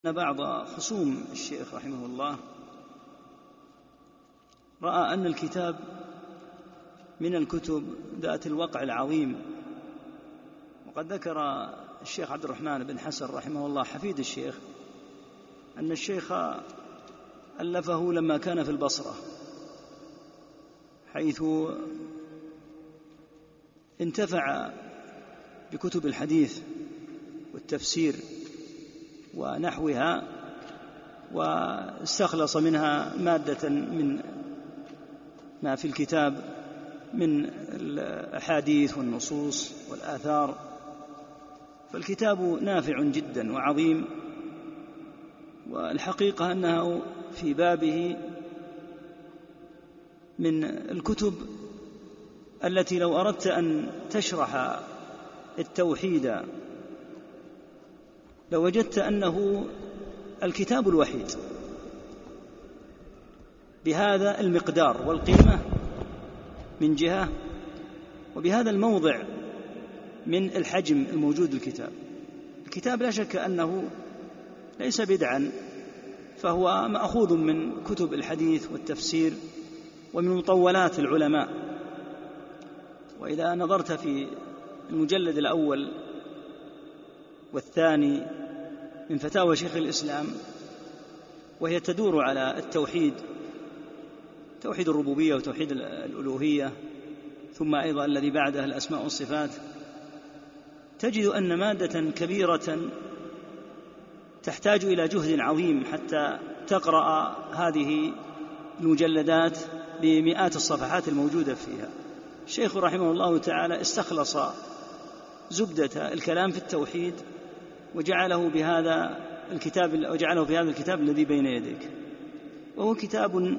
أن بعض خصوم الشيخ رحمه الله رأى أن الكتاب من الكتب ذات الوقع العظيم، وقد ذكر الشيخ عبد الرحمن بن حسن رحمه الله حفيد الشيخ أن الشيخ ألفه لما كان في البصرة، حيث انتفع بكتب الحديث والتفسير ونحوها، واستخلص منها مادة من ما في الكتاب من الأحاديث والنصوص والآثار، فالكتاب نافع جدا وعظيم. والحقيقة أنه في بابه من الكتب التي لو أردت أن تشرح التوحيد لوجدت أنه الكتاب الوحيد بهذا المقدار والقيمة من جهة، وبهذا الموضع من الحجم الموجود الكتاب. الكتاب لا شك أنه ليس بدعا، فهو مأخوذ من كتب الحديث والتفسير ومن مطولات العلماء. وإذا نظرت في المجلد الأول والثاني من فتاوى شيخ الإسلام، وهي تدور على التوحيد، توحيد الربوبية وتوحيد الألوهية، ثم أيضا الذي بعدها الأسماء والصفات، تجد أن مادة كبيرة تحتاج إلى جهد عظيم حتى تقرأ هذه المجلدات بمئات الصفحات الموجودة فيها. الشيخ رحمه الله تعالى استخلص زبدة الكلام في التوحيد وجعله في هذا الكتاب الذي بين يديك، وهو كتاب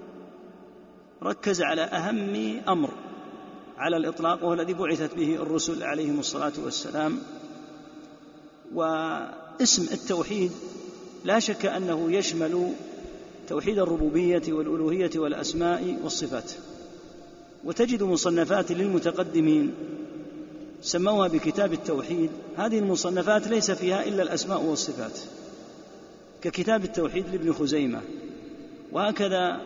ركز على أهم أمر على الإطلاق، وهو الذي بعثت به الرسل عليهم الصلاة والسلام. واسم التوحيد لا شك أنه يشمل توحيد الربوبية والألوهية والأسماء والصفات، وتجد مصنفات للمتقدمين سموها بكتاب التوحيد. هذه المصنفات ليس فيها إلا الأسماء والصفات، ككتاب التوحيد لابن خزيمة. وهكذا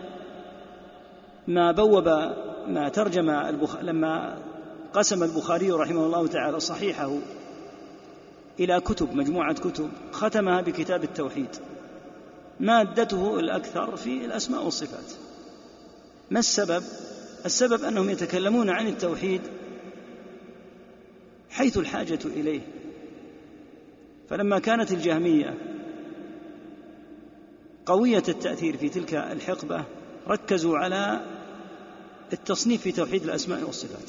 ما ترجم لما قسم البخاري رحمه الله تعالى صحيحه إلى كتب، مجموعة كتب، ختمها بكتاب التوحيد، مادته الأكثر في الأسماء والصفات. ما السبب؟ السبب أنهم يتكلمون عن التوحيد حيث الحاجة إليه. فلما كانت الجهمية قوية التأثير في تلك الحقبة ركزوا على التصنيف في توحيد الأسماء والصفات.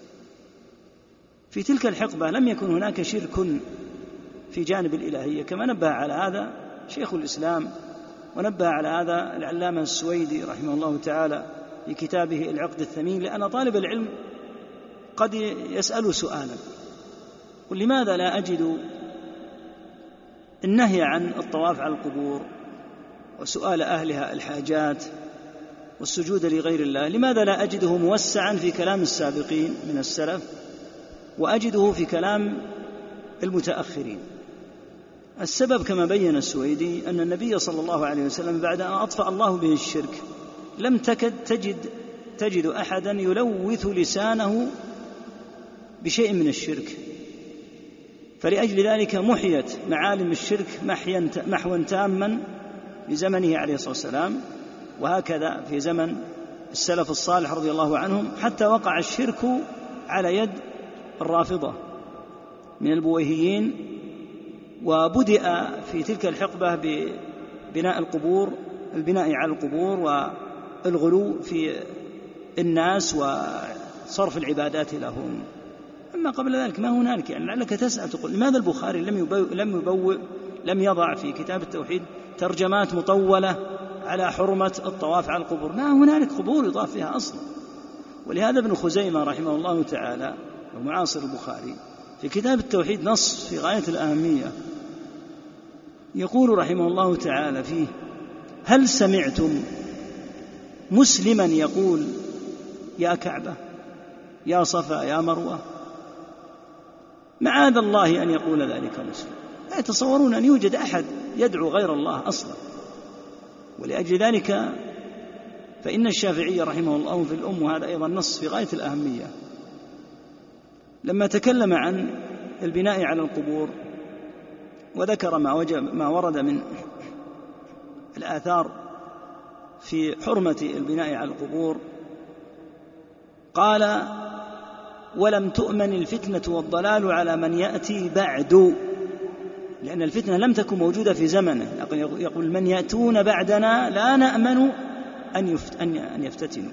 في تلك الحقبة لم يكن هناك شرك في جانب الإلهية، كما نبه على هذا شيخ الإسلام، ونبه على هذا العلامة السويدي رحمه الله تعالى في كتابه العقد الثمين. لأن طالب العلم قد يسأل سؤالا: قل لماذا لا أجد النهي عن الطواف على القبور وسؤال أهلها الحاجات والسجود لغير الله، لماذا لا أجده موسعا في كلام السابقين من السلف وأجده في كلام المتأخرين؟ السبب كما بين السويدي أن النبي صلى الله عليه وسلم بعد أن أطفأ الله به الشرك لم تكد تجد أحدا يلوث لسانه بشيء من الشرك، فلأجل ذلك محيت معالم الشرك محوا تاما بزمنه عليه الصلاة والسلام، وهكذا في زمن السلف الصالح رضي الله عنهم، حتى وقع الشرك على يد الرافضة من البويهيين. وبدأ في تلك الحقبة ببناء القبور، البناء على القبور والغلو في الناس وصرف العبادات لهم. أما قبل ذلك ما هنالك، يعني لعلك تسأل تقول لماذا البخاري لم يضع في كتاب التوحيد ترجمات مطولة على حرمة الطواف على القبور؟ ما هنالك قبور يطاف فيها أصلا. ولهذا ابن خزيمة رحمه الله تعالى ومعاصر البخاري في كتاب التوحيد نص في غاية الأهمية، يقول رحمه الله تعالى فيه: هل سمعتم مسلما يقول يا كعبة، يا صفا، يا مروة؟ معاذ الله أن يقول ذلك مسلم. لا يتصورون أن يوجد أحد يدعو غير الله أصلا. ولأجل ذلك فإن الشافعي رحمه الله في الأم، وهذا أيضا نص في غاية الأهمية، لما تكلم عن البناء على القبور وذكر ما ورد من الآثار في حرمة البناء على القبور، قال: ولم تؤمن الفتنة والضلال على من يأتي بعد، لأن الفتنة لم تكن موجودة في زمنه. يقول: من يأتون بعدنا لا نأمن أن يفتتنوا.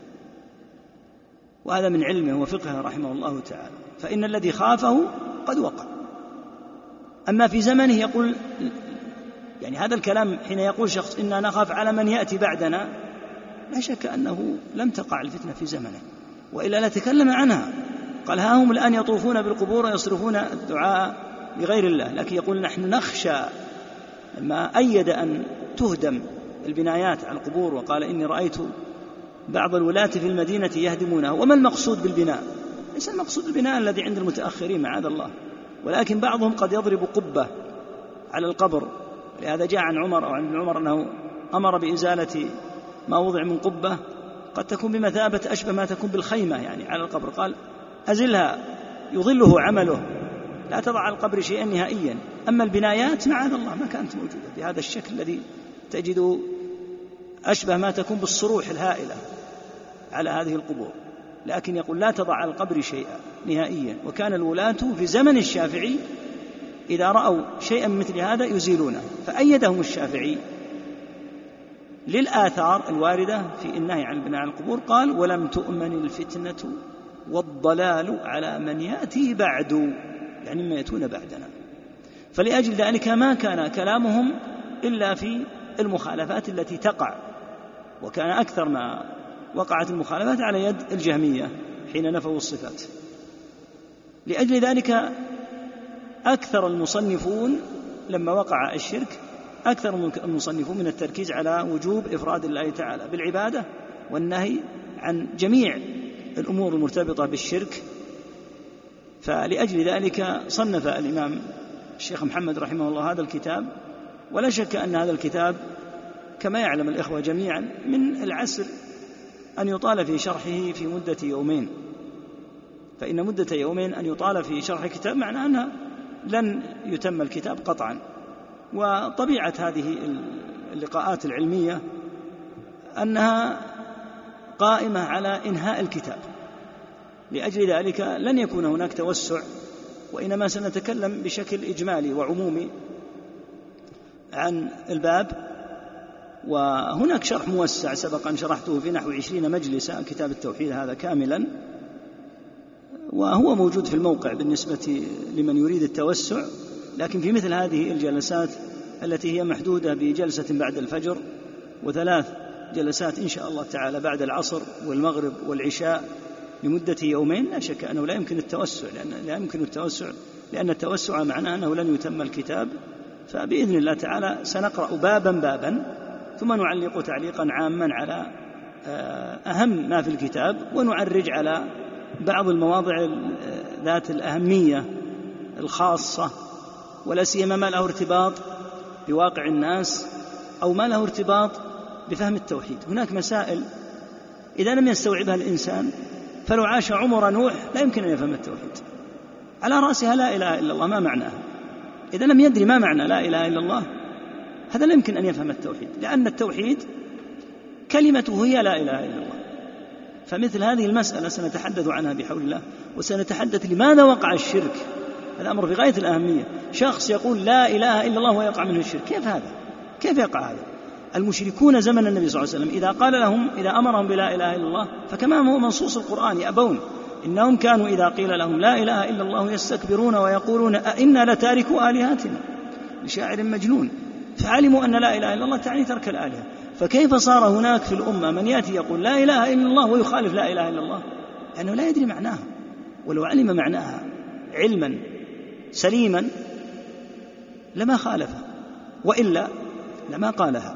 وهذا من علمه وفقهه رحمه الله تعالى، فإن الذي خافه قد وقع. أما في زمنه يقول، يعني هذا الكلام حين يقول شخص إننا نخاف على من يأتي بعدنا، لا شك أنه لم تقع الفتنة في زمنه، وإلا لا تكلم عنها. قال: ها هم الآن يطوفون بالقبور ويصرفون الدعاء لغير الله. لكن يقول: نحن نخشى، لما أيد أن تهدم البنايات على القبور وقال: إني رأيت بعض الولاة في المدينة يهدمونها. وما المقصود بالبناء؟ ليس المقصود البناء الذي عند المتأخرين معاذ الله، ولكن بعضهم قد يضرب قبة على القبر. لهذا جاء عن عمر أو عن ابن عمر أنه أمر بإزالة ما وضع من قبة قد تكون بمثابة أشبه ما تكون بالخيمة يعني على القبر، قال: أزلها يظله عمله، لا تضع على القبر شيئا نهائيا. أما البنايات معاذ الله ما كانت موجودة بهذا الشكل الذي تجد أشبه ما تكون بالصروح الهائلة على هذه القبور، لكن يقول: لا تضع على القبر شيئا نهائيا. وكان الولاة في زمن الشافعي إذا رأوا شيئا مثل هذا يزيلونه، فأيدهم الشافعي للآثار الواردة في النهي عن البناء على القبور. قال: ولم تؤمن الفتنة والضلال على من يأتي بعد، يعني ما يأتون بعدنا. فلأجل ذلك ما كان كلامهم إلا في المخالفات التي تقع، وكان أكثر ما وقعت المخالفات على يد الجهمية حين نفوا الصفات. لأجل ذلك أكثر المصنفون لما وقع الشرك، أكثر المصنفون من التركيز على وجوب إفراد الله تعالى بالعبادة والنهي عن جميع الأمور المرتبطة بالشرك. فلأجل ذلك صنف الإمام الشيخ محمد رحمه الله هذا الكتاب. ولا شك أن هذا الكتاب كما يعلم الإخوة جميعا من العسر أن يطال في شرحه في مدة يومين، فإن مدة يومين أن يطال في شرح كتاب معناه أنها لن يتم الكتاب قطعا. وطبيعة هذه اللقاءات العلمية أنها قائمة على إنهاء الكتاب، لأجل ذلك لن يكون هناك توسع، وإنما سنتكلم بشكل إجمالي وعمومي عن الباب. وهناك شرح موسع سبق أن شرحته في نحو 20 مجلسا، كتاب التوحيد هذا كاملا، وهو موجود في الموقع بالنسبة لمن يريد التوسع. لكن في مثل هذه الجلسات التي هي محدودة بجلسة بعد الفجر و3 جلسات إن شاء الله تعالى بعد العصر والمغرب والعشاء لمدة يومين، لا شك أنه لا يمكن التوسع، لأن التوسع معناه أنه لن يتم الكتاب. فبإذن الله تعالى سنقرأ بابا بابا، ثم نعلق تعليقا عاما على أهم ما في الكتاب، ونعرج على بعض المواضع ذات الأهمية الخاصة، ولا سيما ما له ارتباط بواقع الناس أو ما له ارتباط بفهم التوحيد. هناك مسائل إذا لم يستوعبها الإنسان فلو عاش عمر نوح لا يمكن أن يفهم التوحيد. على رأسها لا إله إلا الله، ما معناها؟ إذا لم يدري ما معنى لا إله إلا الله هذا لا يمكن أن يفهم التوحيد، لأن التوحيد كلمته هي لا إله إلا الله. فمثل هذه المسألة سنتحدث عنها بحول الله، وسنتحدث لماذا وقع الشرك. هذا أمر في غاية الأهمية. شخص يقول لا إله إلا الله ويقع منه الشرك، كيف هذا؟ كيف يقع هذا؟ المشركون زمن النبي صلى الله عليه وسلم إذا أمرهم بلا إله إلا الله فكما هو منصوص القرآن يأبون. إنهم كانوا إذا قيل لهم لا إله إلا الله يستكبرون ويقولون أئنا لتاركوا آلهتنا لشاعر مجنون. فعلموا أن لا إله إلا الله تعني ترك الآلهة. فكيف صار هناك في الأمة من يأتي يقول لا إله إلا الله ويخالف لا إله إلا الله؟ لأنه لا يدري معناها، ولو علم معناها علما سليما لما خالفها، وإلا لما قالها.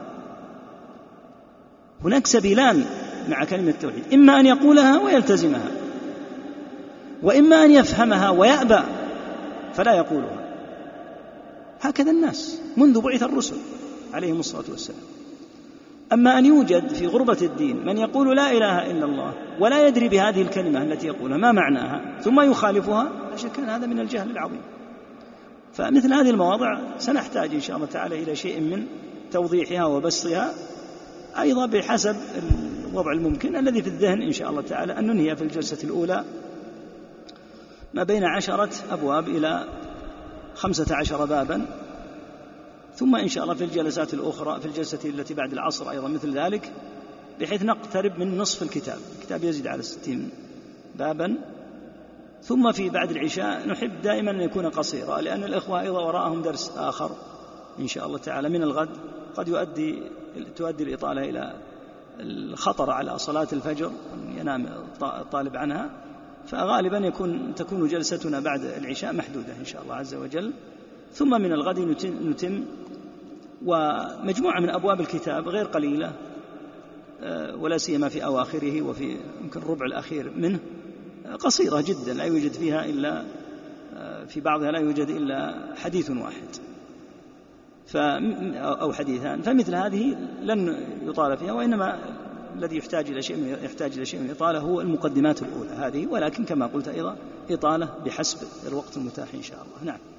هناك سبيلان مع كلمة التوحيد، إما أن يقولها ويلتزمها، وإما أن يفهمها ويأبى فلا يقولها. هكذا الناس منذ بعث الرسل عليهم الصلاة والسلام. أما أن يوجد في غربة الدين من يقول لا إله إلا الله ولا يدري بهذه الكلمة التي يقولها ما معناها ثم يخالفها، لا شك أن هذا من الجهل العظيم. فمثل هذه المواضع سنحتاج إن شاء الله تعالى إلى شيء من توضيحها وبسطها، أيضا بحسب الوضع الممكن الذي في الذهن إن شاء الله تعالى، أن ننهي في الجلسة الأولى ما بين 10 أبواب إلى 15 بابا، ثم إن شاء الله في الجلسات الأخرى في الجلسة التي بعد العصر أيضا مثل ذلك، بحيث نقترب من نصف الكتاب. الكتاب يزيد على 60 بابا. ثم في بعد العشاء نحب دائما أن يكون قصيرا، لأن الإخوة أيضا وراءهم درس آخر إن شاء الله تعالى من الغد قد تؤدي الإطالة إلى الخطر على صلاة الفجر أن ينام الطالب عنها، فغالبا تكون جلستنا بعد العشاء محدودة إن شاء الله عز وجل. ثم من الغد نتم، ومجموعة من أبواب الكتاب غير قليلة، ولا سيما في أواخره وفي يمكن الربع الأخير منه، قصيرة جدا لا يوجد فيها إلا في بعضها لا يوجد إلا حديث واحد أو حديثان، فمثل هذه لن يطال فيها، وإنما الذي يحتاج إلى شيء من الإطالة هو المقدمات الأولى هذه، ولكن كما قلت أيضا إطالة بحسب الوقت المتاح إن شاء الله. نعم.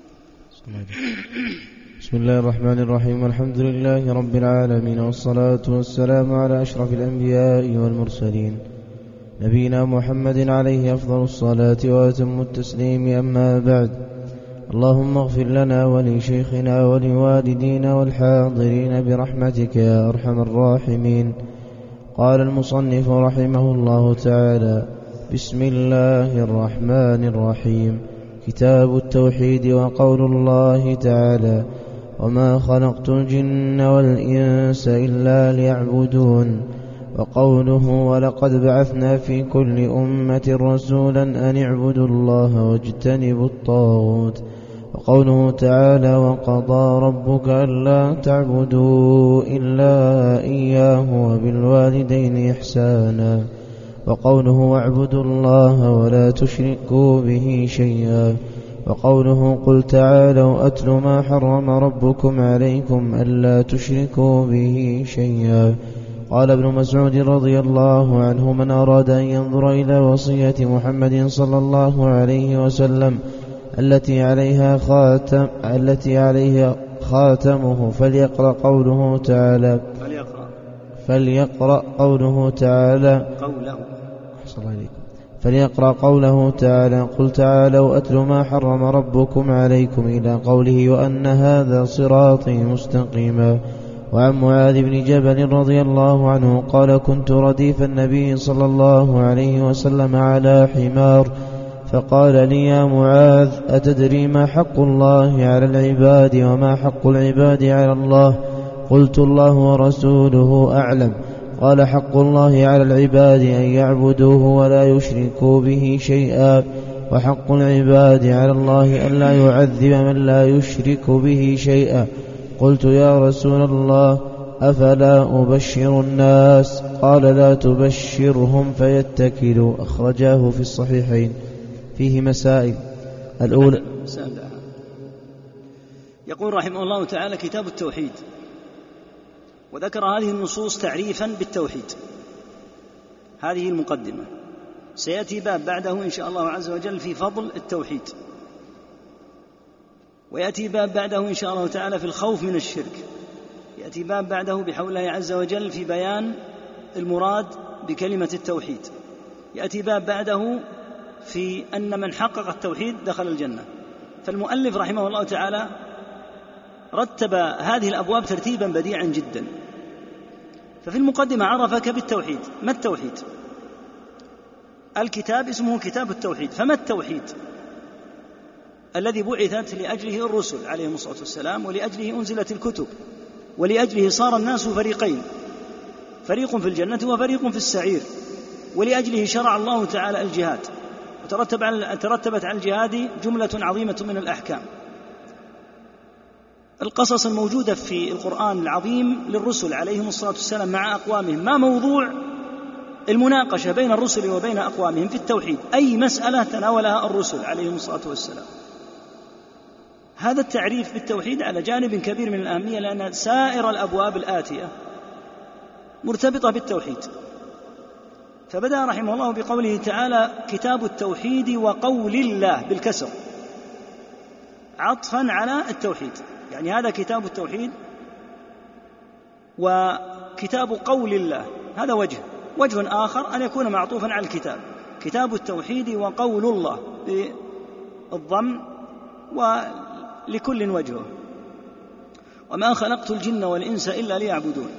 بسم الله الرحمن الرحيم، والحمد لله رب العالمين، والصلاة والسلام على أشرف الأنبياء والمرسلين نبينا محمد عليه أفضل الصلاة وأتم التسليم. أما بعد، اللهم اغفر لنا ولشيخنا ولوالدينا والحاضرين برحمتك يا أرحم الراحمين. قال المصنف رحمه الله تعالى: بسم الله الرحمن الرحيم. كتاب التوحيد. وقول الله تعالى: وما خلقت الجن والإنس إلا ليعبدون. وقوله: ولقد بعثنا في كل أمة رسولا أن اعبدوا الله واجتنبوا الطاغوت. وقوله تعالى: وقضى ربك ألا تعبدوا إلا إياه وبالوالدين إحسانا. وقوله: واعبدوا الله ولا تشركوا به شيئا. وقوله: قل تعالوا أتل ما حرم ربكم عليكم ألا تشركوا به شيئا. قال ابن مسعود رضي الله عنه: من أراد أن ينظر إلى وصية محمد صلى الله عليه وسلم التي عليها خاتمه فليقرأ قوله تعالى فليقرأ قوله تعالى: قل تعالوا أتل ما حرم ربكم عليكم إلى قوله: وأن هذا صراطي مستقيما. وعن معاذ بن جبل رضي الله عنه قال: كنت رديف النبي صلى الله عليه وسلم على حمار، فقال لي: يا معاذ، أتدري ما حق الله على العباد وما حق العباد على الله؟ قلت: الله ورسوله أعلم. قال: حق الله على العباد أن يعبدوه ولا يشركوا به شيئا، وحق العباد على الله أن لا يعذب من لا يشرك به شيئا. قلت: يا رسول الله، أفلا أبشر الناس؟ قال: لا تبشرهم فيتكلوا. أخرجاه في الصحيحين. فيه مسائل. الأولى: يقول رحمه الله تعالى: كتاب التوحيد. وذكر هذه النصوص تعريفا بالتوحيد، هذه المقدمة. سيأتي باب بعده إن شاء الله عز وجل في فضل التوحيد، ويأتي باب بعده إن شاء الله تعالى في الخوف من الشرك، يأتي باب بعده بحول الله عز وجل في بيان المراد بكلمة التوحيد، يأتي باب بعده في أن من حقق التوحيد دخل الجنة. فالمؤلف رحمه الله تعالى رتب هذه الأبواب ترتيبا بديعا جدا. ففي المقدمة عرفك بالتوحيد. ما التوحيد؟ الكتاب اسمه كتاب التوحيد. فما التوحيد؟ الذي بعثت لأجله الرسل عليهم الصلاة والسلام، ولأجله أنزلت الكتب، ولأجله صار الناس فريقين، فريق في الجنة وفريق في السعير، ولأجله شرع الله تعالى الجهاد، وترتبت على الجهاد جملة عظيمة من الأحكام. القصص الموجودة في القرآن العظيم للرسل عليهم الصلاة والسلام مع أقوامهم، ما موضوع المناقشة بين الرسل وبين أقوامهم في التوحيد؟ أي مسألة تناولها الرسل عليهم الصلاة والسلام؟ هذا التعريف بالتوحيد على جانب كبير من الأهمية، لأن سائر الأبواب الآتية مرتبطة بالتوحيد. فبدأ رحمه الله بقوله تعالى: كتاب التوحيد وقول الله بالكسر، عطفا على التوحيد، يعني هذا كتاب التوحيد وكتاب قول الله، هذا وجه آخر أن يكون معطوفا على الكتاب، كتاب التوحيد وقول الله بالضم ولكل وجهه. وما خلقت الجن والإنس إلا ليعبدون.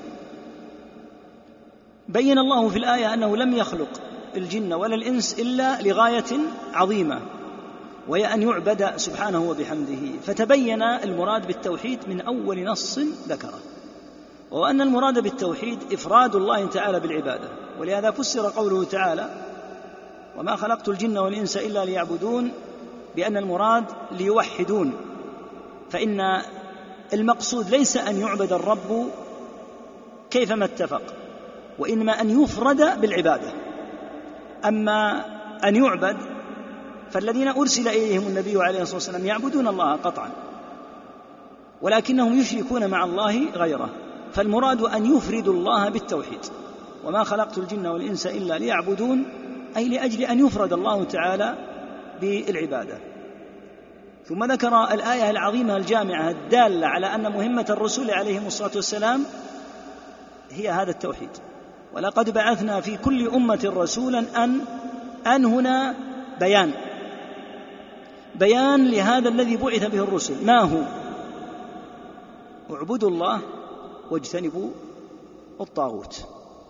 بين الله في الآية أنه لم يخلق الجن ولا الإنس إلا لغاية عظيمة، وهي أن يعبد سبحانه وبحمده، فتبين المراد بالتوحيد من أول نص ذكره، وأن المراد بالتوحيد إفراد الله تعالى بالعبادة. ولهذا فسر قوله تعالى: وما خلقت الجن والإنس إلا ليعبدون، بأن المراد ليوحدون، فإن المقصود ليس أن يعبد الرب كيفما اتفق، وإنما أن يفرد بالعبادة. أما أن يعبد فالذين أرسل إليهم النبي عليه الصلاة والسلام يعبدون الله قطعا، ولكنهم يشركون مع الله غيره، فالمراد أن يفردوا الله بالتوحيد. وما خلقت الجن والإنس إلا ليعبدون، أي لأجل أن يفرد الله تعالى بالعبادة. ثم ذكر الآية العظيمة الجامعة الدالة على أن مهمة الرسل عليهم الصلاة والسلام هي هذا التوحيد. ولقد بعثنا في كل أمة رسولا أن هنا بيان لهذا الذي بعث به الرسل، ما هو؟ اعبدوا الله واجتنبوا الطاغوت.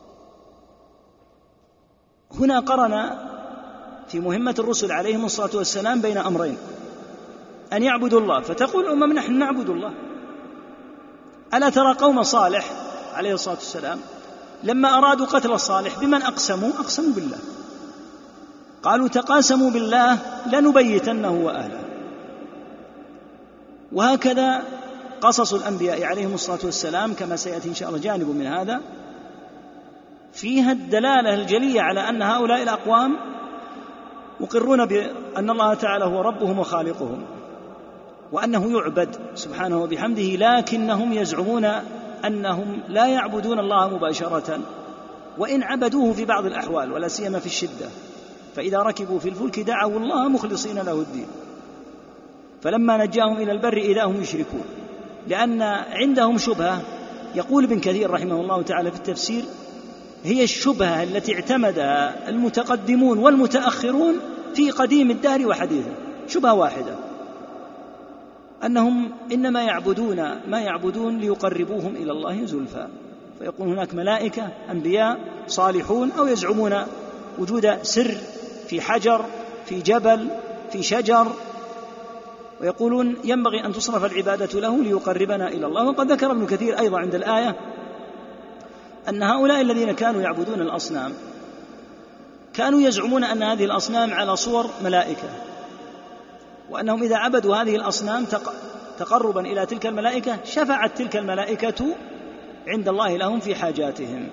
هنا قرن في مهمة الرسل عليهم الصلاة والسلام بين أمرين: أن يعبدوا الله، فتقول نحن نعبد الله. ألا ترى قوم صالح عليه الصلاة والسلام لما أرادوا قتل الصالح بمن أقسموا بالله، قالوا تقاسموا بالله لنبيتنه وأهله. وهكذا قصص الأنبياء عليهم الصلاة والسلام كما سيأتي إن شاء الله جانب من هذا، فيها الدلالة الجلية على أن هؤلاء الأقوام مقرون بأن الله تعالى هو ربهم وخالقهم، وأنه يعبد سبحانه وبحمده، لكنهم يزعمون أنهم لا يعبدون الله مباشرة، وإن عبدوه في بعض الأحوال ولا سيما في الشدة، فإذا ركبوا في الفلك دعوا الله مخلصين له الدين، فلما نجاهم إلى البر إذا هم يشركون. لأن عندهم شبهة، يقول ابن كثير رحمه الله تعالى في التفسير: هي الشبهة التي اعتمدها المتقدمون والمتأخرون في قديم الدهر وحديثه، شبهة واحدة، أنهم إنما ما يعبدون ليقربوهم إلى الله زلفى، فيقول هناك ملائكة أنبياء صالحون، أو يزعمون وجود سر في حجر في جبل في شجر، ويقولون ينبغي أن تصرف العبادة له ليقربنا إلى الله. وقد ذكر ابن كثير أيضا عند الآية أن هؤلاء الذين كانوا يعبدون الأصنام كانوا يزعمون أن هذه الأصنام على صور ملائكة، وأنهم إذا عبدوا هذه الأصنام تقربا إلى تلك الملائكة شفعت تلك الملائكة عند الله لهم في حاجاتهم.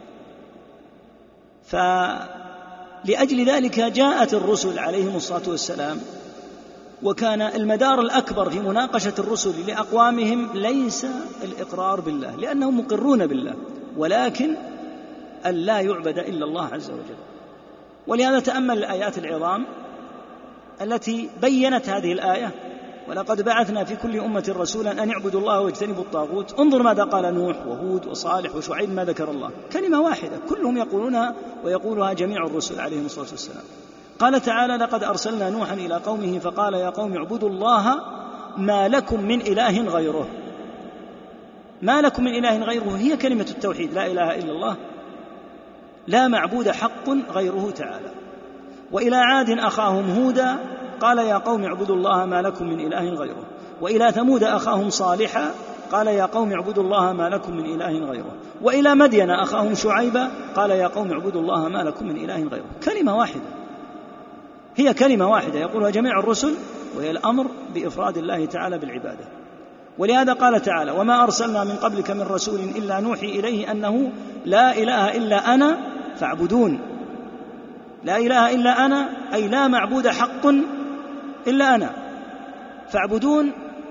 فلأجل ذلك جاءت الرسل عليهم الصلاة والسلام، وكان المدار الأكبر في مناقشة الرسل لأقوامهم ليس الإقرار بالله، لأنهم مقرون بالله، ولكن أن لا يعبد إلا الله عز وجل. ولهذا تأمل الآيات العظام التي بيّنت هذه الآية: ولقد بعثنا في كل أمة رسولا أن يعبدوا الله واجتنبوا الطاغوت. انظر ماذا قال نوح وهود وصالح وشعيب، ما ذكر الله، كلمة واحدة كلهم يقولونها ويقولها جميع الرسل عليهم الصلاة والسلام. قال تعالى: لقد أرسلنا نوحا إلى قومه فقال يا قوم اعبدوا الله ما لكم من إله غيره. ما لكم من إله غيره هي كلمة التوحيد، لا إله إلا الله، لا معبود حق غيره تعالى. وإلى عاد أخاهم هودا قال يا قوم اعبدوا الله ما لكم من إله غيره. وإلى ثمود أخاهم صالحا قال يا قوم اعبدوا الله ما لكم من إله غيره. وإلى مدين أخاهم شعيبا قال يا قوم اعبدوا الله ما لكم من إله غيره. كلمة واحدة، هي كلمة واحدة يقولها جميع الرسل، وهي الأمر بإفراد الله تعالى بالعبادة. ولهذا قال تعالى: وما أرسلنا من قبلك من رسول إلا نوحي إليه أنه لا إله إلا أنا فاعبدون. لا إله إلا أنا أي لا معبود حق إلا أنا، فاعبدون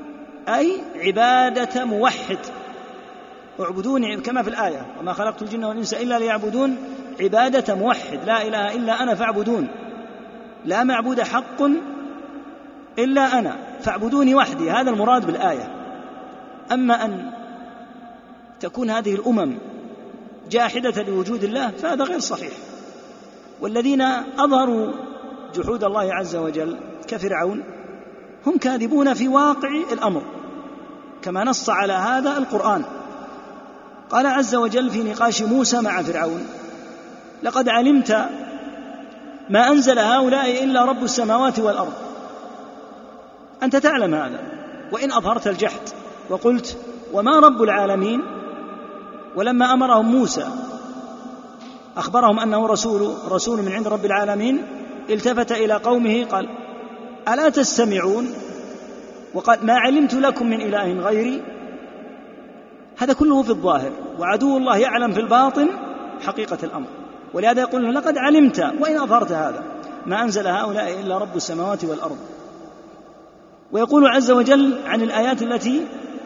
أي عبادة موحد، اعبدوني كما في الآية وما خلقت الجن والإنس إلا ليعبدون، عبادة موحد، لا إله إلا أنا فاعبدون، لا معبود حق إلا أنا فاعبدوني وحدي، هذا المراد بالآية. أما أن تكون هذه الأمم جاحدة لوجود الله فهذا غير صحيح. والذين أظهروا جحود الله عز وجل كفرعون هم كاذبون في واقع الأمر، كما نص على هذا القرآن. قال عز وجل في نقاش موسى مع فرعون: لقد علمت ما أنزل هؤلاء إلا رب السماوات والأرض، أنت تعلم هذا، وإن أظهرت الجحد وقلت وما رب العالمين. ولما أمرهم موسى أخبرهم أنه رسول من عند رب العالمين، التفت إلى قومه قال: ألا تستمعون وقد ما علمت لكم من إله غيري. هذا كله في الظاهر، وعدو الله يعلم في الباطن حقيقة الأمر، ولهذا يقول: لقد علمت وإن أظهرت هذا ما أنزل هؤلاء إلا رب السماوات والأرض. ويقول عز وجل عن الآيات التي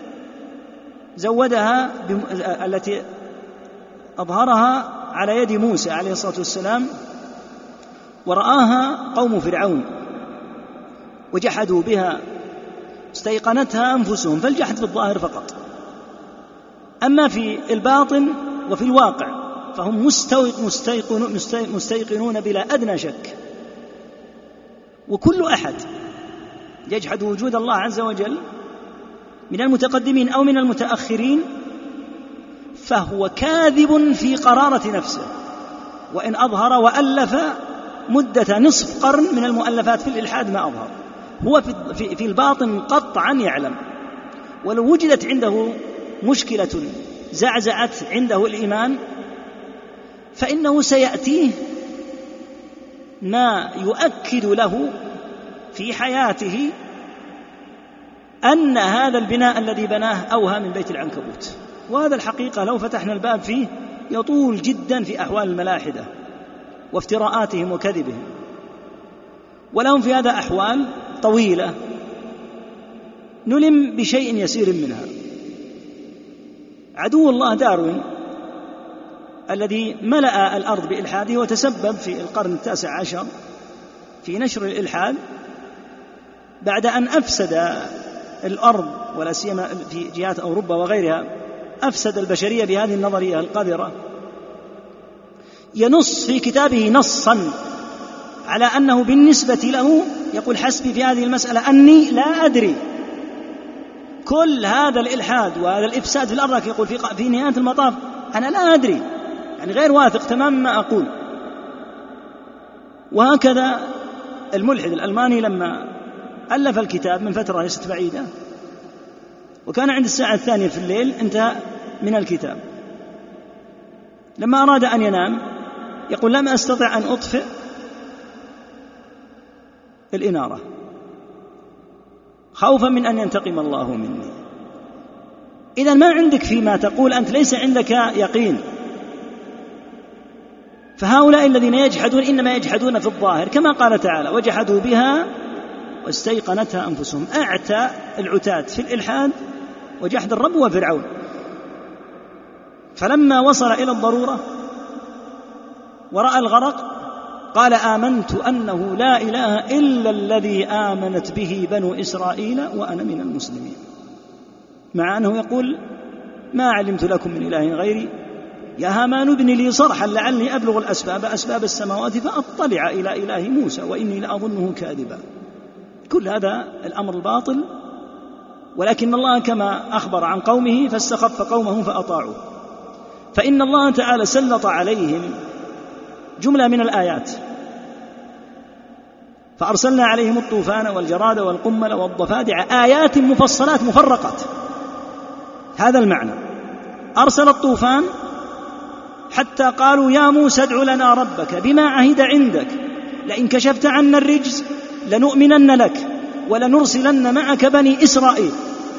زودها التي أظهرها على يد موسى عليه الصلاة والسلام: ورآها قوم فرعون وجحدوا بها استيقنتها أنفسهم، فالجحد في الظاهر فقط، أما في الباطن وفي الواقع فهم مستيقنون بلا أدنى شك. وكل أحد يجحد وجود الله عز وجل من المتقدمين أو من المتأخرين فهو كاذب في قرارة نفسه، وإن أظهر وألف مدة نصف قرن من المؤلفات في الإلحاد ما أظهر، هو في الباطن قطعا يعلم. ولو وجدت عنده مشكلة زعزعت عنده الإيمان فإنه سيأتيه ما يؤكد له في حياته أن هذا البناء الذي بناه أوهى من بيت العنكبوت. وهذا الحقيقة لو فتحنا الباب فيه يطول جدا في أحوال الملاحدة وافتراءاتهم وكذبهم، ولهم في هذا أحوال طويلة نلم بشيء يسير منها. عدو الله داروين الذي ملأ الأرض بإلحاده وتسبب في القرن 19 في نشر الإلحاد بعد أن أفسد الأرض ولا سيما في جهات أوروبا وغيرها، أفسد البشرية بهذه النظرية القذرة. ينص في كتابه نصا على أنه بالنسبة له يقول: حسبي في هذه المسألة أني لا أدري. كل هذا الإلحاد وهذا الإفساد في الأرض يقول في نهاية المطاف أنا لا أدري، يعني غير واثق تماما ما أقول. وهكذا الملحد الألماني لما ألف الكتاب من فترة ليست بعيدة وكان عند الساعة 2 في الليل انتهى من الكتاب، لما أراد أن ينام يقول: لم أستطع أن أطفئ الإنارة خوفا من أن ينتقم الله مني. إذا ما عندك فيما تقول أنت ليس عندك يقين. فهؤلاء الذين يجحدون إنما يجحدون في الظاهر، كما قال تعالى: وجحدوا بها واستيقنتها أنفسهم. أعتى العتاة في الإلحاد وجحد الرب وفرعون. فلما وصل إلى الضرورة ورأى الغرق قال: آمنت أنه لا إله إلا الذي آمنت به بنو إسرائيل وأنا من المسلمين، مع أنه يقول: ما علمت لكم من إله غيري، يا هامان ابن لي صرحا لعلي أبلغ أسباب السماوات فأطلع إلى إله موسى وإني لأظنه كاذبا. كل هذا الأمر الباطل، ولكن الله كما أخبر عن قومه فاستخف قومه فأطاعوه. فإن الله تعالى سلط عليهم جملة من الآيات، فأرسلنا عليهم الطوفان والجراد والقمل والضفادع آيات مفصلات مفرقات. هذا المعنى. أرسل الطوفان حتى قالوا: يا موسى ادع لنا ربك بما عهد عندك لئن كشفت عنا الرجز لنؤمنن لك ولنرسلن معك بني إسرائيل.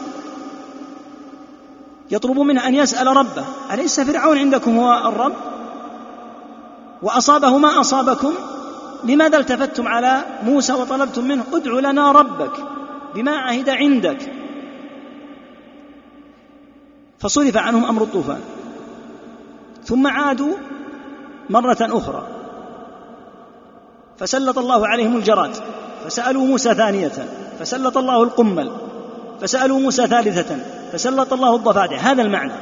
يطلب منه أن يسأل ربه: أليس فرعون عندكم هو الرب وأصابه ما أصابكم؟ لماذا التفتم على موسى وطلبتم منه ادع لنا ربك بما عهد عندك؟ فصرف عنهم أمر الطوفان، ثم عادوا مرة أخرى فسلط الله عليهم الجراد، فسألوا موسى ثانية فسلط الله القمل، فسألوا موسى ثالثة فسلط الله الضفادع. هذا المعنى،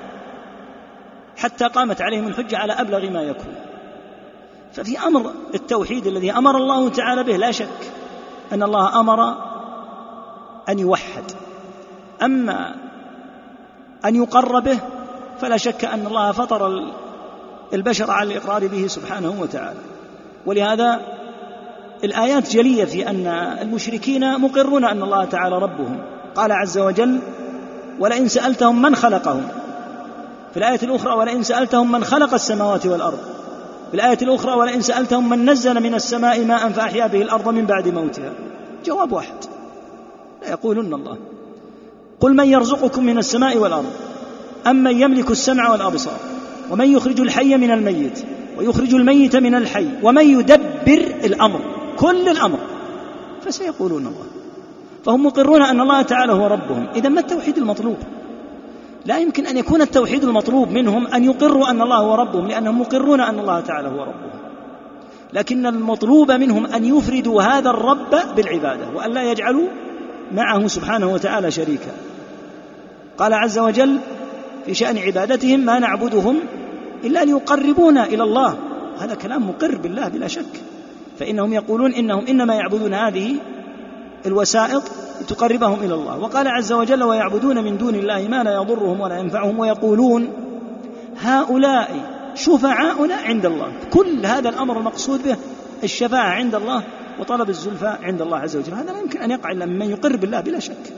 حتى قامت عليهم الحجة على أبلغ ما يكون. ففي أمر التوحيد الذي أمر الله تعالى به لا شك أن الله أمر أن يوحد، أما أن يقر به فلا شك أن الله فطر البشر على الإقرار به سبحانه وتعالى. ولهذا الآيات جلية في أن المشركين مقرون أن الله تعالى ربهم. قال عز وجل: ولئن سألتهم من خلقهم، في الآية الأخرى: ولئن سألتهم من خلق السماوات والأرض، في الآية الأخرى: ولئن سألتهم من نزل من السماء ماء فأحيا به الأرض من بعد موتها. جواب واحد: لا يقولون الله. قل من يرزقكم من السماء والأرض أمن يملك السمع والأبصار ومن يخرج الحي من الميت ويخرج الميت من الحي ومن يدبر الأمر، كل الأمر، فسيقولون الله. فهم مقرون أن الله تعالى هو ربهم. إذا ما التوحيد المطلوب؟ لا يمكن أن يكون التوحيد المطلوب منهم أن يقروا أن الله هو ربهم، لأنهم مقرون أن الله تعالى هو ربهم، لكن المطلوب منهم أن يفردوا هذا الرب بالعبادة وأن لا يجعلوا معه سبحانه وتعالى شريكا. قال عز وجل في شأن عبادتهم: ما نعبدهم إلا ليقربونا إلى الله. هذا كلام مقر بالله بلا شك، فإنهم يقولون إنهم إنما يعبدون هذه الوسائط تقربهم إلى الله. وقال عز وجل: ويعبدون من دون الله ما لا يضرهم ولا ينفعهم ويقولون هؤلاء شفعاؤنا عند الله. كل هذا الأمر المقصود به الشفاعة عند الله وطلب الزلفى عند الله عز وجل. هذا لا يمكن أن يقع إلا من يقر بالله بلا شك.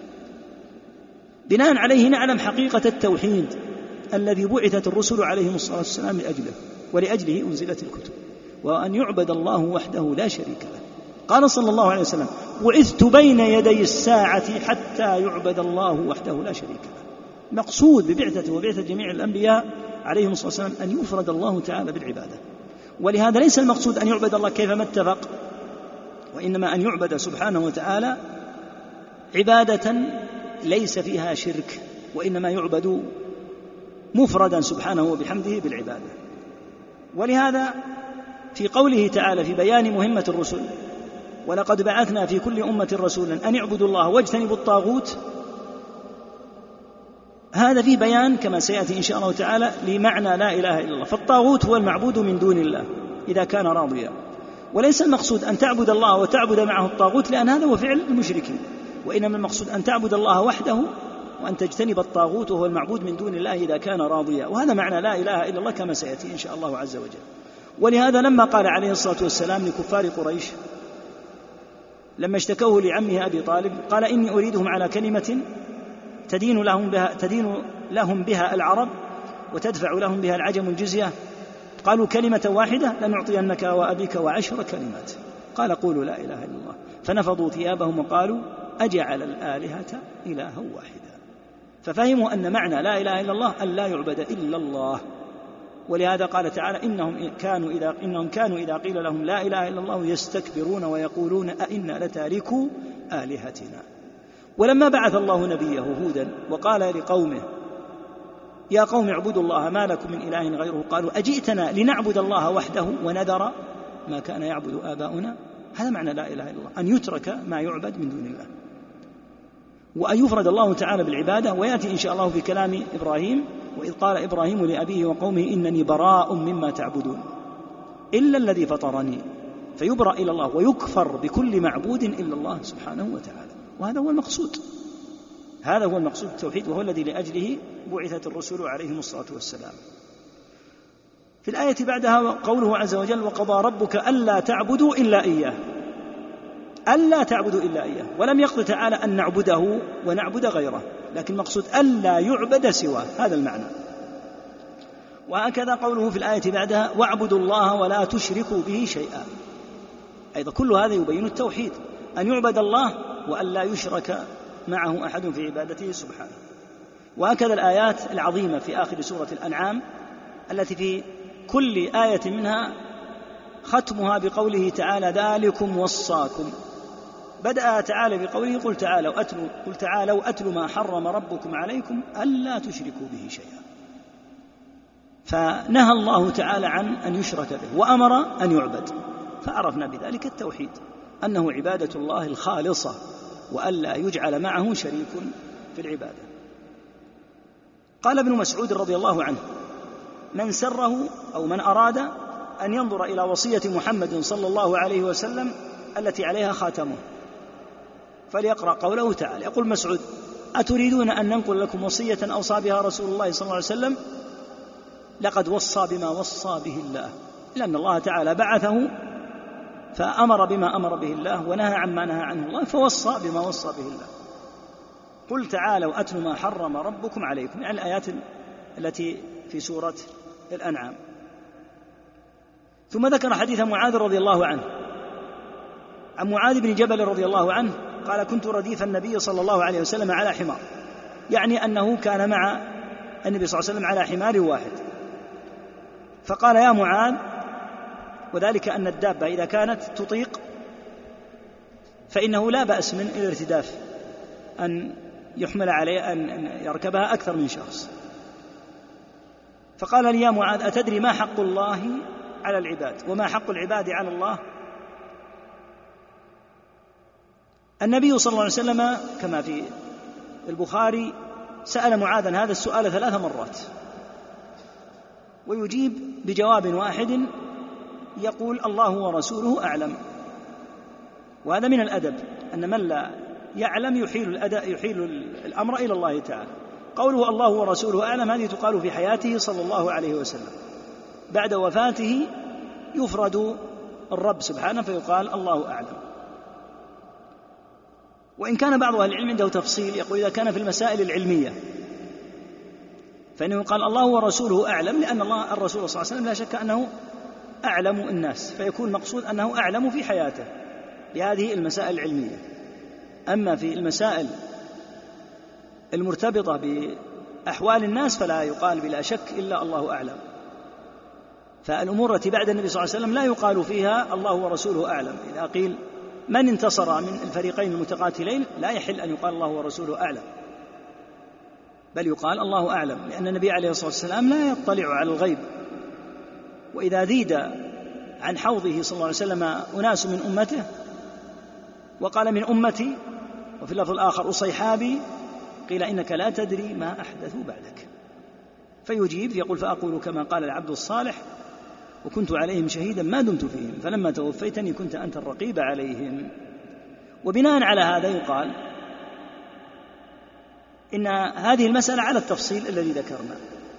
بناء عليه نعلم حقيقة التوحيد الذي بعثت الرسل عليهم الصلاة والسلام لأجله، ولأجله أنزلت الكتب، وأن يعبد الله وحده لا شريك له. قال صلى الله عليه وسلم: بعثت بين يدي الساعة حتى يعبد الله وحده لا شريك له. مقصود ببعثته وبعثة جميع الأنبياء عليهم الصلاة والسلام أن يفرد الله تعالى بالعبادة. ولهذا ليس المقصود أن يعبد الله كيفما اتفق، وإنما أن يعبد سبحانه وتعالى عبادة ليس فيها شرك، وإنما يعبد مفردا سبحانه وبحمده بالعبادة. ولهذا في قوله تعالى في بيان مهمة الرسل: ولقد بعثنا في كل أمة رسولا أن اعبدوا الله واجتنبوا الطاغوت، هذا في بيان كما سيأتي إن شاء الله تعالى لمعنى لا إله إلا الله. فالطاغوت هو المعبود من دون الله إذا كان راضيا، وليس المقصود أن تعبد الله وتعبد معه الطاغوت، لأن هذا هو فعل المشركين، وإنما المقصود أن تعبد الله وحده وأن تجتنب الطاغوت وهو المعبود من دون الله إذا كان راضيا. وهذا معنى لا إله إلا الله كما سيأتي إن شاء الله عز وجل. ولهذا لما قال عليه الصلاة والسلام لكفار قريش لما اشتكوه لعمه أبي طالب، قال: إني أريدهم على كلمة تدين لهم بها العرب وتدفع لهم بها العجم الجزية. قالوا: كلمة واحدة لنعطينك وأبيك وعشر كلمات. قال: قولوا لا إله إلا الله. فنفضوا ثيابهم وقالوا: أجعل الآلهة إلها واحدا. ففهموا أن معنى لا إله إلا الله أن لا يعبد إلا الله. ولهذا قال تعالى: إنهم كانوا إذا قيل لهم لا إله إلا الله يستكبرون ويقولون أئنا لتاركو آلهتنا. ولما بعث الله نبيه هودا وقال لقومه: يا قوم اعبدوا الله ما لكم من إله غيره، قالوا: أجئتنا لنعبد الله وحده ونذر ما كان يعبد آباؤنا. هذا معنى لا إله إلا الله، أن يترك ما يعبد من دون الله وأن يفرد الله تعالى بالعبادة. ويأتي إن شاء الله في كلام إبراهيم: وإذ قال إبراهيم لأبيه وقومه إنني براء مما تعبدون إلا الذي فطرني، فيبرأ إلى الله ويكفر بكل معبود إلا الله سبحانه وتعالى. وهذا هو المقصود، هذا هو المقصود التوحيد، وهو الذي لأجله بعثت الرسل عليهم الصلاة والسلام. في الآية بعدها قوله عز وجل: وقضى ربك ألا تعبدوا إلا إياه، ألا تعبدوا إلا إياه. ولم يقض تعالى أن نعبده ونعبد غيره، لكن مقصود ألا يعبد سواه، هذا المعنى. وهكذا قوله في الآية بعدها: واعبدوا الله ولا تشركوا به شيئا. أيضا كل هذا يبين التوحيد، أن يعبد الله وأن لا يشرك معه أحد في عبادته سبحانه. وهكذا الآيات العظيمة في آخر سورة الأنعام التي في كل آية منها ختمها بقوله تعالى: ذلكم وصاكم بدأ تعالى بقوله قل تعالوا أتلوا ما حرم ربكم عليكم ألا تشركوا به شيئا. فنهى الله تعالى عن أن يشرك به وأمر أن يعبد، فعرفنا بذلك التوحيد، أنه عبادة الله الخالصة وألا يجعل معه شريك في العبادة. قال ابن مسعود رضي الله عنه: من سره أو من أراد أن ينظر إلى وصية محمد صلى الله عليه وسلم التي عليها خاتمه فليقرأ قوله تعالى. يقول مسعود: أتريدون أن ننقل لكم وصية أوصى بها رسول الله صلى الله عليه وسلم؟ لقد وصى بما وصى به الله، لأن الله تعالى بعثه فأمر بما أمر به الله ونهى عما نهى عنه الله، فوصى بما وصى به الله. قل تعالوا أتلوا ما حرم ربكم عليكم، يعني الآيات التي في سورة الأنعام. ثم ذكر حديث معاذ رضي الله عنه، عن معاذ بن جبل رضي الله عنه قال: كنت رديف النبي صلى الله عليه وسلم على حمار، يعني أنه كان مع النبي صلى الله عليه وسلم على حمار واحد، فقال: يا معاذ، وذلك أن الدابة إذا كانت تطيق فإنه لا بأس من الارتداف أن يحمل عليه أن يركبها أكثر من شخص. فقال لي: يا معاذ، أتدري ما حق الله على العباد وما حق العباد على الله؟ النبي صلى الله عليه وسلم كما في البخاري سأل معاذا هذا السؤال 3 مرات، ويجيب بجواب واحد يقول: الله ورسوله أعلم. وهذا من الأدب، أن من لا يعلم يحيل الأمر إلى الله تعالى. قوله الله ورسوله أعلم هذه تقال في حياته صلى الله عليه وسلم، بعد وفاته يفرد الرب سبحانه فيقال الله أعلم. وإن كان بعض أهل العلم عنده تفصيل، يقول إذا كان في المسائل العلمية فإنه يقال الله ورسوله أعلم، لأن الرسول صلى الله عليه وسلم لا شك أنه أعلم الناس، فيكون مقصود أنه أعلم في حياته بهذه المسائل العلمية. أما في المسائل المرتبطة بأحوال الناس فلا يقال بلا شك إلا الله أعلم. فالأمور التي بعد النبي صلى الله عليه وسلم لا يقال فيها الله ورسوله أعلم. إذا قيل من انتصر من الفريقين المتقاتلين لا يحل أن يقال الله ورسوله أعلم، بل يقال الله أعلم، لأن النبي عليه الصلاة والسلام لا يطلع على الغيب. وإذا ذيد عن حوضه صلى الله عليه وسلم أناس من أمته وقال من أمتي، وفي اللفظ الآخر أصيحابي، قيل إنك لا تدري ما أحدثوا بعدك، فيجيب يقول: فأقول كما قال العبد الصالح وكنت عليهم شهيدا ما دمت فيهم فلما توفيتني كنت أنت الرقيب عليهم. وبناء على هذا يقال إن هذه المسألة على التفصيل الذي ذكرنا.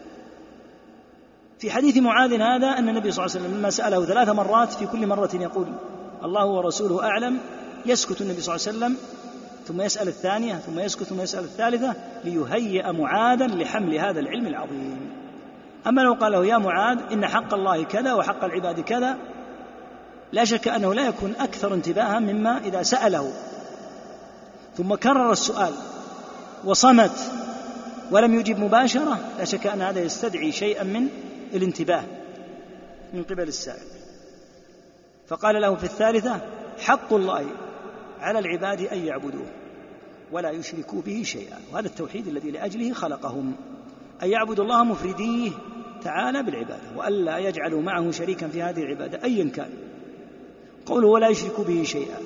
في حديث معاذ هذا أن النبي صلى الله عليه وسلم لما سأله 3 مرات في كل مرة يقول الله ورسوله أعلم، يسكت النبي صلى الله عليه وسلم ثم يسأل الثانية ثم يسكت ثم يسأل الثالثة ليهيئ معاذا لحمل هذا العلم العظيم. أما لو قال له: يا معاذ، إن حق الله كذا وحق العباد كذا، لا شك أنه لا يكون أكثر انتباها مما إذا سأله ثم كرر السؤال وصمت ولم يجب مباشرة، لا شك أن هذا يستدعي شيئا من الانتباه من قبل السائل. فقال له في الثالثة: حق الله على العباد أن يعبدوه ولا يشركوا به شيئا. وهذا التوحيد الذي لأجله خلقهم، أن يعبدوا الله مفرديه تعالى بالعبادة وألا يجعلوا معه شريكا في هذه العبادة أيا كان. قوله ولا يشركوا به شيئا،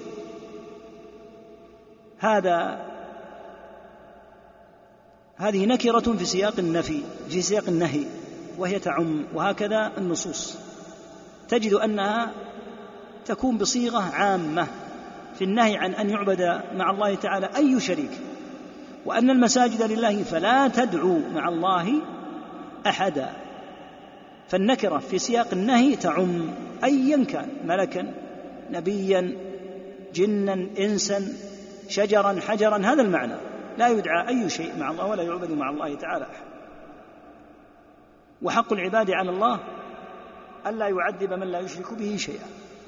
هذه نكرة في سياق النفي، في سياق النهي، وهي تعم. وهكذا النصوص تجد أنها تكون بصيغة عامة في النهي عن أن يعبد مع الله تعالى أي شريك، وأن المساجد لله فلا تدعوا مع الله أحدا. فالنكرة في سياق النهي تعم أيا كان، ملكا، نبيا، جنا، إنسا، شجرا، حجرا، هذا المعنى. لا يدعى أي شيء مع الله ولا يعبد مع الله تعالى أحد. وحق العباد على الله ألا يعذب من لا يشرك به شيئا.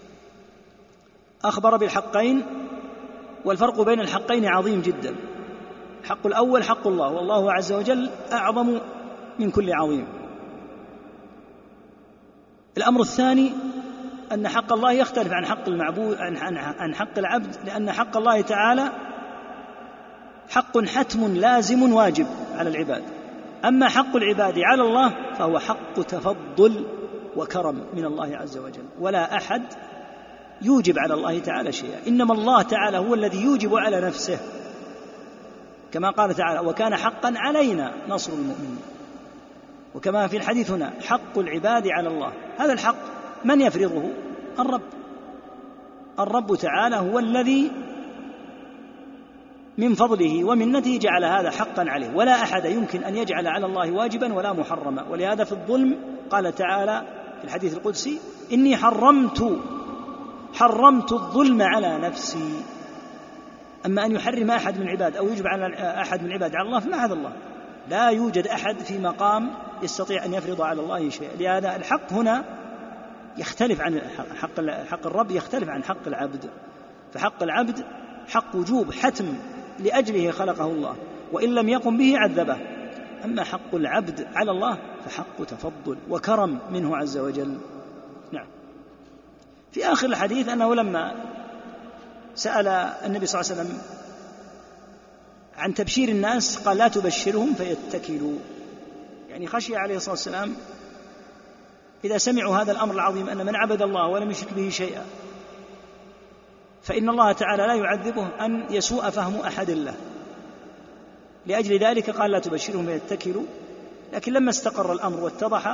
أخبر بالحقين، والفرق بين الحقين عظيم جدا. الحق الأول حق الله، والله عز وجل أعظم من كل عظيم. الأمر الثاني أن حق الله يختلف عن حق المعبود عن حق العبد، لأن حق الله تعالى حق حتم لازم واجب على العباد، أما حق العباد على الله فهو حق تفضل وكرم من الله عز وجل، ولا أحد يوجب على الله تعالى شيئا، إنما الله تعالى هو الذي يوجب على نفسه، كما قال تعالى: وكان حقا علينا نصر المؤمنين. وكما في الحديث هنا: حق العباد على الله، هذا الحق من يفرضه؟ الرب تعالى هو الذي من فضله ومنته جعل هذا حقا عليه، ولا أحد يمكن أن يجعل على الله واجبا ولا محرما. ولهذا في الظلم قال تعالى في الحديث القدسي: إني حرمت الظلم على نفسي. أما أن يحرم أحد من العباد أو يجب على أحد من العباد على الله فمعاذ الله، لا يوجد أحد في مقام يستطيع أن يفرض على الله شيئا. لهذا الحق هنا يختلف عن حق الرب، يختلف عن حق العبد. فحق العبد حق وجوب حتم لأجله خلقه الله، وإن لم يقم به عذبه. أما حق العبد على الله فحق تفضل وكرم منه عز وجل. نعم. في آخر الحديث أنه لما سأل النبي صلى الله عليه وسلم عن تبشير الناس قال: لا تبشرهم فيتكلوا، يعني خشي عليه الصلاة والسلام إذا سمعوا هذا الأمر العظيم أن من عبد الله ولم يشرك به شيئا فإن الله تعالى لا يعذبه أن يسوء فهم أحد له، لأجل ذلك قال: لا تبشرهم فيتكلوا. لكن لما استقر الأمر واتضح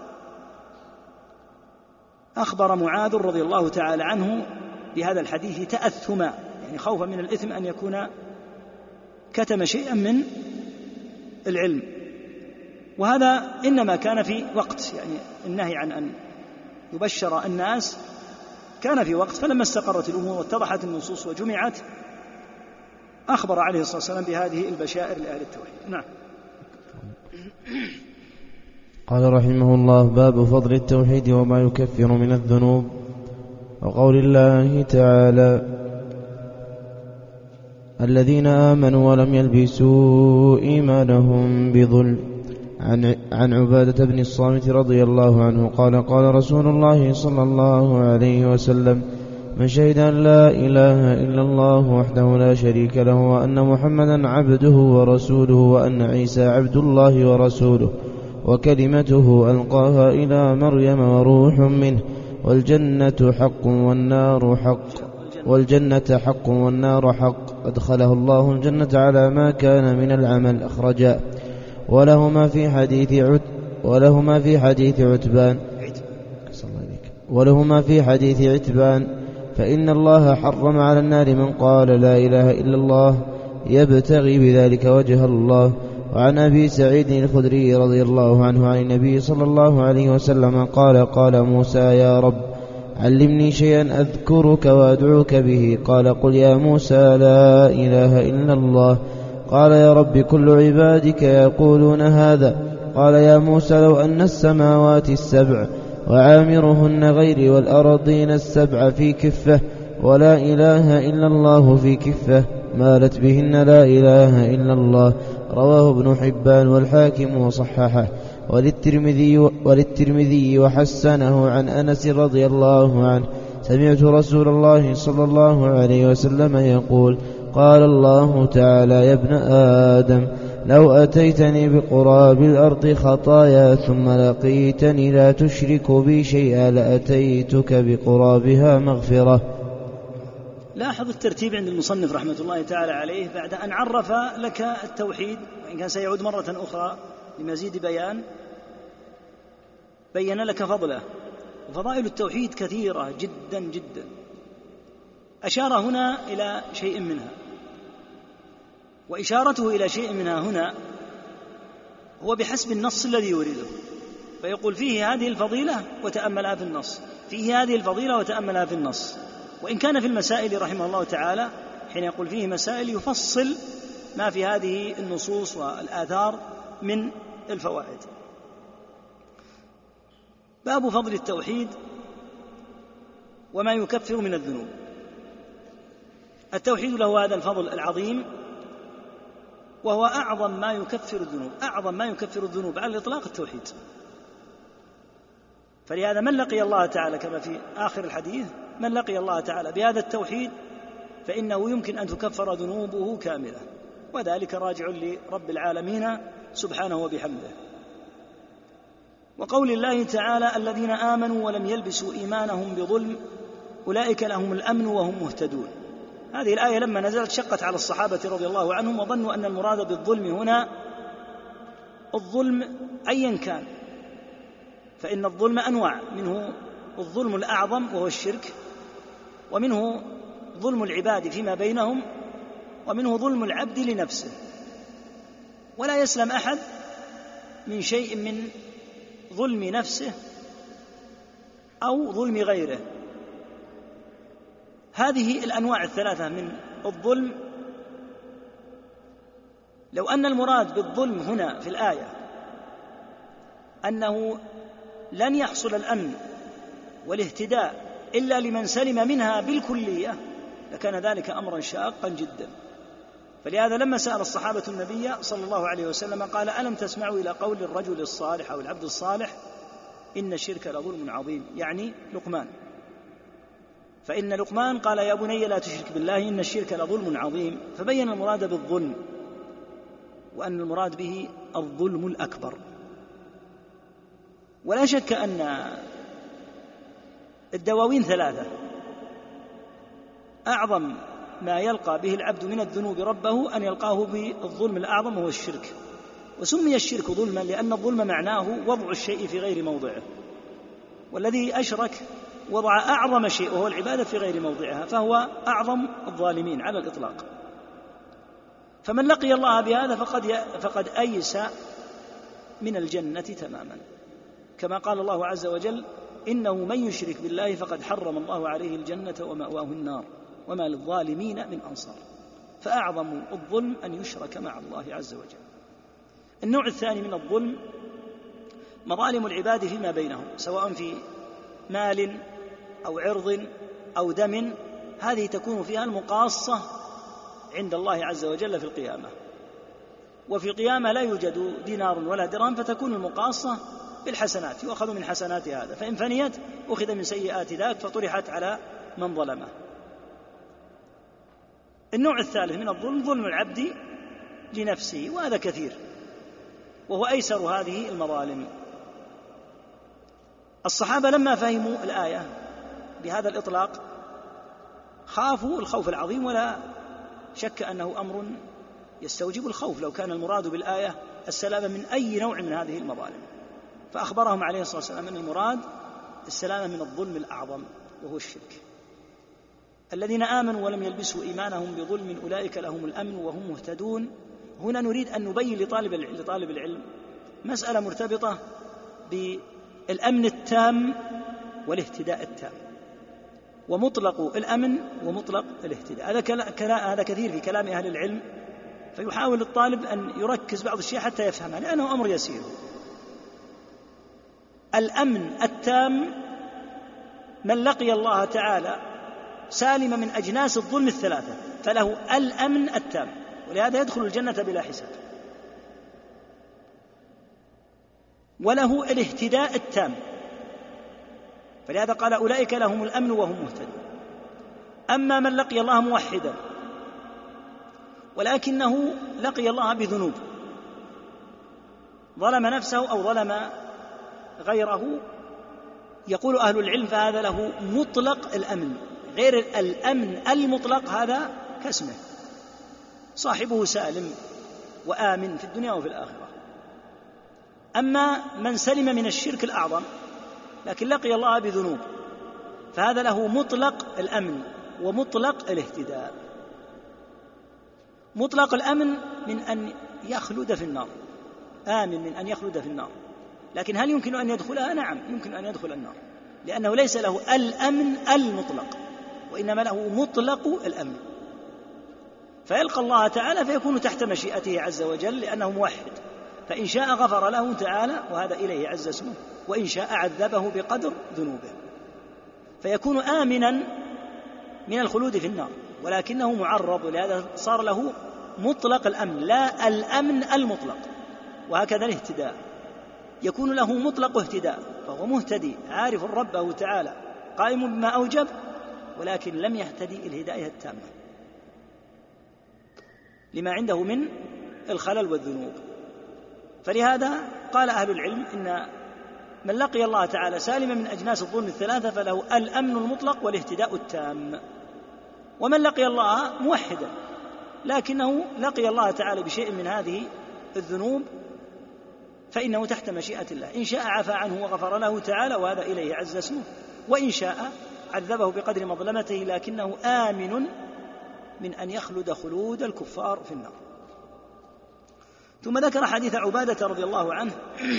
أخبر معاذ رضي الله تعالى عنه بهذا الحديث تأثما، يعني خوفا من الإثم أن يكون كتم شيئا من العلم. وهذا إنما كان في وقت، يعني النهي عن أن يبشر الناس كان في وقت، فلما استقرت الأمور واتضحت النصوص وجمعت أخبر عليه الصلاة والسلام بهذه البشائر لأهل التوحيد. نعم. قال رحمه الله: باب فضل التوحيد وما يكفر من الذنوب. وقول الله تعالى: الذين آمنوا ولم يلبسوا إيمانهم بظلم. عن عبادة بن الصامت رضي الله عنه قال: قال رسول الله صلى الله عليه وسلم: من شهد أن لا إله إلا الله وحده لا شريك له وأن محمدا عبده ورسوله وأن عيسى عبد الله ورسوله وكلمته ألقاها إلى مريم وروح منه والجنة حق والنار حق أدخله الله الجنة على ما كان من العمل. أخرجا. ولهما في حديث عتبان فإن الله حرم على النار من قال لا إله إلا الله يبتغي بذلك وجه الله. وعن أبي سعيد الخدري رضي الله عنه عن النبي صلى الله عليه وسلم قال: قال موسى: يا رب علمني شيئا أذكرك وأدعوك به. قال: قل يا موسى لا إله إلا الله. قال: يا رب كل عبادك يقولون هذا. قال: يا موسى لو أن السماوات السبع وعامرهن غيري والأرضين السبع في كفة ولا إله إلا الله في كفة مالت بهن لا إله إلا الله. رواه ابن حبان والحاكم وصححه، وللترمذي وحسنه. عن أنس رضي الله عنه: سمعت رسول الله صلى الله عليه وسلم يقول: قال الله تعالى: يا ابن آدم لو أتيتني بقراب الأرض خطايا ثم لقيتني لا تشرك بي شيئا لأتيتك بقرابها مغفرة. لاحظ الترتيب عند المصنف رحمة الله تعالى عليه، بعد أن عرف لك التوحيد وإن كان سيعود مرة أخرى لمزيد بيان، بين لك فضله. وفضائل التوحيد كثيرة جدا جدا، أشار هنا إلى شيء منها، وإشارته إلى شيء منها هنا هو بحسب النص الذي يريده، فيقول فيه هذه الفضيلة وتأملها في النص، فيه هذه الفضيلة وتأملها في النص. وإن كان في المسائل رحمه الله تعالى حين يقول فيه مسائل يفصل ما في هذه النصوص والآثار من الفوائد. باب فضل التوحيد وما يكفر من الذنوب. التوحيد له هذا الفضل العظيم، وهو أعظم ما يكفر الذنوب، أعظم ما يكفر الذنوب على الإطلاق التوحيد. فلهذا من لقي الله تعالى كما في آخر الحديث من لقي الله تعالى بهذا التوحيد فإنه يمكن أن تكفر ذنوبه كاملة، وذلك راجع لرب العالمين سبحانه وبحمده. وقول الله تعالى الذين آمنوا ولم يلبسوا إيمانهم بظلم أولئك لهم الأمن وهم مهتدون. هذه الآية لما نزلت شقت على الصحابة رضي الله عنهم وظنوا أن المراد بالظلم هنا الظلم أيا كان، فإن الظلم أنواع، منه الظلم الأعظم وهو الشرك، ومنه ظلم العباد فيما بينهم، ومنه ظلم العبد لنفسه، ولا يسلم أحد من شيء من ظلم نفسه أو ظلم غيره. هذه الأنواع الثلاثة من الظلم، لو أن المراد بالظلم هنا في الآية أنه لن يحصل الأمن والاهتداء إلا لمن سلم منها بالكلية لكان ذلك أمرا شاقا جدا. فلهذا لما سأل الصحابة النبي صلى الله عليه وسلم قال ألم تسمعوا إلى قول الرجل الصالح أو العبد الصالح إن الشرك لظلم عظيم، يعني لقمان. فإن لقمان قال يا بني لا تشرك بالله إن الشرك لظلم عظيم، فبين المراد بالظلم وأن المراد به الظلم الأكبر. ولا شك أن الدواوين ثلاثة، أعظم ما يلقى به العبد من الذنوب ربه أن يلقاه بالظلم الأعظم وهو الشرك. وسمي الشرك ظلما لأن الظلم معناه وضع الشيء في غير موضعه، والذي أشرك وضع أعظم شيء وهو العبادة في غير موضعها، فهو أعظم الظالمين على الإطلاق. فمن لقي الله بهذا فقد أيس من الجنة تماما، كما قال الله عز وجل إنه من يشرك بالله فقد حرم الله عليه الجنة ومأواه النار وما للظالمين من أنصار. فأعظم الظلم أن يشرك مع الله عز وجل. النوع الثاني من الظلم مظالم العباد فيما بينهم، سواء في مال أو عرض أو دم، هذه تكون فيها المقاصة عند الله عز وجل في القيامة. وفي القيامة لا يوجد دينار ولا درهم، فتكون المقاصة بالحسنات، يؤخذ من حسنات هذا، فإن فنيت أخذ من سيئات ذاك فطرحت على من ظلمه. النوع الثالث من الظلم ظلم العبد لنفسه، وهذا كثير وهو أيسر هذه المظالم. الصحابة لما فهموا الآية بهذا الإطلاق خافوا الخوف العظيم، ولا شك أنه أمر يستوجب الخوف لو كان المراد بالآية السلامة من أي نوع من هذه المظالم. فأخبرهم عليه الصلاة والسلام أن المراد السلامة من الظلم الأعظم وهو الشرك. الذين آمنوا ولم يلبسوا إيمانهم بظلم أولئك لهم الأمن وهم مهتدون. هنا نريد أن نبين لطالب العلم مسألة مرتبطة بالأمن التام والاهتداء التام، ومطلق الأمن ومطلق الاهتداء. هذا كثير في كلام أهل العلم، فيحاول الطالب أن يركز بعض الشيء حتى يفهمها، لأنه أمر يسير. الأمن التام من لقي الله تعالى سالم من أجناس الظلم الثلاثة فله الأمن التام، ولهذا يدخل الجنة بلا حساب. وله الاهتداء التام، فلهذا قال أولئك لهم الأمن وهم مهتدون. أما من لقي الله موحدا ولكنه لقي الله بذنوب، ظلم نفسه أو ظلم غيره، يقول أهل العلم فهذا له مطلق الأمن، غير الأمن المطلق هذا كاسمه، صاحبه سالم وآمن في الدنيا وفي الآخرة. أما من سلم من الشرك الأعظم لكن لقي الله بذنوب فهذا له مطلق الأمن ومطلق الاهتداء. مطلق الأمن من أن يخلد في النار، آمن من أن يخلد في النار، لكن هل يمكن أن يدخلها؟ نعم يمكن أن يدخل النار، لأنه ليس له الأمن المطلق وإنما له مطلق الأمن، فيلقى الله تعالى فيكون تحت مشيئته عز وجل لأنه موحد، فإن شاء غفر له تعالى وهذا إليه عز اسمه، وإن شاء عذبه بقدر ذنوبه، فيكون آمنا من الخلود في النار ولكنه معرض، لهذا صار له مطلق الأمن لا الأمن المطلق. وهكذا الاهتداء، يكون له مطلق اهتداء، فهو مهتدي عارف ربه تعالى قائم بما أوجب، ولكن لم يهتدي الهداية التامة لما عنده من الخلل والذنوب. فلهذا قال أهل العلم إن من لقي الله تعالى سالما من أجناس الظلم الثلاثة فله الأمن المطلق والاهتداء التام. ومن لقي الله موحدا لكنه لقي الله تعالى بشيء من هذه الذنوب فإنه تحت مشيئة الله، إن شاء عفى عنه وغفر له تعالى وهذا إليه عز اسمه، وإن شاء عذبه بقدر مظلمته لكنه آمن من أن يخلد خلود الكفار في النار. ثم ذكر حديث عبادة رضي الله عنه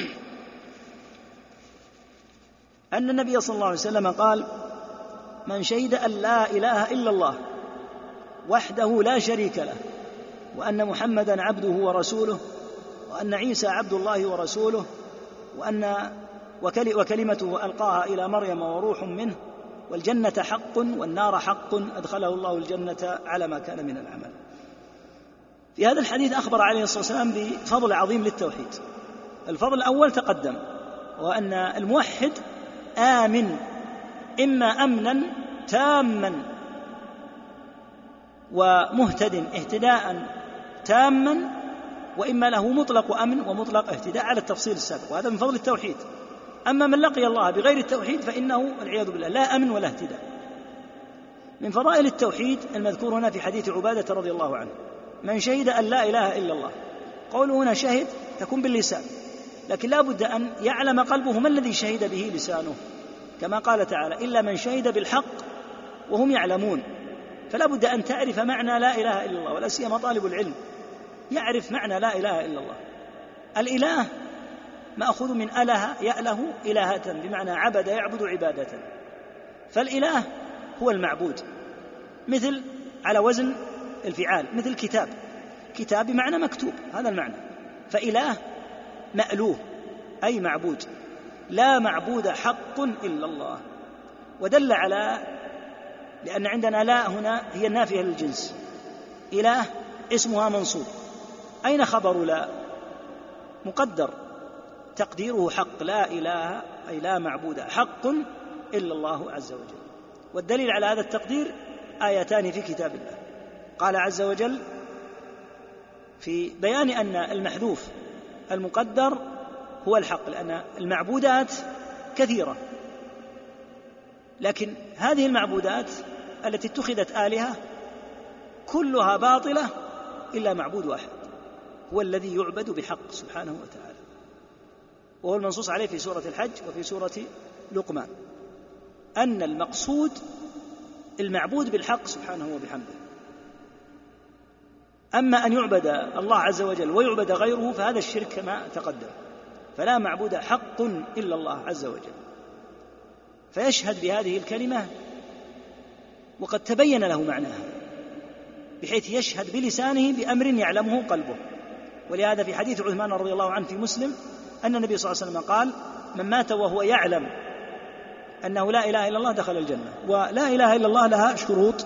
أن النبي صلى الله عليه وسلم قال: من شهد أن لا إله إلا الله وحده لا شريك له وأن محمدا عبده ورسوله وأن عيسى عبد الله ورسوله وكلمته ألقاها إلى مريم وروح منه والجنة حق والنار حق أدخله الله الجنة على ما كان من العمل. في هذا الحديث أخبر عليه الصلاة والسلام بفضل عظيم للتوحيد. الفضل الأول تقدم، وأن الموحد آمن، إما أمنا تاما ومهتد اهتداء تاما، وإما له مطلق أمن ومطلق اهتداء على التفصيل السابق، وهذا من فضل التوحيد. أما من لقي الله بغير التوحيد فإنه والعياذ بالله لا أمن ولا اهتداء. من فضائل التوحيد المذكور هنا في حديث عبادة رضي الله عنه: من شهد أن لا إله إلا الله. قوله هنا شهد تكون باللسان، لكن لا بد أن يعلم قلبه ما الذي شهد به لسانه، كما قال تعالى: إلا من شهد بالحق وهم يعلمون. فلا بد أن تعرف معنى لا إله إلا الله، ولا سيما طالب العلم يعرف معنى لا إله إلا الله. الإله مأخوذ من أله يأله إلهة، بمعنى عبد يعبد عبادة. فالإله هو المعبود، مثل على وزن الفعال، مثل كتاب بمعنى مكتوب، هذا المعنى. فإله مألوه أي معبود، لا معبود حق إلا الله. ودل على، لأن عندنا لا هنا هي النافية للجنس، إله اسمها منصوب، أين خبر لا؟ مقدر تقديره حق، لا إله أي لا معبود حق إلا الله عز وجل. والدليل على هذا التقدير آيتان في كتاب الله. قال عز وجل في بيان أن المحذوف المقدر هو الحق، لأن المعبودات كثيرة، لكن هذه المعبودات التي اتخذت آلهة كلها باطلة إلا معبود واحد، هو الذي يعبد بحق سبحانه وتعالى، وهو المنصوص عليه في سورة الحج وفي سورة لقمان، أن المقصود المعبود بالحق سبحانه وبحمده. أما أن يعبد الله عز وجل ويعبد غيره فهذا الشرك كما تقدم. فلا معبود حق إلا الله عز وجل. فيشهد بهذه الكلمة وقد تبين له معناها، بحيث يشهد بلسانه بأمر يعلمه قلبه. ولهذا في حديث عثمان رضي الله عنه في مسلم أن النبي صلى الله عليه وسلم قال: من مات وهو يعلم أنه لا إله إلا الله دخل الجنة. ولا إله إلا الله لها شروط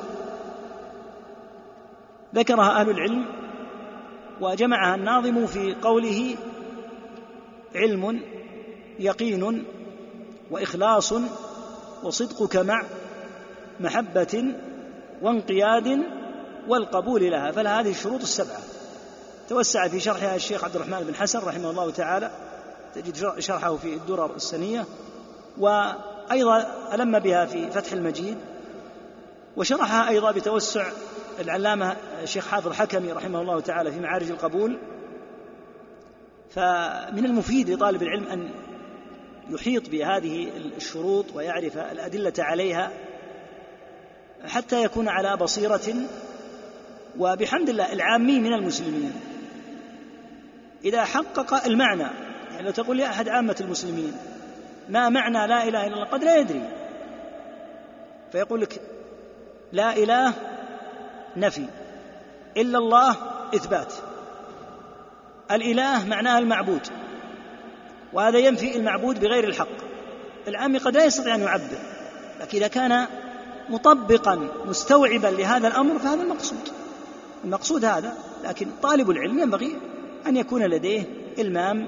ذكرها أهل العلم وجمعها الناظم في قوله: علم يقين وإخلاص وصدقك مع محبة وانقياد والقبول لها. فلهذه الشروط السبعة. توسع في شرحها الشيخ عبد الرحمن بن حسن رحمه الله تعالى، تجد شرحه في الدرر السنية، وأيضا ألم بها في فتح المجيد، وشرحها أيضا بتوسع العلامة الشيخ حافظ حكمي رحمه الله تعالى في معارج القبول. فمن المفيد لطالب العلم أن يحيط بهذه الشروط ويعرف الأدلة عليها حتى يكون على بصيرة. وبحمد الله العامي من المسلمين إذا حقق المعنى، يعني لو تقول لأحد عامة المسلمين ما معنى لا إله إلا الله قد لا يدري، فيقول لك لا إله نفي، إلا الله إثبات. الإله معناها المعبود، وهذا ينفي المعبود بغير الحق. العامي قد لا يستطيع أن يعبر، لكن إذا كان مطبقا مستوعبا لهذا الأمر فهذا المقصود هذا. لكن طالب العلم ينبغي أن يكون لديه إلمام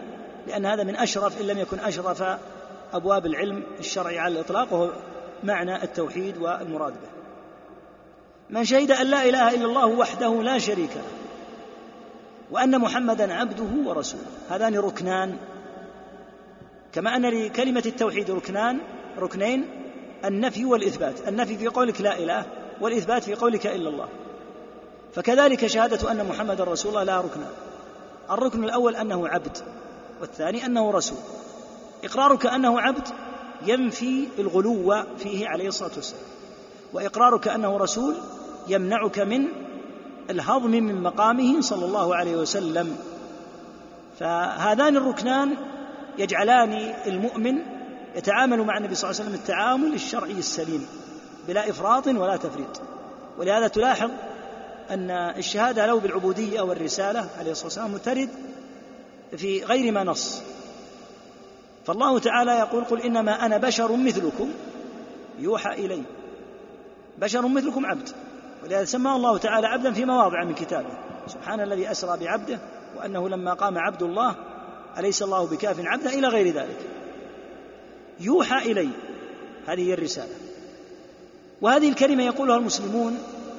لأن هذا من أشرف إن لم يكن أشرف أبواب العلم الشرعي على الإطلاق، وهو معنى التوحيد والمراد به. من شهد أن لا إله إلا الله وحده لا شريك له وأن محمدا عبده ورسوله، هذان ركنان، كما أن لكلمة التوحيد ركنين، النفي والإثبات، النفي في قولك لا إله، والإثبات في قولك إلا الله. فكذلك شهادة أن محمدا رسول الله لها ركنان، الركن الأول أنه عبد، والثاني أنه رسول. إقرارك أنه عبد ينفي الغلو فيه عليه الصلاة والسلام، وإقرارك أنه رسول يمنعك من الهضم من مقامه صلى الله عليه وسلم. فهذان الركنان يجعلان المؤمن يتعامل مع النبي صلى الله عليه وسلم التعامل الشرعي السليم بلا إفراط ولا تفريط. ولهذا تلاحظ أن الشهادة له بالعبودية والرسالة عليه الصلاة والسلام ترد في غير ما نص. فالله تعالى يقول: قل إنما أنا بشر مثلكم يوحى إلي. بشر مثلكم عبد، ولهذا سماه الله تعالى عبدا في مواضع من كتابه: سبحان الذي أسرى بعبده وأنه لما قام عبد الله أليس الله بكاف عبده، إلى غير ذلك. يوحى إلي، هذه هي الرسالة. وهذه الكلمة يقولها المسلمون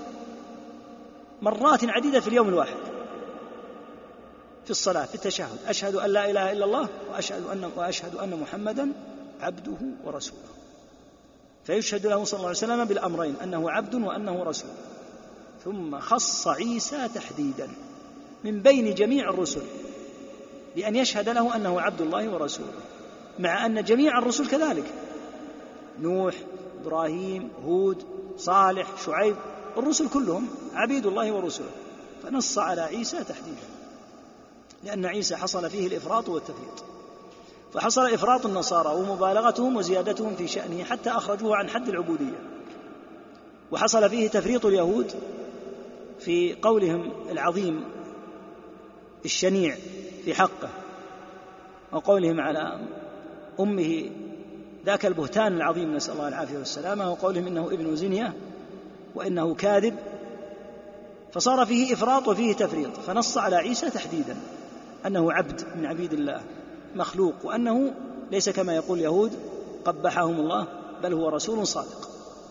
مرات عديدة في اليوم الواحد في الصلاة، في التشهد: أشهد أن لا إله إلا الله وأشهد أن محمدا عبده ورسوله. فيشهد له صلى الله عليه وسلم بالأمرين: أنه عبد وأنه رسول. ثم خص عيسى تحديدا من بين جميع الرسل بأن يشهد له أنه عبد الله ورسوله، مع أن جميع الرسل كذلك: نوح، إبراهيم، هود، صالح، شعيب، الرسل كلهم عبيد الله ورسله. فنص على عيسى تحديدا، لأن عيسى حصل فيه الإفراط والتفريط. فحصل إفراط النصارى ومبالغتهم وزيادتهم في شأنه حتى أخرجوه عن حد العبودية، وحصل فيه تفريط اليهود في قولهم العظيم الشنيع في حقه، وقولهم على أمه ذاك البهتان العظيم، نسأل الله العافية والسلامة، وقولهم إنه ابن زنية وإنه كاذب. فصار فيه إفراط وفيه تفريط. فنص على عيسى تحديدا أنه عبد من عبيد الله مخلوق، وأنه ليس كما يقول اليهود قبحهم الله، بل هو رسول صادق.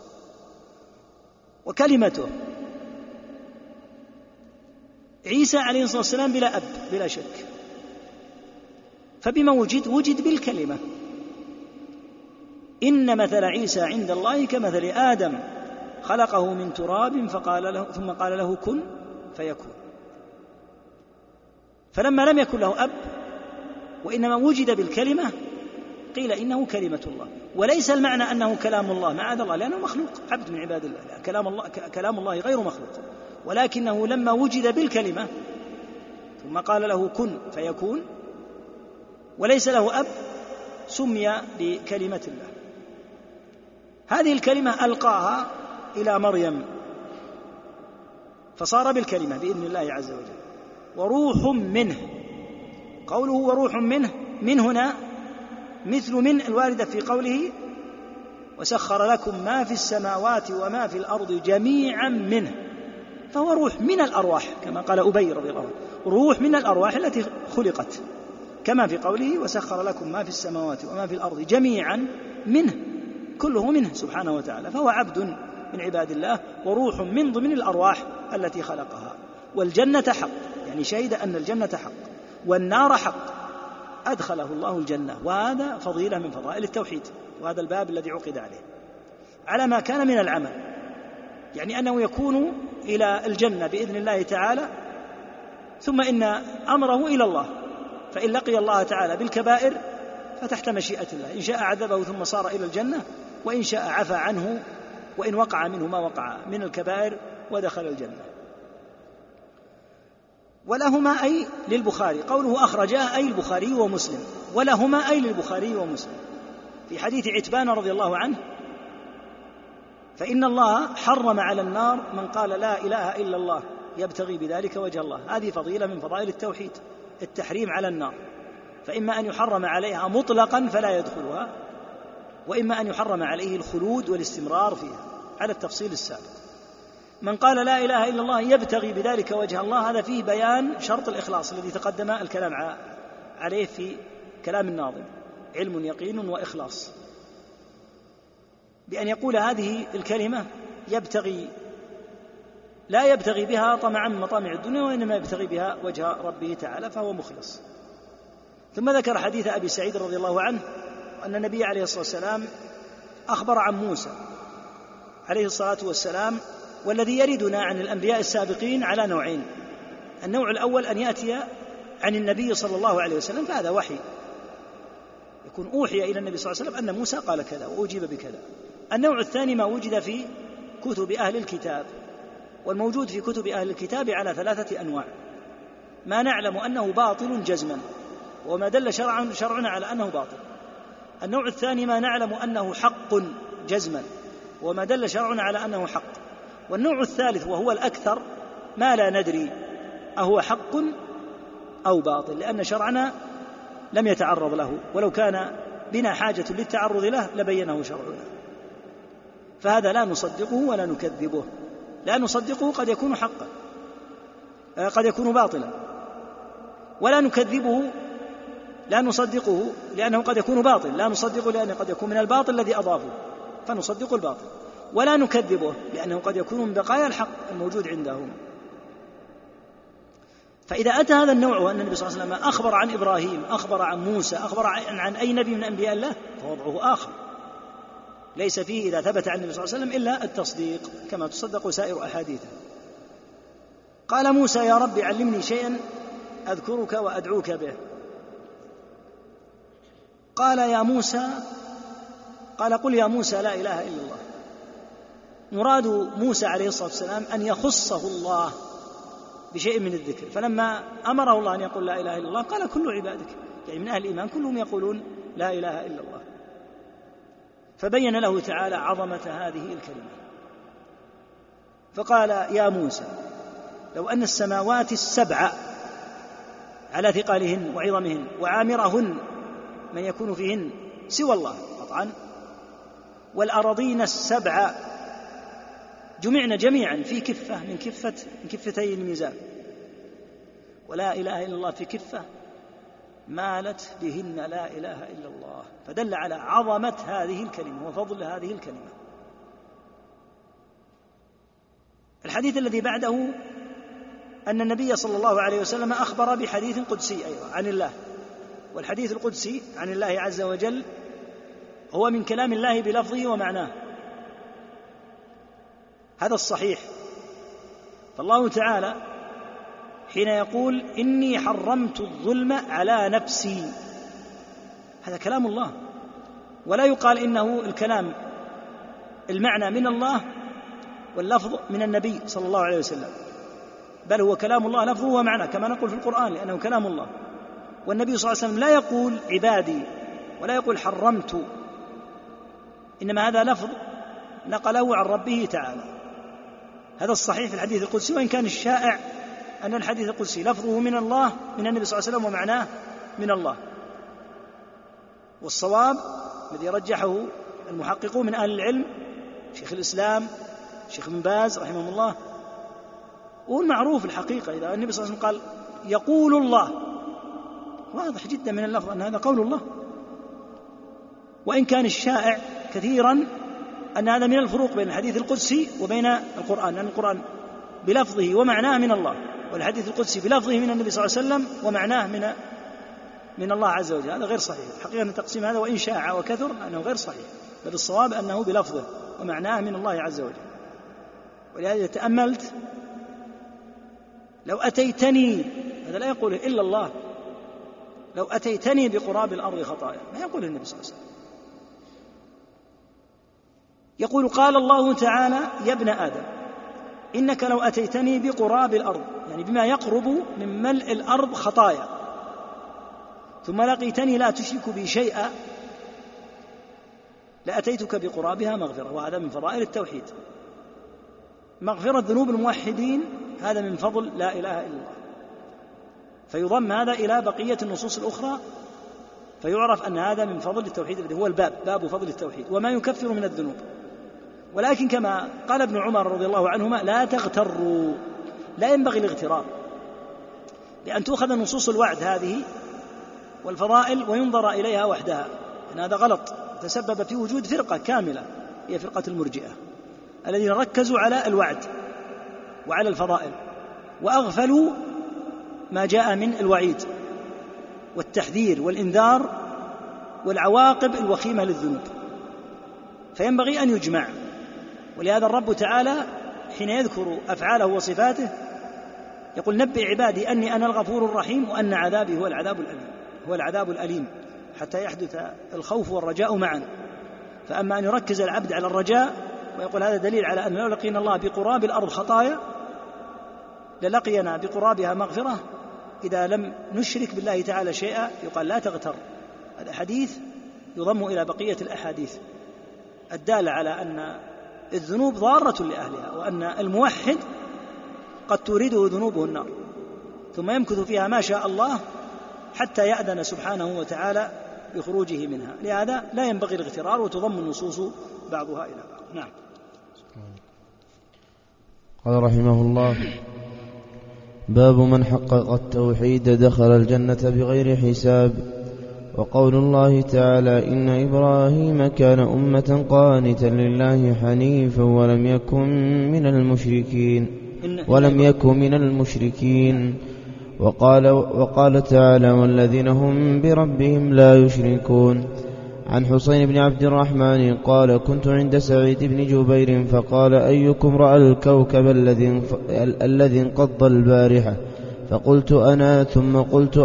وكلمته عيسى عليه الصلاة والسلام بلا أب بلا شك، فبما وجد بالكلمة. إن مثل عيسى عند الله كمثل آدم خلقه من تراب ثم قال له كن فيكون. فلما لم يكن له أب وإنما وجد بالكلمة قيل إنه كلمة الله. وليس المعنى أنه كلام الله، معاذ الله، لأنه مخلوق، عبد من عباد الله، كلام الله غير مخلوق، ولكنه لما وجد بالكلمة ثم قال له كن فيكون وليس له أب سمي بكلمة الله. هذه الكلمة ألقاها إلى مريم فصار بالكلمة بإذن الله عز وجل، وروح منه. قوله وروح منه، من هنا مثل من الواردة في قوله وسخر لكم ما في السماوات وما في الأرض جميعا منه، فهو روح من الأرواح كما قال أبي رضي الله عنه، روح من الأرواح التي خلقت، كما في قوله وسخر لكم ما في السماوات وما في الأرض جميعا منه، كله منه سبحانه وتعالى. فهو عبد من عباد الله وروح من ضمن الأرواح التي خلقها. والجنة حق، يعني شهد أن الجنة حق، والنار حق، أدخله الله الجنة. وهذا فضيلة من فضائل التوحيد، وهذا الباب الذي عقد عليه على ما كان من العمل، يعني أنه يكون إلى الجنة بإذن الله تعالى، ثم إن أمره إلى الله، فإن لقي الله تعالى بالكبائر فتحت مشيئة الله، إن شاء عذبه ثم صار إلى الجنة، وإن شاء عفى عنه، وإن وقع منه ما وقع من الكبائر ودخل الجنة. ولهما أي للبخاري، قوله أخرجاه أي البخاري ومسلم، ولهما أي للبخاري ومسلم. في حديث عتبان رضي الله عنه فإن الله حرم على النار من قال لا إله إلا الله يبتغي بذلك وجه الله. هذه فضيلة من فضائل التوحيد، التحريم على النار، فإما أن يحرم عليها مطلقا فلا يدخلها، وإما أن يحرم عليه الخلود والاستمرار فيها على التفصيل السابق. من قال لا إله إلا الله يبتغي بذلك وجه الله، هذا فيه بيان شرط الإخلاص الذي تقدم الكلام عليه في كلام الناظم علم يقين وإخلاص، بأن يقول هذه الكلمة لا يبتغي بها طمعا من مطامع الدنيا، وإنما يبتغي بها وجه ربه تعالى، فهو مخلص. ثم ذكر حديث أبي سعيد رضي الله عنه أن النبي عليه الصلاة والسلام أخبر عن موسى عليه الصلاة والسلام، والذي يردنا عن الأنبياء السابقين على نوعين: النوع الأول أن يأتي عن النبي صلى الله عليه وسلم، فهذا وحي يكون أوحي إلى النبي صلى الله عليه وسلم أن موسى قال كذا وأجيب بكذا. النوع الثاني ما وجد في كتب أهل الكتاب، والموجود في كتب أهل الكتاب على 3 أنواع: ما نعلم أنه باطل جزما، وما دل شرعنا على أنه باطل. النوع الثاني ما نعلم أنه حق جزما، وما دل شرعنا على أنه حق. والنوع الثالث وهو الأكثر ما لا ندري أهو حق أو باطل، لأن شرعنا لم يتعرض له، ولو كان بنا حاجة للتعرض له لبينه شرعنا. فهذا لا نصدقه ولا نكذبه. لا نصدقه قد يكون حقا، قد يكون باطلا، ولا نكذبه لا نصدقه لأنه قد يكون باطل، لا نصدقه لأنه قد يكون من الباطل الذي أضافه فنصدق الباطل، ولا نكذبه لأنه قد يكون من بقايا الحق الموجود عندهم. فإذا أتى هذا النوع وأن النبي صلى الله عليه وسلم أخبر عن إبراهيم، أخبر عن موسى، أخبر عن أي نبي من أنبياء الله، فوضعه آخر ليس فيه إذا ثبت عن النبي صلى الله عليه وسلم إلا التصديق كما تصدق سائر أحاديثه. قال موسى: يا رب علمني شيئا أذكرك وأدعوك به. قال قل يا موسى لا إله إلا الله. مراد موسى عليه الصلاة والسلام أن يخصه الله بشيء من الذكر، فلما أمره الله أن يقول لا إله إلا الله قال: كل عبادك، يعني من أهل الإيمان كلهم يقولون لا إله إلا الله. فبين له تعالى عظمة هذه الكلمة، فقال: يا موسى لو أن السماوات السبع على ثقالهن وعظمهن وعامرهن من يكون فيهن سوى الله قطعا، والأراضين السبع جمعنا جميعا في كفة من كفتي الميزان، ولا إله إلا الله في كفة، مالت بهن لا إله إلا الله. فدل على عظمة هذه الكلمة وفضل هذه الكلمة. الحديث الذي بعده أن النبي صلى الله عليه وسلم أخبر بحديث قدسي أيضا عن الله، والحديث القدسي عن الله عز وجل هو من كلام الله بلفظه ومعناه، هذا الصحيح. فالله تعالى حين يقول: إني حرمت الظلم على نفسي، هذا كلام الله، ولا يقال إنه الكلام المعنى من الله واللفظ من النبي صلى الله عليه وسلم، بل هو كلام الله لفظه ومعنى كما نقول في القرآن، لأنه كلام الله. والنبي صلى الله عليه وسلم لا يقول عبادي ولا يقول حرمت، إنما هذا لفظ نقله عن ربه تعالى. هذا الصحيح في الحديث القدسي، وإن كان الشائع أن الحديث القدسي لفظه من الله من النبي صلى الله عليه وسلم ومعناه من الله. والصواب الذي رجحه المحققون من أهل العلم شيخ الإسلام شيخ ابن باز رحمه الله، والمعروف الحقيقة إذا النبي صلى الله عليه وسلم قال يقول الله، واضح جدا من اللفظ أن هذا قول الله، وإن كان الشائع كثيرا أن هذا من الفروق بين الحديث القدسي وبين القرآن، لأن القرآن بلفظه ومعناه من الله، والحديث القدسي بلفظه من النبي صلى الله عليه وسلم ومعناه من الله عز وجل. هذا غير صحيح حقيقة التقسيم هذا، وإن شاع وكثر أنه غير صحيح، بل الصواب أنه بلفظه ومعناه من الله عز وجل. ولهذا تأملت لو أتيتني، هذا لا يقول إلا الله، لو أتيتني بقراب الأرض خطايا، ما يقول النبي صلى الله عليه وسلم، يقول قال الله تعالى يا ابن آدم إنك لو أتيتني بقراب الأرض، يعني بما يقرب من ملء الأرض خطايا، ثم لقيتني لا تشرك بي شيئا لأتيتك بقرابها مغفرة. وهذا من فضائل التوحيد، مغفرة ذنوب الموحدين، هذا من فضل لا إله إلا الله. فيضم هذا إلى بقية النصوص الأخرى فيعرف أن هذا من فضل التوحيد الذي هو باب فضل التوحيد وما يكفر من الذنوب. ولكن كما قال ابن عمر رضي الله عنهما لا تغتروا، لا ينبغي الاغترار، لأن تؤخذ نصوص الوعد هذه والفضائل وينظر إليها وحدها، إن هذا غلط، تسبب في وجود فرقة كاملة هي فرقة المرجئة الذين ركزوا على الوعد وعلى الفضائل وأغفلوا ما جاء من الوعيد والتحذير والإنذار والعواقب الوخيمة للذنوب. فينبغي أن يجمع. ولهذا الرب تعالى حين يذكر أفعاله وصفاته يقول: نبئ عبادي أني أنا الغفور الرحيم وأن عذابي هو العذاب الأليم، حتى يحدث الخوف والرجاء معا. فأما أن يركز العبد على الرجاء ويقول هذا دليل على أن لو لقينا الله بقراب الأرض خطايا للقينا بقرابها مغفرة، إذا لم نشرك بالله تعالى شيئا يقال لا تغتر. هذا حديث يضم إلى بقية الأحاديث الدالة على أن الذنوب ضارة لأهلها، وأن الموحد قد تورده ذنوبه النار ثم يمكث فيها ما شاء الله حتى يأذن سبحانه وتعالى بخروجه منها. لهذا لا ينبغي الاغترار، وتضم النصوص بعضها إلى بعض. نعم. قال رحمه الله: باب من حقق التوحيد دخل الجنة بغير حساب. وقول الله تعالى: إن إبراهيم كان أمة قانتا لله حنيفا ولم يكن من المشركين. وقال تعالى: والذين هم بربهم لا يشركون. عن حسين بن عبد الرحمن قال: كنت عند سعيد بن جبير فقال: أيكم رأى الكوكب الذي انقض البارحة؟ فقلت: أنا. ثم قلت: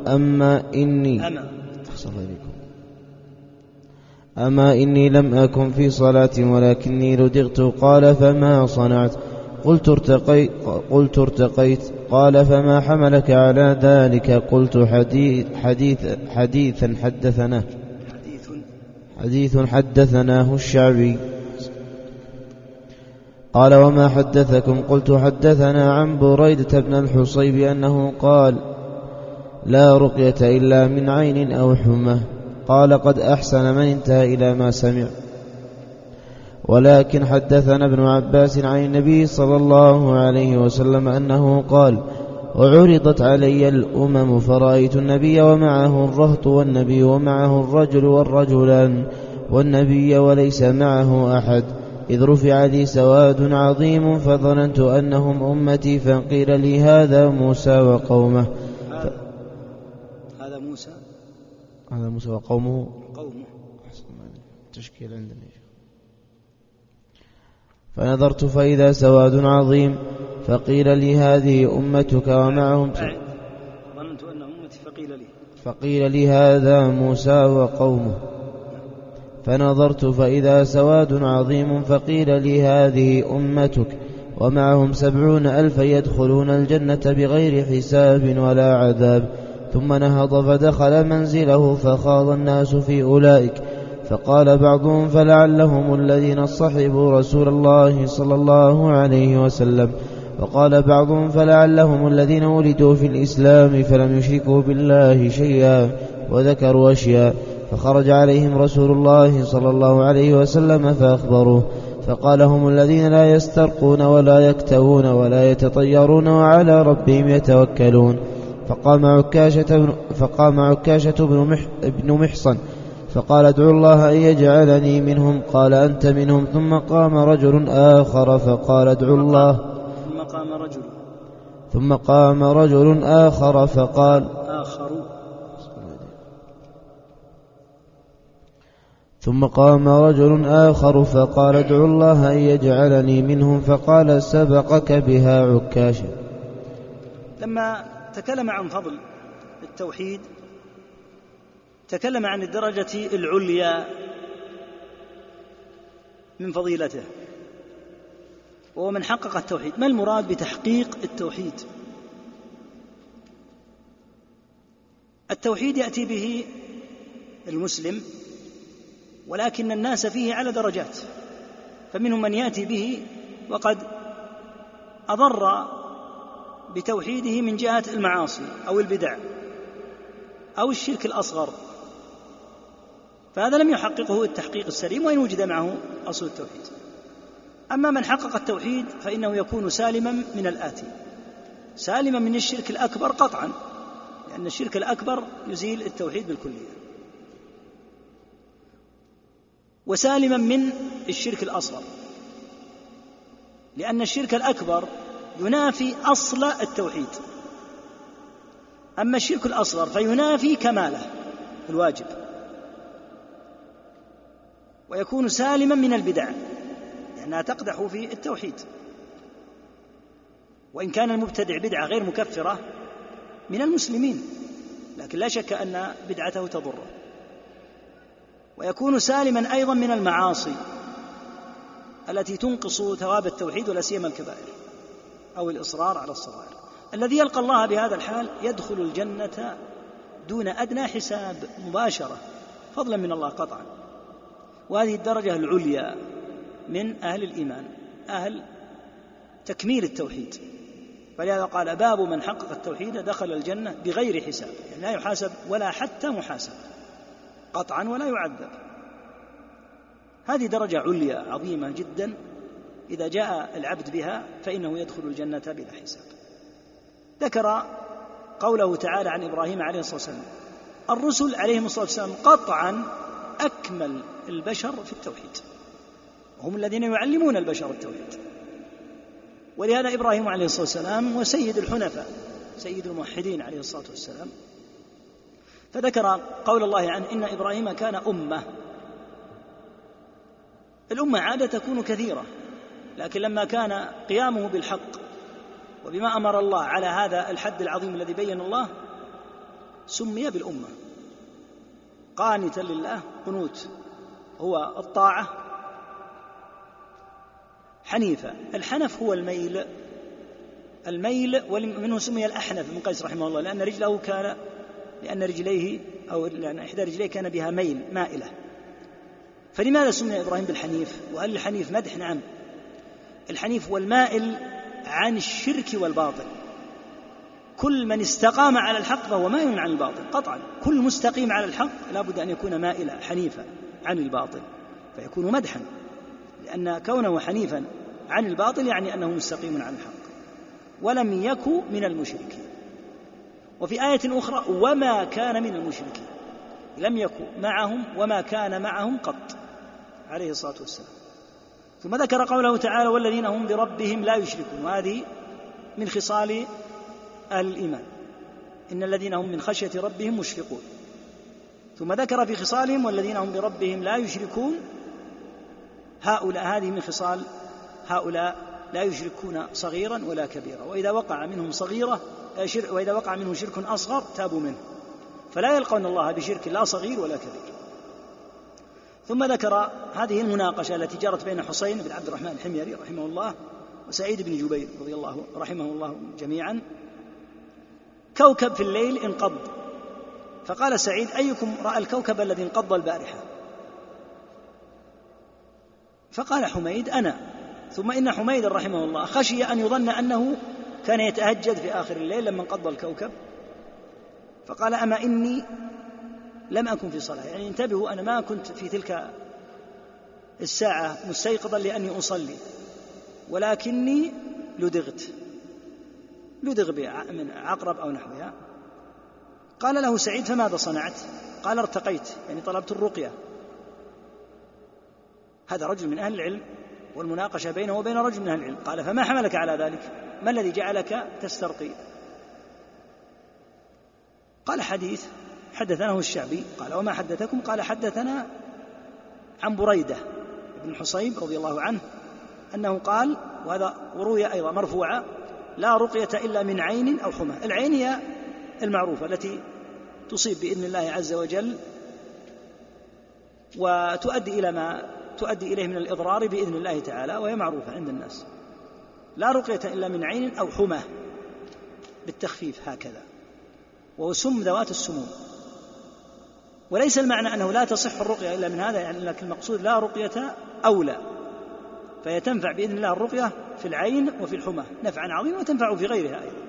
أما إني لم أكن في صلاة ولكني لدغت. قال: فما صنعت؟ قلت: ارتقيت. قال: فما حملك على ذلك؟ قلت: حديث حدثناه الشعبي. قال: وما حدثكم؟ قلت: حدثنا عن بريدة بن الحصيب أنه قال: لا رقية إلا من عين أو حمى. قال: قد أحسن من انتهى إلى ما سمع. ولكن حدثنا ابن عباس عن النبي صلى الله عليه وسلم أنه قال: وعرضت علي الأمم فرأيت النبي ومعه الرهط والنبي ومعه الرجل والرجلان والنبي وليس معه أحد، إذ رفع لي سواد عظيم فظننت أنهم أمتي، فقيل لي: هذا موسى وقومه. هذا موسى وقومه. تشكيل عندنا. فنظرت فإذا سواد عظيم، فقيل لي: هذه أمتك ومعهم. ظننت أنهم أمتي فقيل لي: هذا موسى وقومه. فنظرت فإذا سواد عظيم، فقيل لي: هذه أمتك ومعهم 70,000 يدخلون الجنة بغير حساب ولا عذاب. ثم نهض فدخل منزله فخاض الناس في أولئك، فقال بعضهم: فلعلهم الذين صحبوا رسول الله صلى الله عليه وسلم. وقال بعضهم: فلعلهم الذين ولدوا في الإسلام فلم يشركوا بالله شيئا، وذكروا أشياء. فخرج عليهم رسول الله صلى الله عليه وسلم فأخبروه، فقال: هم الذين لا يسترقون ولا يكتوون ولا يتطيرون وعلى ربهم يتوكلون. فقام عكاشة بن محصن فقال: ادعوا الله أن يجعلني منهم. قال: أنت منهم. ثم قام رجل آخر فقال: ادعوا الله. ثم قام رجل آخر فقال: ادعوا الله أن يجعلني منهم. فقال: سبقك بها عكاشة. لما تكلم عن فضل التوحيد تكلم عن الدرجة العليا من فضيلته، وهو من حقق التوحيد. ما المراد بتحقيق التوحيد؟ التوحيد يأتي به المسلم، ولكن الناس فيه على درجات، فمنهم من يأتي به وقد أضر بتوحيده من جهة المعاصي أو البدع أو الشرك الأصغر، فهذا لم يحققه التحقيق السليم وإن وجد معه أصل التوحيد. أما من حقق التوحيد فإنه يكون سالما من الآتي: سالما من الشرك الأكبر قطعا، لأن الشرك الأكبر يزيل التوحيد بالكلية. وسالما من الشرك الأصغر، لأن الشرك الأكبر ينافي أصل التوحيد، أما الشرك الأصغر فينافي كماله الواجب، ويكون سالما من البدع لأنها تقدح في التوحيد، وإن كان المبتدع بدعة غير مكفرة من المسلمين، لكن لا شك أن بدعته تضره. ويكون سالما أيضا من المعاصي التي تنقص ثواب التوحيد ولا سيما الكبائر أو الإصرار على الصغائر. الذي يلقى الله بهذا الحال يدخل الجنة دون أدنى حساب مباشرة فضلا من الله قطعا. وهذه الدرجة العليا من أهل الإيمان، أهل تكميل التوحيد. فلهذا قال: باب من حقق التوحيد دخل الجنة بغير حساب، يعني لا يحاسب ولا حتى محاسب قطعا ولا يعذب. هذه درجة عليا عظيمة جدا، إذا جاء العبد بها فإنه يدخل الجنة بلا حساب. ذكر قوله تعالى عن إبراهيم عليه الصلاة والسلام: الرسل عليهم الصلاة والسلام قطعا أكمل البشر في التوحيد، وهم الذين يعلمون البشر التوحيد. ولهذا إبراهيم عليه الصلاة والسلام هو سيد الحنفاء، سيد الموحدين عليه الصلاة والسلام. فذكر قول الله عنه: إن إبراهيم كان أمة. الأمة عادة تكون كثيرة، لكن لما كان قيامه بالحق وبما أمر الله على هذا الحد العظيم الذي بين الله سمي بالأمة، قانتا لله، قنوت هو الطاعة، حنيفة. الحنف هو الميل، ومنه سمي الأحنف بن قيس رحمه الله، لأن رجله كان رجليه أو لأن إحدى رجليه كان بها مائلة. فلماذا سمي إبراهيم بالحنيف؟ وهل الحنيف مدح؟ نعم، الحنيف هو المائل عن الشرك والباطل. كل من استقام على الحق فهو مائل عن الباطل قطعا. كل مستقيم على الحق لا بد أن يكون مائلا حنيفا عن الباطل، فيكون مدحا، لأن كونه حنيفا عن الباطل يعني أنه مستقيم عن الحق. ولم يكن من المشركين. وفي آية أخرى: وما كان من المشركين، لم يكن معهم وما كان معهم قط عليه الصلاة والسلام. ثم ذكر قوله تعالى: والذين هم بربهم لا يشركون، وهذه من خصال أهل الإيمان، إن الذين هم من خشية ربهم مشفقون. ثم ذكر في خصالهم: والذين هم بربهم لا يشركون، هؤلاء هذه من خصال هؤلاء لا يشركون صغيرا ولا كبيرا، وإذا وقع منهم شرك أصغر تابوا منه، فلا يلقون الله بشرك لا صغير ولا كبير. ثم ذكر هذه المناقشة التي جرت بين حسين بن عبد الرحمن الحميري رحمه الله وسعيد بن جبير رضي الله رحمه الله جميعا: كوكب في الليل انقض، فقال سعيد: أيكم رأى الكوكب الذي انقض البارحة؟ فقال حميد: أنا. ثم إن حميد رحمه الله خشي أن يظن أنه كان يتهجد في آخر الليل لما انقض الكوكب، فقال: أما إني لم أكن في صلاة، يعني انتبهوا، أنا ما كنت في تلك الساعة مستيقظا لأني أصلي، ولكني لدغ من عقرب أو نحوها. قال له سعيد: فماذا صنعت؟ قال: ارتقيت، يعني طلبت الرقية. هذا رجل من أهل العلم، والمناقشة بينه وبين رجل من أهل العلم. قال: فما حملك على ذلك؟ ما الذي جعلك تسترقي؟ قال: حديث حدثناه الشعبي. قال: وما حدثكم؟ قال: حدثنا عن بريدة بن حصيب رضي الله عنه أنه قال، وهذا وروي أيضا مرفوعا: لا رقية إلا من عين أو حمى. العين هي المعروفة التي تصيب بإذن الله عز وجل وتؤدي إلى ما تؤدي إليه من الإضرار بإذن الله تعالى، وهي معروفة عند الناس. لا رقية إلا من عين أو حمى بالتخفيف هكذا، وهو سم ذوات السموم. وليس المعنى أنه لا تصح الرقية إلا من هذا، يعني لكن المقصود لا رقية أولى، فهي تنفع بإذن الله الرقية في العين وفي الحمى نفعا عظيما، وتنفع في غيرها أيضا.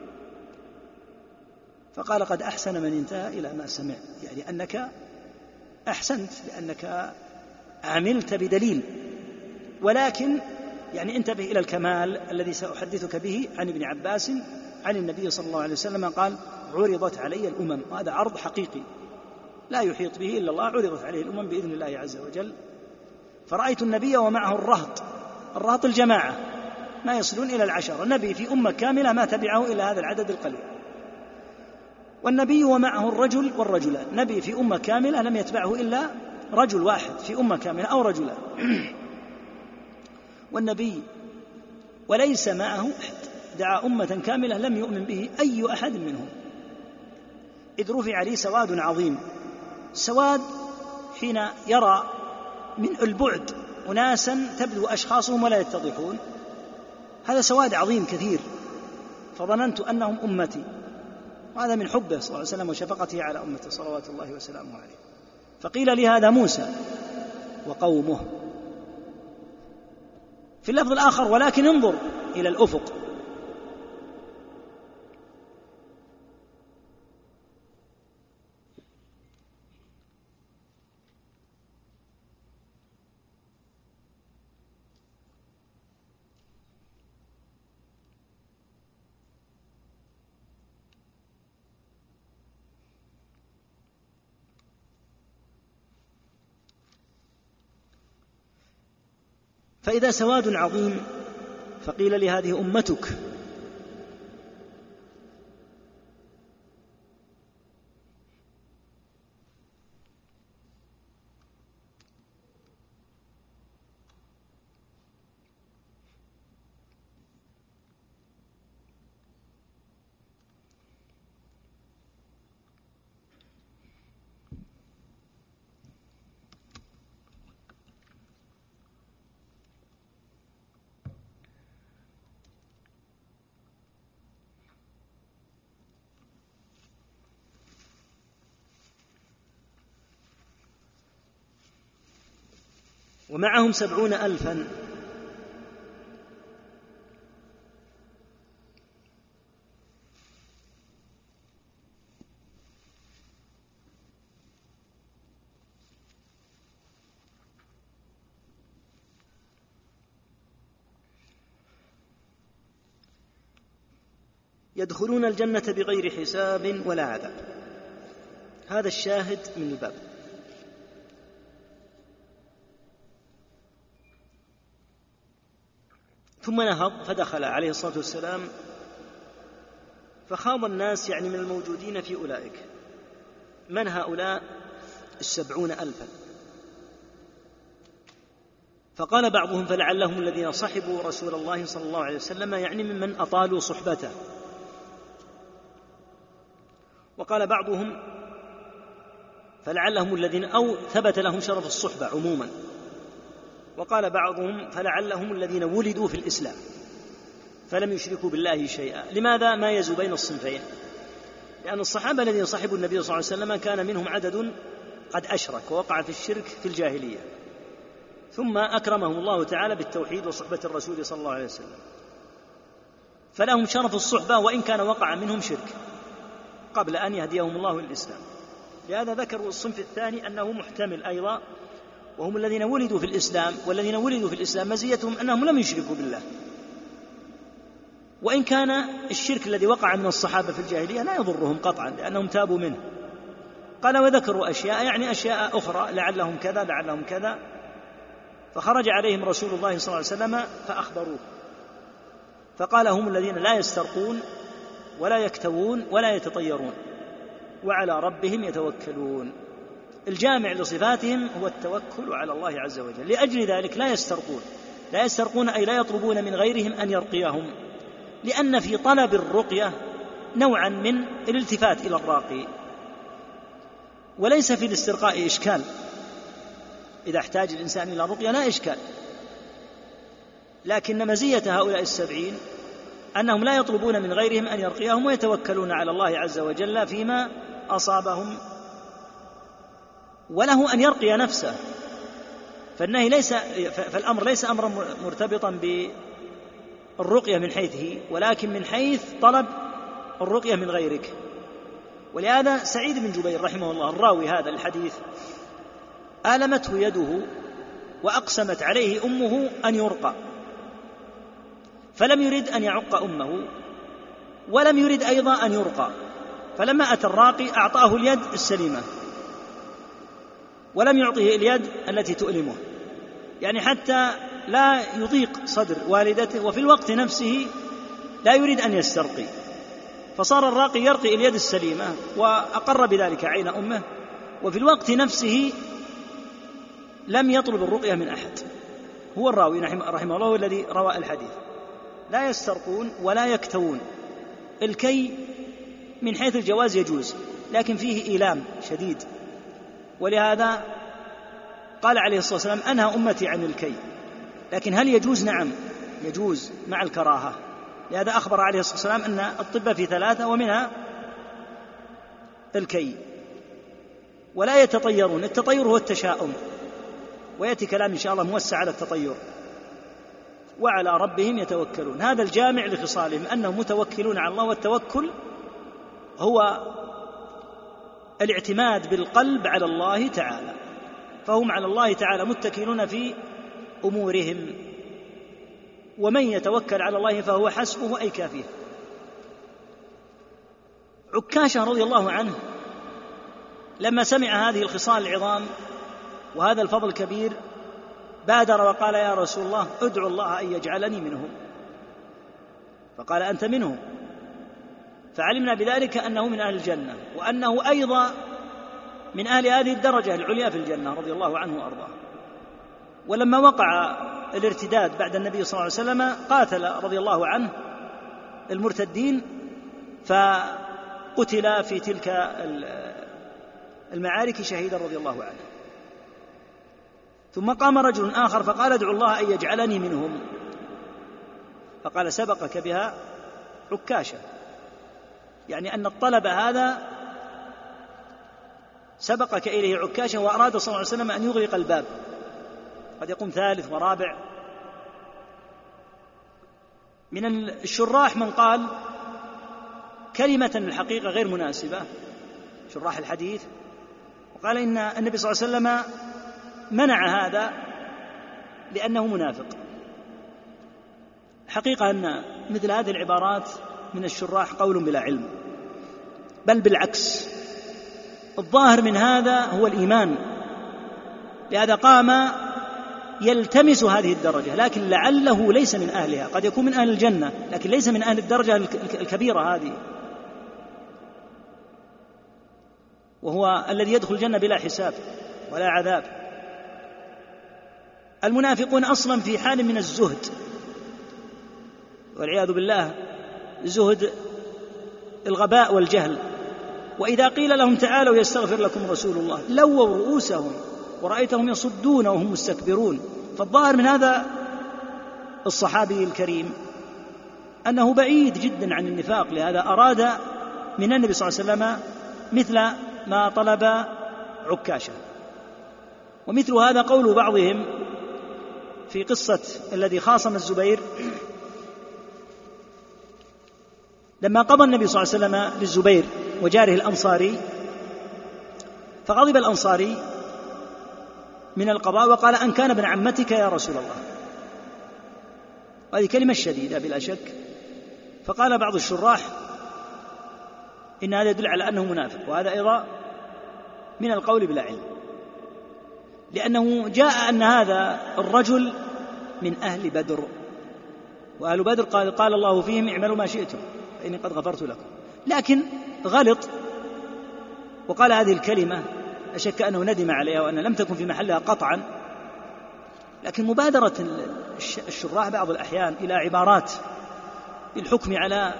فقال: قد أحسن من انتهى إلى ما سمع، يعني أنك أحسنت لأنك عملت بدليل، ولكن يعني انتبه إلى الكمال الذي سأحدثك به عن ابن عباس عن النبي صلى الله عليه وسلم قال: عرضت علي الأمم، وهذا عرض حقيقي لا يحيط به إلا الله، عرضت عليه الأمم بإذن الله عز وجل. فرأيت النبي ومعه الرهط الجماعة ما يصلون إلى 10، النبي في أمة كاملة ما تبعه إلا هذا العدد القليل، والنبي ومعه الرجل والرجلان، نبي في أمة كاملة لم يتبعه إلا رجل واحد في أمة كاملة أو رجلان والنبي وليس معه أحد، دعا أمة كاملة لم يؤمن به أي أحد منهم، إذ رفع لي سواد عظيم. سواد حين يرى من البعد أناسا تبدو أشخاصهم ولا يتضحون، هذا سواد عظيم كثير، فظننت أنهم أمتي، وهذا من حبه صلى الله عليه وسلم وشفقته على أمته صلوات الله وسلامه عليه. فقيل لي هذا موسى وقومه. في اللفظ الآخر ولكن انظر إلى الأفق، فإذا سواد عظيم فقيل لي هذه أمتك، ومعهم 70,000. يدخلون الجنة بغير حساب ولا عذاب. هذا الشاهد من الباب. ثم نهض فدخل عليه الصلاة والسلام فخاض الناس يعني من الموجودين في أولئك. من هؤلاء 70,000؟ فقال بعضهم فلعلهم الذين صحبوا رسول الله صلى الله عليه وسلم، يعني ممن أطالوا صحبته. وقال بعضهم فلعلهم الذين أو ثبت لهم شرف الصحبة عموما. وقال بعضهم فلعلهم الذين ولدوا في الإسلام فلم يشركوا بالله شيئا. لماذا مايز بين الصنفين؟ لأن الصحابة الذين صحبوا النبي صلى الله عليه وسلم كان منهم عدد قد أشرك ووقع في الشرك في الجاهلية، ثم أكرمهم الله تعالى بالتوحيد وصحبة الرسول صلى الله عليه وسلم، فلهم شرف الصحبة وإن كان وقع منهم شرك قبل أن يهديهم الله للإسلام. لهذا ذكروا الصنف الثاني أنه محتمل أيضا، وهم الذين ولدوا في الإسلام. والذين ولدوا في الإسلام مزيتهم أنهم لم يشركوا بالله، وإن كان الشرك الذي وقع من الصحابة في الجاهلية لا يضرهم قطعا لأنهم تابوا منه. قال وذكروا أشياء يعني أشياء أخرى لعلهم كذا لعلهم كذا، فخرج عليهم رسول الله صلى الله عليه وسلم فأخبروه فقال هم الذين لا يسترقون ولا يكتوون ولا يتطيرون وعلى ربهم يتوكلون. الجامع لصفاتهم هو التوكل على الله عز وجل. لأجل ذلك لا يسترقون أي لا يطلبون من غيرهم أن يرقيهم، لأن في طلب الرقية نوعا من الالتفات إلى الراقي، وليس في الاسترقاء إشكال. إذا احتاج الإنسان إلى رقية لا إشكال، لكن مزية هؤلاء 70 أنهم لا يطلبون من غيرهم أن يرقيهم ويتوكلون على الله عز وجل فيما أصابهم، وله أن يرقي نفسه. فالأمر ليس أمرا مرتبطا بالرقية من حيثه، ولكن من حيث طلب الرقية من غيرك. ولهذا سعيد بن جبير رحمه الله الراوي هذا الحديث آلمته يده وأقسمت عليه أمه أن يرقى، فلم يرد أن يعق أمه ولم يرد أيضا أن يرقى، فلما أتى الراقي أعطاه اليد السليمة ولم يعطيه اليد التي تؤلمه، يعني حتى لا يضيق صدر والدته، وفي الوقت نفسه لا يريد أن يسترقي، فصار الراقي يرقي اليد السليمة وأقر بذلك عين أمه، وفي الوقت نفسه لم يطلب الرقية من أحد. هو الراوي رحمه الله الذي روى الحديث. لا يسترقون ولا يكتوون. الكي من حيث الجواز يجوز، لكن فيه إيلام شديد، ولهذا قال عليه الصلاة والسلام أنهى أمتي عن الكي. لكن هل يجوز؟ نعم يجوز مع الكراهة، لهذا أخبر عليه الصلاة والسلام أن الطب في 3 ومنها الكي. ولا يتطيرون. التطير هو التشاؤم، ويأتي كلام إن شاء الله موسع على التطير. وعلى ربهم يتوكلون، هذا الجامع لخصالهم أنهم متوكلون على الله، والتوكل هو الاعتماد بالقلب على الله تعالى، فهم على الله تعالى متكلون في أمورهم، ومن يتوكل على الله فهو حسبه أي كافيه. عكاشة رضي الله عنه لما سمع هذه الخصال العظام وهذا الفضل الكبير بادر وقال يا رسول الله ادعو الله أن يجعلني منهم، فقال أنت منهم، فعلمنا بذلك أنه من أهل الجنة، وأنه أيضا من أهل هذه الدرجة العليا في الجنة رضي الله عنه وأرضاه. ولما وقع الارتداد بعد النبي صلى الله عليه وسلم قاتل رضي الله عنه المرتدين، فقتل في تلك المعارك شهيدا رضي الله عنه. ثم قام رجل آخر فقال ادعو الله أن يجعلني منهم، فقال سبقك بها عكاشة، يعني أن الطلب هذا سبقك إليه عكاشة، وأراد صلى الله عليه وسلم أن يغلق الباب، قد يقوم 3 ورابع. من الشراح من قال كلمة الحقيقة غير مناسبة، شراح الحديث، وقال إن النبي صلى الله عليه وسلم منع هذا لأنه منافق. حقيقة أن مثل هذه العبارات من الشراح قول بلا علم، بل بالعكس، الظاهر من هذا هو الإيمان، لهذا قام يلتمس هذه الدرجة، لكن لعله ليس من أهلها، قد يكون من أهل الجنة لكن ليس من أهل الدرجة الكبيرة هذه، وهو الذي يدخل الجنة بلا حساب ولا عذاب. المنافقون أصلا في حال من الزهد والعياذ بالله، زهد الغباء والجهل، وإذا قيل لهم تعالوا يستغفر لكم رسول الله لووا رؤوسهم ورأيتهم يصدون وهم مستكبرون. فالظاهر من هذا الصحابي الكريم أنه بعيد جدا عن النفاق، لهذا أراد من النبي صلى الله عليه وسلم مثل ما طلب عكاشة. ومثل هذا قول بعضهم في قصة الذي خاصم الزبير لما قضى النبي صلى الله عليه وسلم للزبير وجاره الأنصاري، فغضب الأنصاري من القضاء وقال أن كان ابن عمتك يا رسول الله، وهذه كلمة شديدة بلا شك. فقال بعض الشراح إن هذا يدل على أنه منافق، وهذا أيضا من القول بلا علم، لأنه جاء أن هذا الرجل من أهل بدر، وأهل بدر قال الله فيهم اعملوا ما شئتم فإني قد غفرت لكم، لكن غلط وقال هذه الكلمة، أشك أنه ندم عليها وأنها لم تكن في محلها قطعا. لكن مبادرة الشراح بعض الأحيان إلى عبارات بالحكم على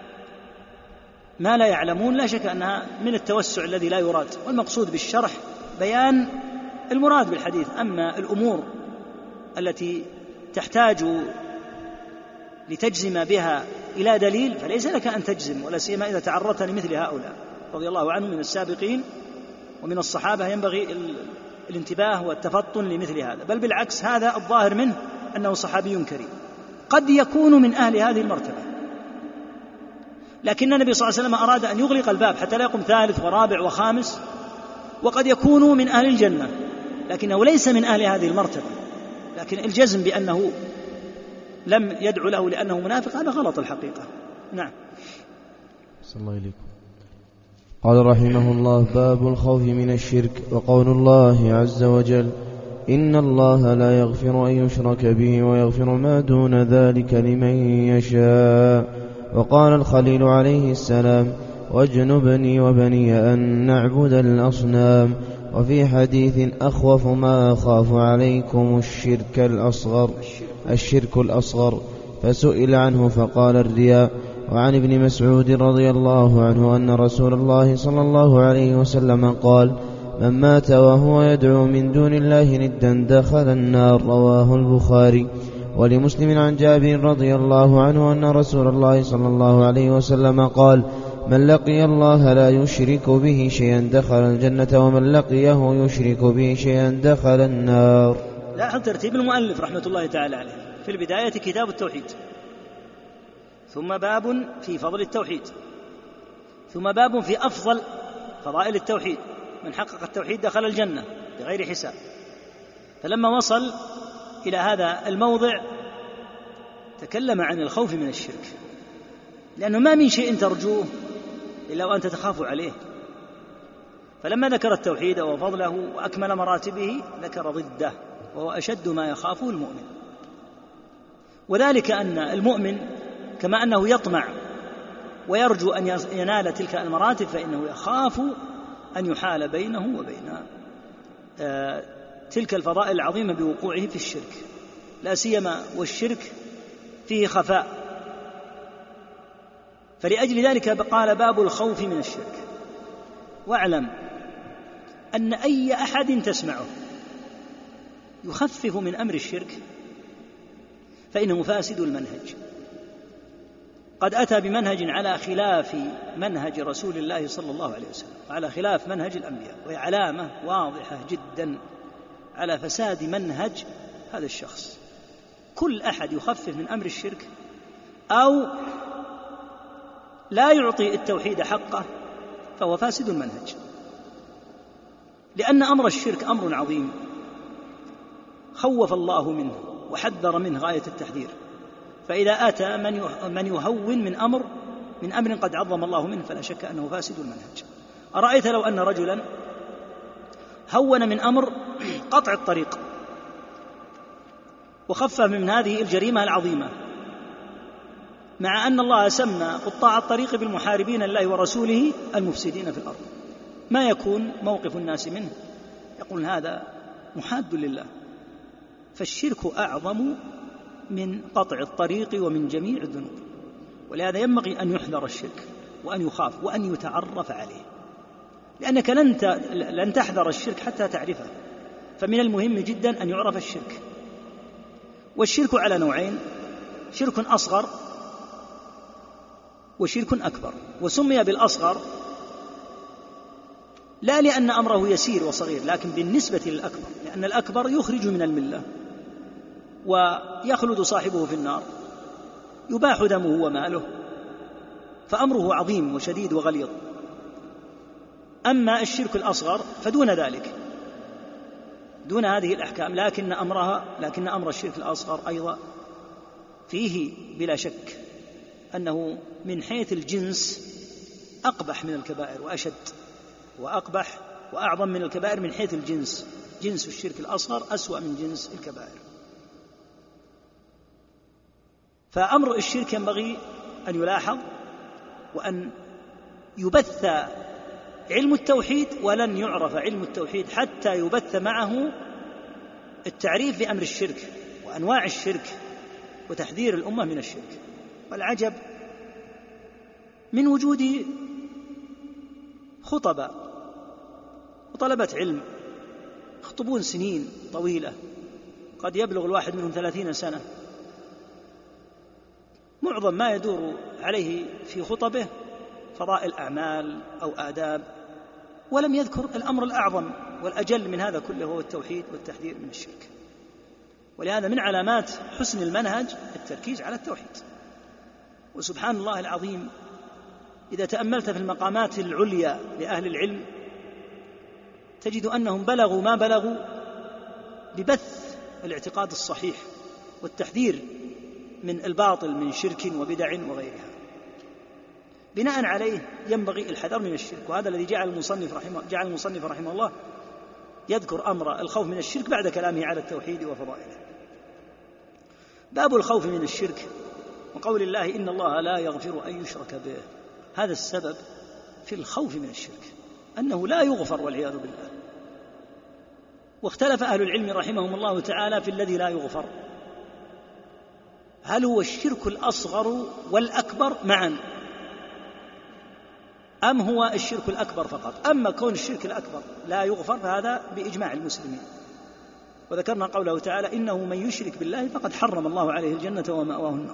ما لا يعلمون لا شك أنها من التوسع الذي لا يراد، والمقصود بالشرح بيان المراد بالحديث. أما الأمور التي تحتاج لتجزم بها إلى دليل فليس لك أن تجزم، ولا سيما إذا تعرضت لمثل هؤلاء رضي الله عنهم من السابقين ومن الصحابة. ينبغي الانتباه والتفطن لمثل هذا، بل بالعكس هذا الظاهر منه أنه صحابي كريم قد يكون من أهل هذه المرتبة، لكن النبي صلى الله عليه وسلم أراد أن يغلق الباب حتى لا يقوم 3 ورابع وخامس، وقد يكون من أهل الجنة لكنه ليس من أهل هذه المرتبة. لكن الجزم بأنه لم يدعو له لأنه منافق هذا غلط الحقيقة. نعم. صلى الله عليكم. قال رحمه الله: باب الخوف من الشرك. وقول الله عز وجل: إن الله لا يغفر أن يشرك به ويغفر ما دون ذلك لمن يشاء. وقال الخليل عليه السلام: واجنبني وبني أن نعبد الأصنام. وفي حديث: أخوف ما أخاف عليكم الشرك الأصغر. فسئل عنه فقال: الرياء. وعن ابن مسعود رضي الله عنه أن رسول الله صلى الله عليه وسلم قال: من مات وهو يدعو من دون الله ندا دخل النار. رواه البخاري. ولمسلم عن جابر رضي الله عنه أن رسول الله صلى الله عليه وسلم قال: من لقي الله لا يشرك به شيئا دخل الجنة، ومن لقيه يشرك به شيئا دخل النار. لاحظ ترتيب المؤلف رحمة الله تعالى عليه: في البداية كتاب التوحيد، ثم باب في فضل التوحيد، ثم باب في أفضل فضائل التوحيد، من حقق التوحيد دخل الجنة بغير حساب. فلما وصل إلى هذا الموضع تكلم عن الخوف من الشرك، لأنه ما من شيء ترجوه إلا وأنت تخاف عليه. فلما ذكر التوحيد وفضله وأكمل مراتبه ذكر ضده، وهو أشد ما يخافه المؤمن. وذلك أن المؤمن كما أنه يطمع ويرجو أن ينال تلك المراتب، فإنه يخاف أن يحال بينه وبين تلك الفضائل العظيمة بوقوعه في الشرك، لا سيما والشرك فيه خفاء. فلأجل ذلك قال: باب الخوف من الشرك. واعلم أن أي أحد تسمعه يخفف من أمر الشرك فإنه فاسد المنهج، قد أتى بمنهج على خلاف منهج رسول الله صلى الله عليه وسلم، على خلاف منهج الأنبياء، وهي علامة واضحة جدا على فساد منهج هذا الشخص. كل أحد يخفف من أمر الشرك أو لا يعطي التوحيد حقه فهو فاسد المنهج، لأن أمر الشرك أمر عظيم خوف الله منه وحذر منه غاية التحذير. فإذا أتى من يهون من أمر قد عظم الله منه فلا شك أنه فاسد المنهج. أرأيت لو أن رجلا هون من أمر قطع الطريق وخفف من هذه الجريمة العظيمة، مع أن الله سمى قطاع الطريق بالمحاربين لله ورسوله المفسدين في الأرض، ما يكون موقف الناس منه؟ يقول هذا محاد لله. فالشرك أعظم من قطع الطريق ومن جميع الذنوب، ولهذا ينبغي أن يحذر الشرك وأن يخاف وأن يتعرف عليه، لأنك لن تحذر الشرك حتى تعرفه. فمن المهم جدا أن يعرف الشرك. والشرك على نوعين: شرك أصغر وشرك أكبر. وسمي بالأصغر لا لأن أمره يسير وصغير، لكن بالنسبة للأكبر، لأن الأكبر يخرج من الملة ويخلد صاحبه في النار، يباح دمه وماله، فأمره عظيم وشديد وغليظ. أما الشرك الأصغر فدون ذلك، دون هذه الأحكام، لكن أمر الشرك الأصغر أيضا فيه بلا شك أنه من حيث الجنس أقبح من الكبائر وأشد وأقبح وأعظم من الكبائر من حيث الجنس. جنس الشرك الأصغر أسوأ من جنس الكبائر. فأمر الشرك ينبغي أن يلاحظ وأن يبث علم التوحيد، ولن يعرف علم التوحيد حتى يبث معه التعريف بأمر الشرك وأنواع الشرك وتحذير الأمة من الشرك. والعجب من وجود خطباء وطلبة علم يخطبون سنين طويلة، قد يبلغ الواحد منهم 30 سنة، معظم ما يدور عليه في خطبه فضائل أعمال أو آداب، ولم يذكر الأمر الأعظم والأجل من هذا كله هو التوحيد والتحذير من الشرك. ولهذا من علامات حسن المنهج التركيز على التوحيد. وسبحان الله العظيم إذا تأملت في المقامات العليا لأهل العلم تجد أنهم بلغوا ما بلغوا ببث الاعتقاد الصحيح والتحذير من الباطل من شرك وبدع وغيرها. بناء عليه ينبغي الحذر من الشرك، وهذا الذي جعل المصنف رحمه الله يذكر أمر الخوف من الشرك بعد كلامه على التوحيد وفضائله. باب الخوف من الشرك وقول الله إن الله لا يغفر أن يشرك به، هذا السبب في الخوف من الشرك أنه لا يغفر والعياذ بالله. واختلف أهل العلم رحمهم الله تعالى في الذي لا يغفر، هل هو الشرك الأصغر والأكبر معا أم هو الشرك الأكبر فقط؟ أما كون الشرك الأكبر لا يغفر فهذا بإجماع المسلمين، وذكرنا قوله تعالى إنه من يشرك بالله فقد حرم الله عليه الجنة ومأواه النار.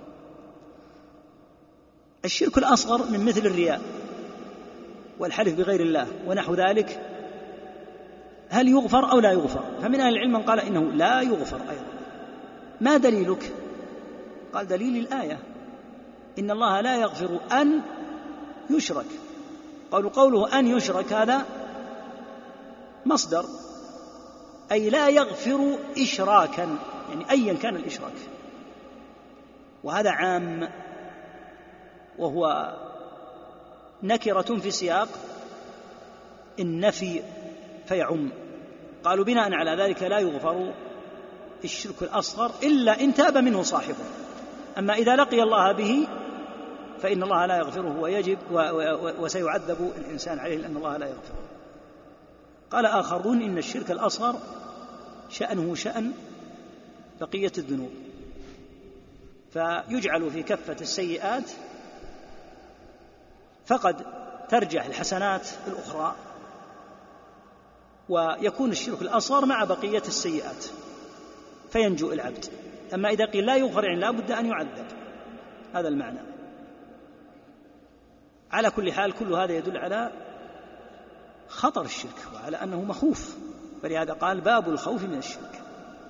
الشرك الأصغر من مثل الرياء والحلف بغير الله ونحو ذلك، هل يغفر أو لا يغفر؟ فمن أهل العلم من قال إنه لا يغفر أيضا. ما دليلك؟ قال دليل الآية إن الله لا يغفر أن يشرك. قوله أن يشرك هذا مصدر، أي لا يغفر إشراكا، يعني أيا كان الإشراك، وهذا عام وهو نكرة في سياق النفي فيعم. قالوا بناء على ذلك لا يغفر الشرك الأصغر إلا إن تاب منه صاحبه، أما إذا لقي الله به فإن الله لا يغفره ويجب وسيعذب الإنسان عليه لأن الله لا يغفره. قال آخرون إن الشرك الأصغر شأنه شأن بقية الذنوب، فيجعل في كفة السيئات فقد ترجح الحسنات الأخرى، ويكون الشرك الأصغر مع بقية السيئات فينجو العبد. أما إذا قيل لا يغفر يعني لا بد أن يعذب، هذا المعنى. على كل حال كل هذا يدل على خطر الشرك وعلى أنه مخوف، فلهذا قال باب الخوف من الشرك.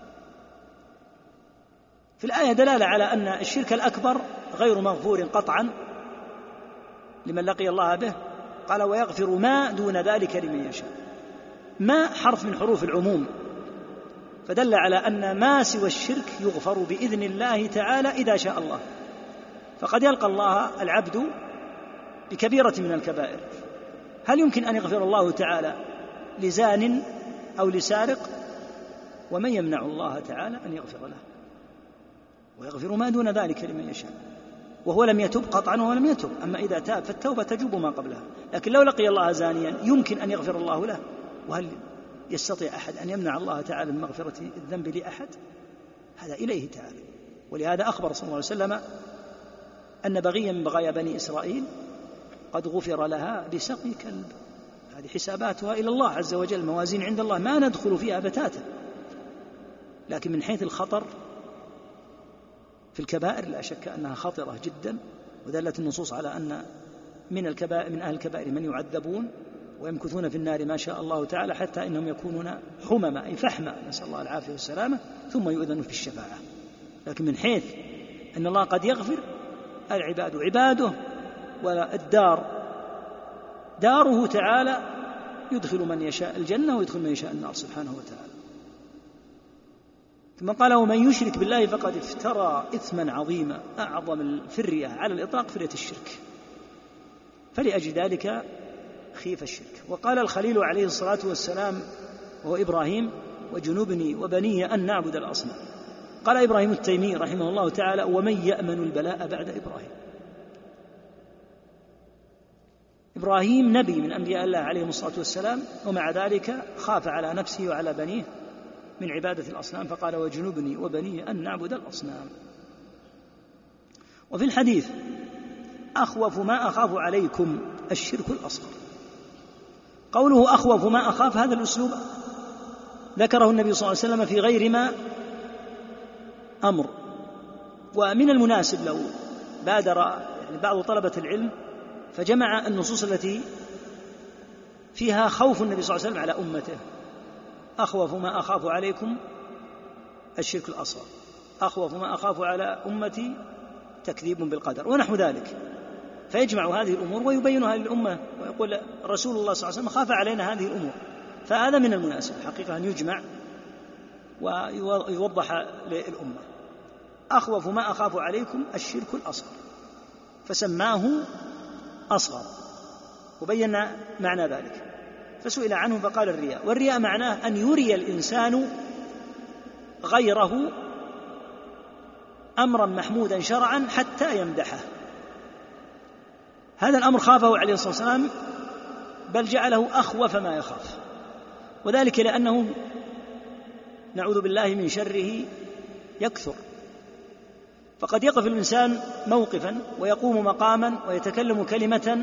في الآية دلالة على أن الشرك الأكبر غير مغفور قطعا لمن لقي الله به. قال ويغفر ما دون ذلك لمن يشاء. ما حرف من حروف العموم، فدل على أن ما سوى الشرك يغفر بإذن الله تعالى إذا شاء الله. فقد يلقى الله العبد بكبيرة من الكبائر، هل يمكن أن يغفر الله تعالى لزان أو لسارق؟ ومن يمنع الله تعالى أن يغفر له؟ ويغفر ما دون ذلك لمن يشاء، وهو لم يتب قطعا وهو لم يتب. أما إذا تاب فالتوبة تجوب ما قبلها. لكن لو لقي الله زانيا يمكن أن يغفر الله له؟ وهل يستطيع أحد أن يمنع الله تعالى من مغفرة الذنب لأحد؟ هذا إليه تعالى. ولهذا أخبر صلى الله عليه وسلم أن بغيا من بغايا بني إسرائيل قد غفر لها بسقي كلب. هذه حساباتها إلى الله عز وجل، موازين عند الله ما ندخل فيها بتاتا. لكن من حيث الخطر في الكبائر لا شك أنها خطرة جدا، ودلت النصوص على أن من أهل الكبائر من يعذبون ويمكثون في النار ما شاء الله تعالى حتى إنهم يكونون حمما أي فحما، نسأل الله العافية والسلامة، ثم يؤذن في الشفاعة. لكن من حيث أن الله قد يغفر، العباد عباده والدار داره تعالى، يدخل من يشاء الجنة ويدخل من يشاء النار سبحانه وتعالى. ثم قال ومن يشرك بالله فقد افترى إثما عظيما، أعظم الفرية على الإطلاق فرية الشرك، فلأجل ذلك خيف الشرك. وقال الخليل عليه الصلاة والسلام وهو إبراهيم وجنوبني وبني أن نعبد الأصنام. قال إبراهيم التيمي رحمه الله تعالى ومن يأمن البلاء بعد إبراهيم؟ إبراهيم نبي من أنبياء الله عليه الصلاة والسلام، ومع ذلك خاف على نفسه وعلى بنيه من عبادة الأصنام، فقال وجنوبني وبني أن نعبد الأصنام. وفي الحديث أخوف ما أخاف عليكم الشرك الأصغر. قوله أخوف ما أخاف، هذا الأسلوب ذكره النبي صلى الله عليه وسلم في غير ما أمر. ومن المناسب لو بادر بعض طلبة العلم فجمع النصوص التي فيها خوف النبي صلى الله عليه وسلم على أمته. أخوف ما أخاف عليكم الشرك الأصغر، أخوف ما أخاف على أمتي تكذيب بالقدر ونحو ذلك، فيجمع هذه الأمور ويبينها للأمة ويقول رسول الله صلى الله عليه وسلم خاف علينا هذه الأمور. فهذا من المناسب حقيقة أن يجمع ويوضح للأمة. أخوف ما أخاف عليكم الشرك الأصغر، فسماه أصغر، وبينا معنى ذلك. فسئل عنه فقال الرياء، والرياء معناه أن يري الإنسان غيره أمرا محمودا شرعا حتى يمدحه. هذا الأمر خافه عليه الصلاة والسلام، بل جعله أخوف ما يخاف، وذلك لأنه نعوذ بالله من شره يكثر. فقد يقف الإنسان موقفا ويقوم مقاما ويتكلم كلمة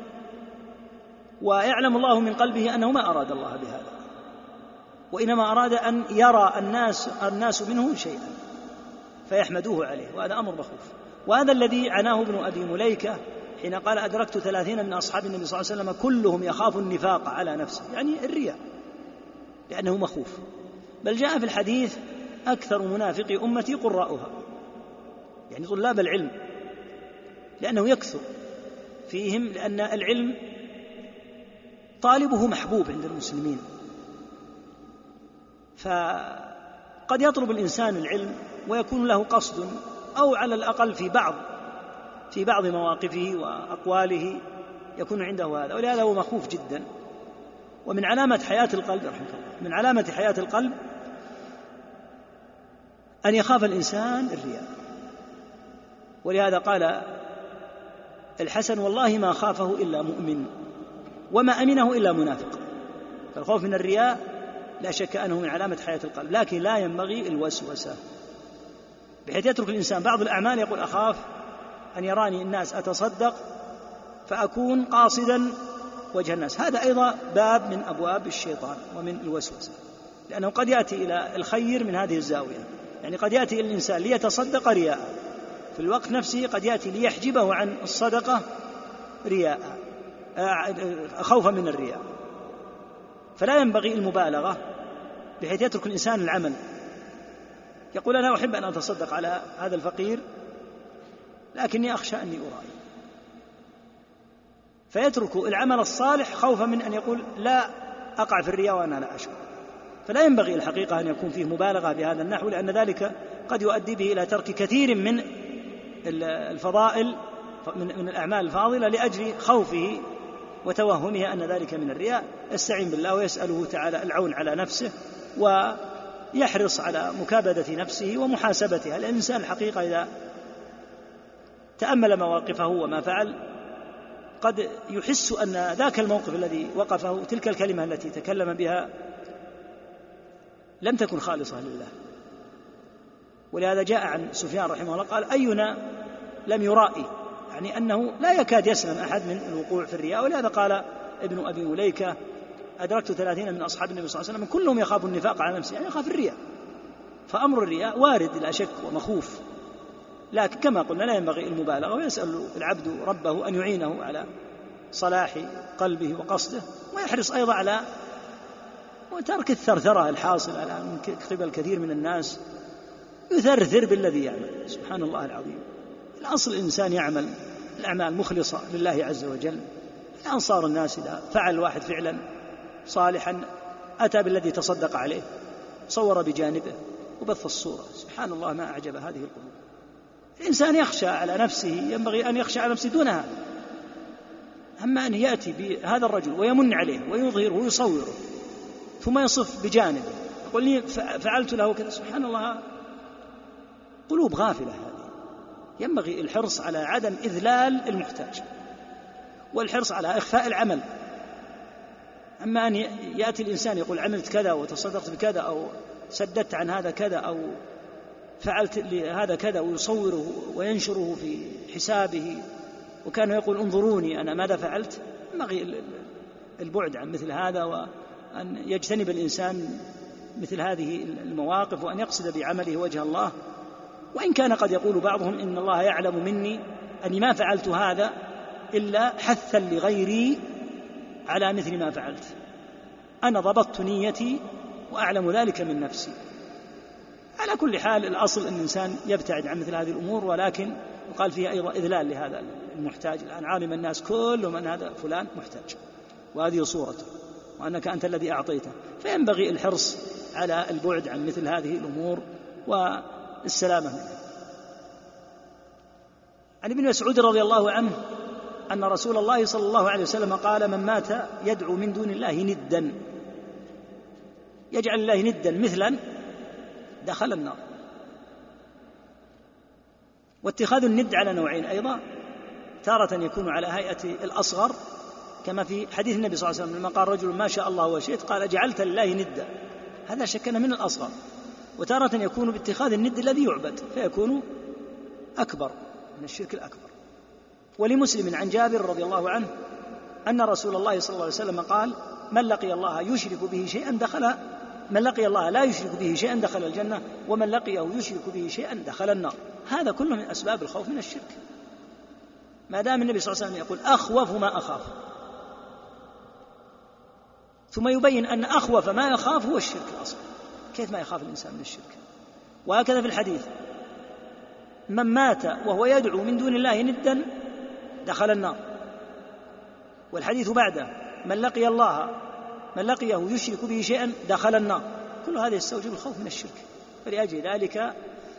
ويعلم الله من قلبه أنه ما أراد الله بهذا، وإنما أراد أن يرى الناس منه شيئا فيحمدوه عليه، وهذا أمر مخوف. وهذا الذي عناه ابن أبي مليكة حين قال أدركت 30 من أصحاب النبي صلى الله عليه وسلم كلهم يخاف النفاق على نفسه، يعني الرياء، لأنه مخوف. بل جاء في الحديث أكثر منافقي أمتي قراؤها، يعني طلاب العلم، لأنه يكثر فيهم، لأن العلم طالبه محبوب عند المسلمين. فقد يطلب الإنسان العلم ويكون له قصد، أو على الأقل في بعض مواقفه وأقواله يكون عنده هذا، ولهذا هو مخوف جدا. ومن علامة حياة القلب رحمه الله، من علامة حياة القلب أن يخاف الإنسان الرياء. ولهذا قال الحسن والله ما خافه إلا مؤمن وما أمنه إلا منافق. فالخوف من الرياء لا شك أنه من علامة حياة القلب، لكن لا ينبغي الوسوسة، بحيث يترك الإنسان بعض الأعمال يقول أخاف أن يراني الناس أتصدق فأكون قاصدا وجه الناس. هذا أيضا باب من أبواب الشيطان ومن الوسوسة، لأنه قد يأتي إلى الخير من هذه الزاوية. يعني قد يأتي الإنسان ليتصدق رياء، في الوقت نفسه قد يأتي ليحجبه عن الصدقة رياء، خوفا من الرياء. فلا ينبغي المبالغة بحيث يترك الإنسان العمل، يقول أنا أحب أن أتصدق على هذا الفقير لكني أخشى أني أرائي، فيترك العمل الصالح خوفا من أن يقول لا أقع في الرياء وأنا لا أشعر. فلا ينبغي الحقيقة أن يكون فيه مبالغة بهذا النحو، لأن ذلك قد يؤدي به إلى ترك كثير من الفضائل من الأعمال الفاضلة لأجل خوفه وتوهمه أن ذلك من الرياء. يستعين بالله ويسأله تعالى العون على نفسه، ويحرص على مكابدة نفسه ومحاسبتها. الإنسان الحقيقة إذا تأمل مواقفه وما فعل قد يحس أن ذاك الموقف الذي وقفه، تلك الكلمة التي تكلم بها لم تكن خالصة لله. ولهذا جاء عن سفيان رحمه الله قال أينا لم يرائي، يعني أنه لا يكاد يسلم أحد من الوقوع في الرياء. ولهذا قال ابن أبي مليكة أدركت 30 من أصحاب النبي صلى الله عليه وسلم كلهم يخاف النفاق على نفسه، يعني يخاف الرياء. فأمر الرياء وارد لا شك ومخوف، لكن كما قلنا لا ينبغي المبالغة، ويسأل العبد ربه أن يعينه على صلاح قلبه وقصده، ويحرص أيضا على وترك الثرثرة الحاصل على من قبل كثير من الناس، يثرثر بالذي يعمل. سبحان الله العظيم، الأصل الإنسان يعمل الأعمال مخلصة لله عز وجل. أنصار الناس إذا فعل واحد فعلا صالحا أتى بالذي تصدق عليه، صور بجانبه وبث الصورة. سبحان الله ما أعجب هذه القلوب. الإنسان يخشى على نفسه، ينبغي أن يخشى على نفسه دون هذا. أما أن يأتي بهذا الرجل ويمن عليه ويظهره ويصوره ثم يصف بجانبه يقول لي فعلت له كذا، سبحان الله، قلوب غافلة هذه. ينبغي الحرص على عدم إذلال المحتاج والحرص على إخفاء العمل. أما أن يأتي الإنسان يقول عملت كذا وتصدقت بكذا أو سددت عن هذا كذا أو فعلت لهذا كذا ويصوره وينشره في حسابه، وكان يقول انظروني أنا ماذا فعلت. ينبغي البعد عن مثل هذا، وأن يجتنب الإنسان مثل هذه المواقف، وأن يقصد بعمله وجه الله. وإن كان قد يقول بعضهم إن الله يعلم مني أني ما فعلت هذا إلا حثا لغيري على مثل ما فعلت، أنا ضبطت نيتي وأعلم ذلك من نفسي. على كل حال الأصل أن الإنسان يبتعد عن مثل هذه الأمور، ولكن يقال فيها أيضا إذلال لهذا المحتاج. الآن عالم الناس كلهم أن هذا فلان محتاج وهذه صورته وأنك أنت الذي أعطيته، فينبغي الحرص على البعد عن مثل هذه الأمور والسلامة منها. عن ابن مسعود رضي الله عنه أن رسول الله صلى الله عليه وسلم قال: من مات يدعو من دون الله ندا، يجعل الله ندا مثلا، دخل النار. واتخاذ الند على نوعين أيضا، تارة يكون على هيئة الأصغر كما في حديث النبي صلى الله عليه وسلم لما قال رجل: ما شاء الله وشئت، قال: جعلت لله ندا، هذا شكنا من الأصغر. وتارة يكون باتخاذ الند الذي يعبد فيكون أكبر من الشرك الأكبر. ولمسلم عن جابر رضي الله عنه أن رسول الله صلى الله عليه وسلم قال: من لقي الله يشرك به شيئا دخل، من لقي الله لا يشرك به شيئا دخل الجنة، ومن لقيه يشرك به شيئا دخل النار. هذا كله من أسباب الخوف من الشرك، ما دام النبي صلى الله عليه وسلم يقول: أخوف ما أخاف، ثم يبين أن أخوف ما يخاف هو الشرك الأصغر. كيف ما يخاف الإنسان من الشرك؟ وهكذا في الحديث: من مات وهو يدعو من دون الله ندا دخل النار. والحديث بعده: من لقي الله، من لقيه يشرك به شيئا دخل النار. كل هذا يستوجب الخوف من الشرك، فلأجل ذلك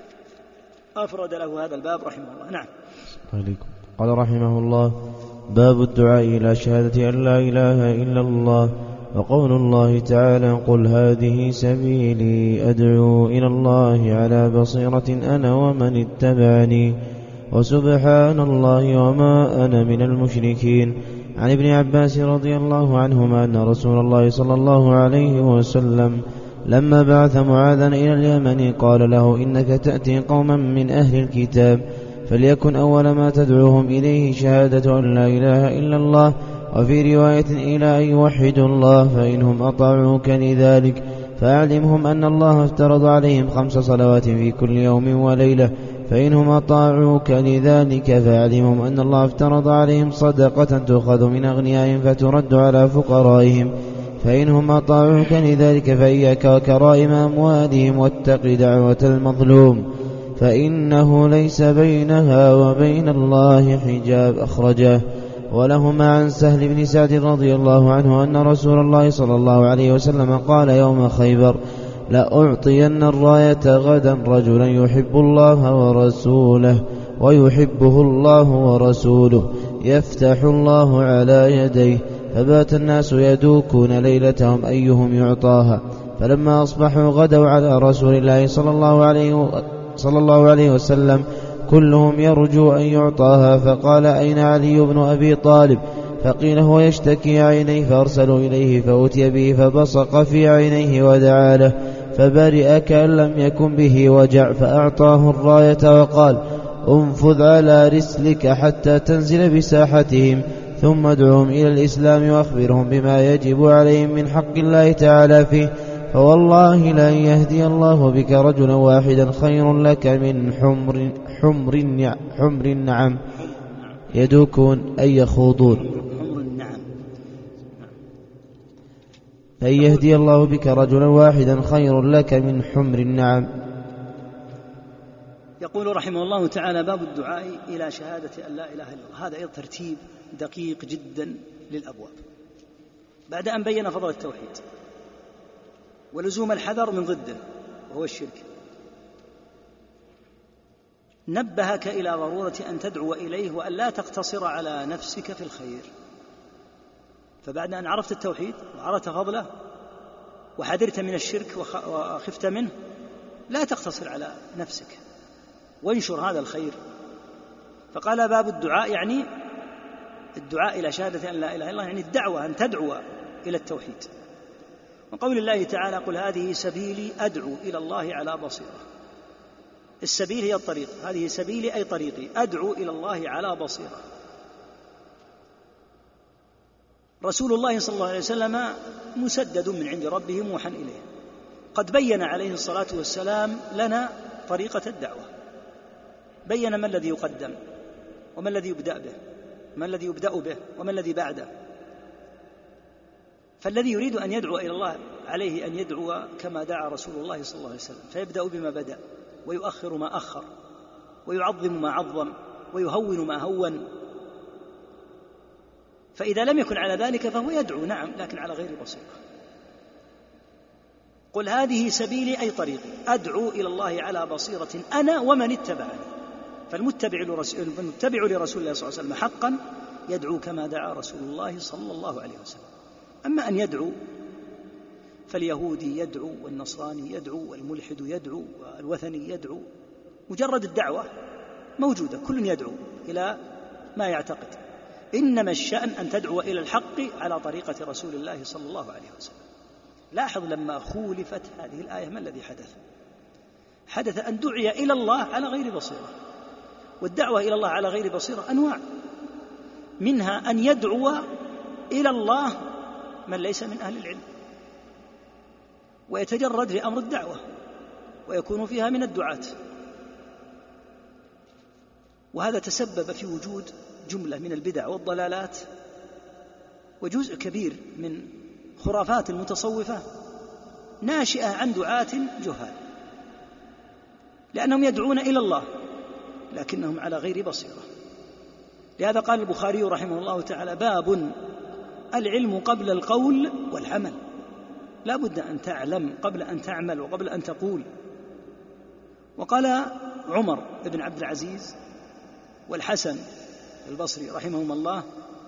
أفرد له هذا الباب رحمه الله. نعم. قال رحمه الله: باب الدعاء إلى شهادة أن لا إله إلا الله. وقول الله تعالى: قل هذه سبيلي أدعو إلى الله على بصيرة أنا ومن اتبعني وسبحان الله وما أنا من المشركين. عن ابن عباس رضي الله عنهما أن رسول الله صلى الله عليه وسلم لما بعث معاذا إلى اليمن قال له: إنك تأتي قوما من أهل الكتاب، فليكن أول ما تدعوهم إليه شهادة أن لا إله إلا الله، وفي رواية إلى أن يوحدوا الله، فإنهم أطاعوك لذلك فأعلمهم أن الله افترض عليهم 5 صلوات في كل يوم وليلة، فإنهم أطاعوك لذلك فأعلمهم أن الله افترض عليهم صدقة تؤخذ من أغنيائهم فترد على فقرائهم، فإنهم أطاعوك لذلك فإياك وكرائم أموالهم واتق دعوة المظلوم، فإنه ليس بينها وبين الله حجاب. أخرجه. ولهما عن سهل بن سعد رضي الله عنه أن رسول الله صلى الله عليه وسلم قال يوم خيبر: لأعطين الراية غدا رجلا يحب الله ورسوله ويحبه الله ورسوله يفتح الله على يديه. فبات الناس يدوكون ليلتهم أيهم يعطاها، فلما أصبحوا غدوا على رسول الله صلى الله عليه وسلم كلهم يرجو أن يعطاها، فقال: أين علي بن أبي طالب؟ فقيل: هو يشتكي عينيه، فأرسلوا إليه فأتي به فبصق في عينيه ودعا له فبرئ كأن لم يكن به وجع، فأعطاه الراية وقال: انفذ على رسلك حتى تنزل بساحتهم، ثم ادعهم إلى الإسلام وأخبرهم بما يجب عليهم من حق الله تعالى فيه، فوالله لأن يهدي الله بك رجلا واحدا خير لك من حمر النعم يدوكون أي يخوضون. فإن يهدي الله بك رجلا واحدا خير لك من حمر النعم. يقول رحمه الله تعالى: باب الدعاء إلى شهادة أن لا إله إلا الله. هذا ترتيب دقيق جدا للأبواب، بعد أن بين فضل التوحيد ولزوم الحذر من ضده وهو الشرك، نبهك إلى ضرورة أن تدعو إليه وأن لا تقتصر على نفسك في الخير. فبعد أن عرفت التوحيد وعرفت فضله وحذرت من الشرك وخفت منه، لا تقتصر على نفسك وانشر هذا الخير. فقال: باب الدعاء، يعني الدعاء إلى شهادة أن لا إله إلا الله، يعني الدعوة أن تدعو إلى التوحيد. وقول الله تعالى: قل هذه سبيلي أدعو إلى الله على بصيرة. السبيل هي الطريق، هذه سبيلي أي طريقي، أدعو إلى الله على بصيرة. رسول الله صلى الله عليه وسلم مسدد من عند ربه موحى إليه، قد بين عليه الصلاة والسلام لنا طريقة الدعوة، بين ما الذي يقدم وما الذي يبدأ به، ما الذي يبدأ به وما الذي بعده. فالذي يريد أن يدعو إلى الله عليه أن يدعو كما دعا رسول الله صلى الله عليه وسلم، فيبدأ بما بدأ ويؤخر ما أخر ويعظم ما عظم ويهون ما هون. فإذا لم يكن على ذلك فهو يدعو، نعم، لكن على غير بصيرة. قل هذه سبيلي أي طريقي، أدعو إلى الله على بصيرة أنا ومن اتبعني. فالمتبع لرسول الله صلى الله عليه وسلم حقا يدعو كما دعا رسول الله صلى الله عليه وسلم. أما أن يدعو فاليهودي يدعو والنصراني يدعو والملحد يدعو والوثني يدعو، مجرد الدعوة موجودة، كل يدعو إلى ما يعتقد، إنما الشأن أن تدعو إلى الحق على طريقة رسول الله صلى الله عليه وسلم. لاحظ لما خولفت هذه الآية ما الذي حدث أن دعي إلى الله على غير بصيرة. والدعوة إلى الله على غير بصيرة أنواع، منها أن يدعو إلى الله من ليس من أهل العلم ويتجرد لأمر الدعوة ويكون فيها من الدعاة، وهذا تسبب في وجود جملة من البدع والضلالات وجزء كبير من خرافات المتصوفة ناشئة عن دعاة جهال، لأنهم يدعون إلى الله لكنهم على غير بصيرة. لهذا قال البخاري رحمه الله تعالى: باب العلم قبل القول والعمل. لا بد أن تعلم قبل أن تعمل وقبل أن تقول. وقال عمر بن عبد العزيز والحسن البصري رحمهم الله: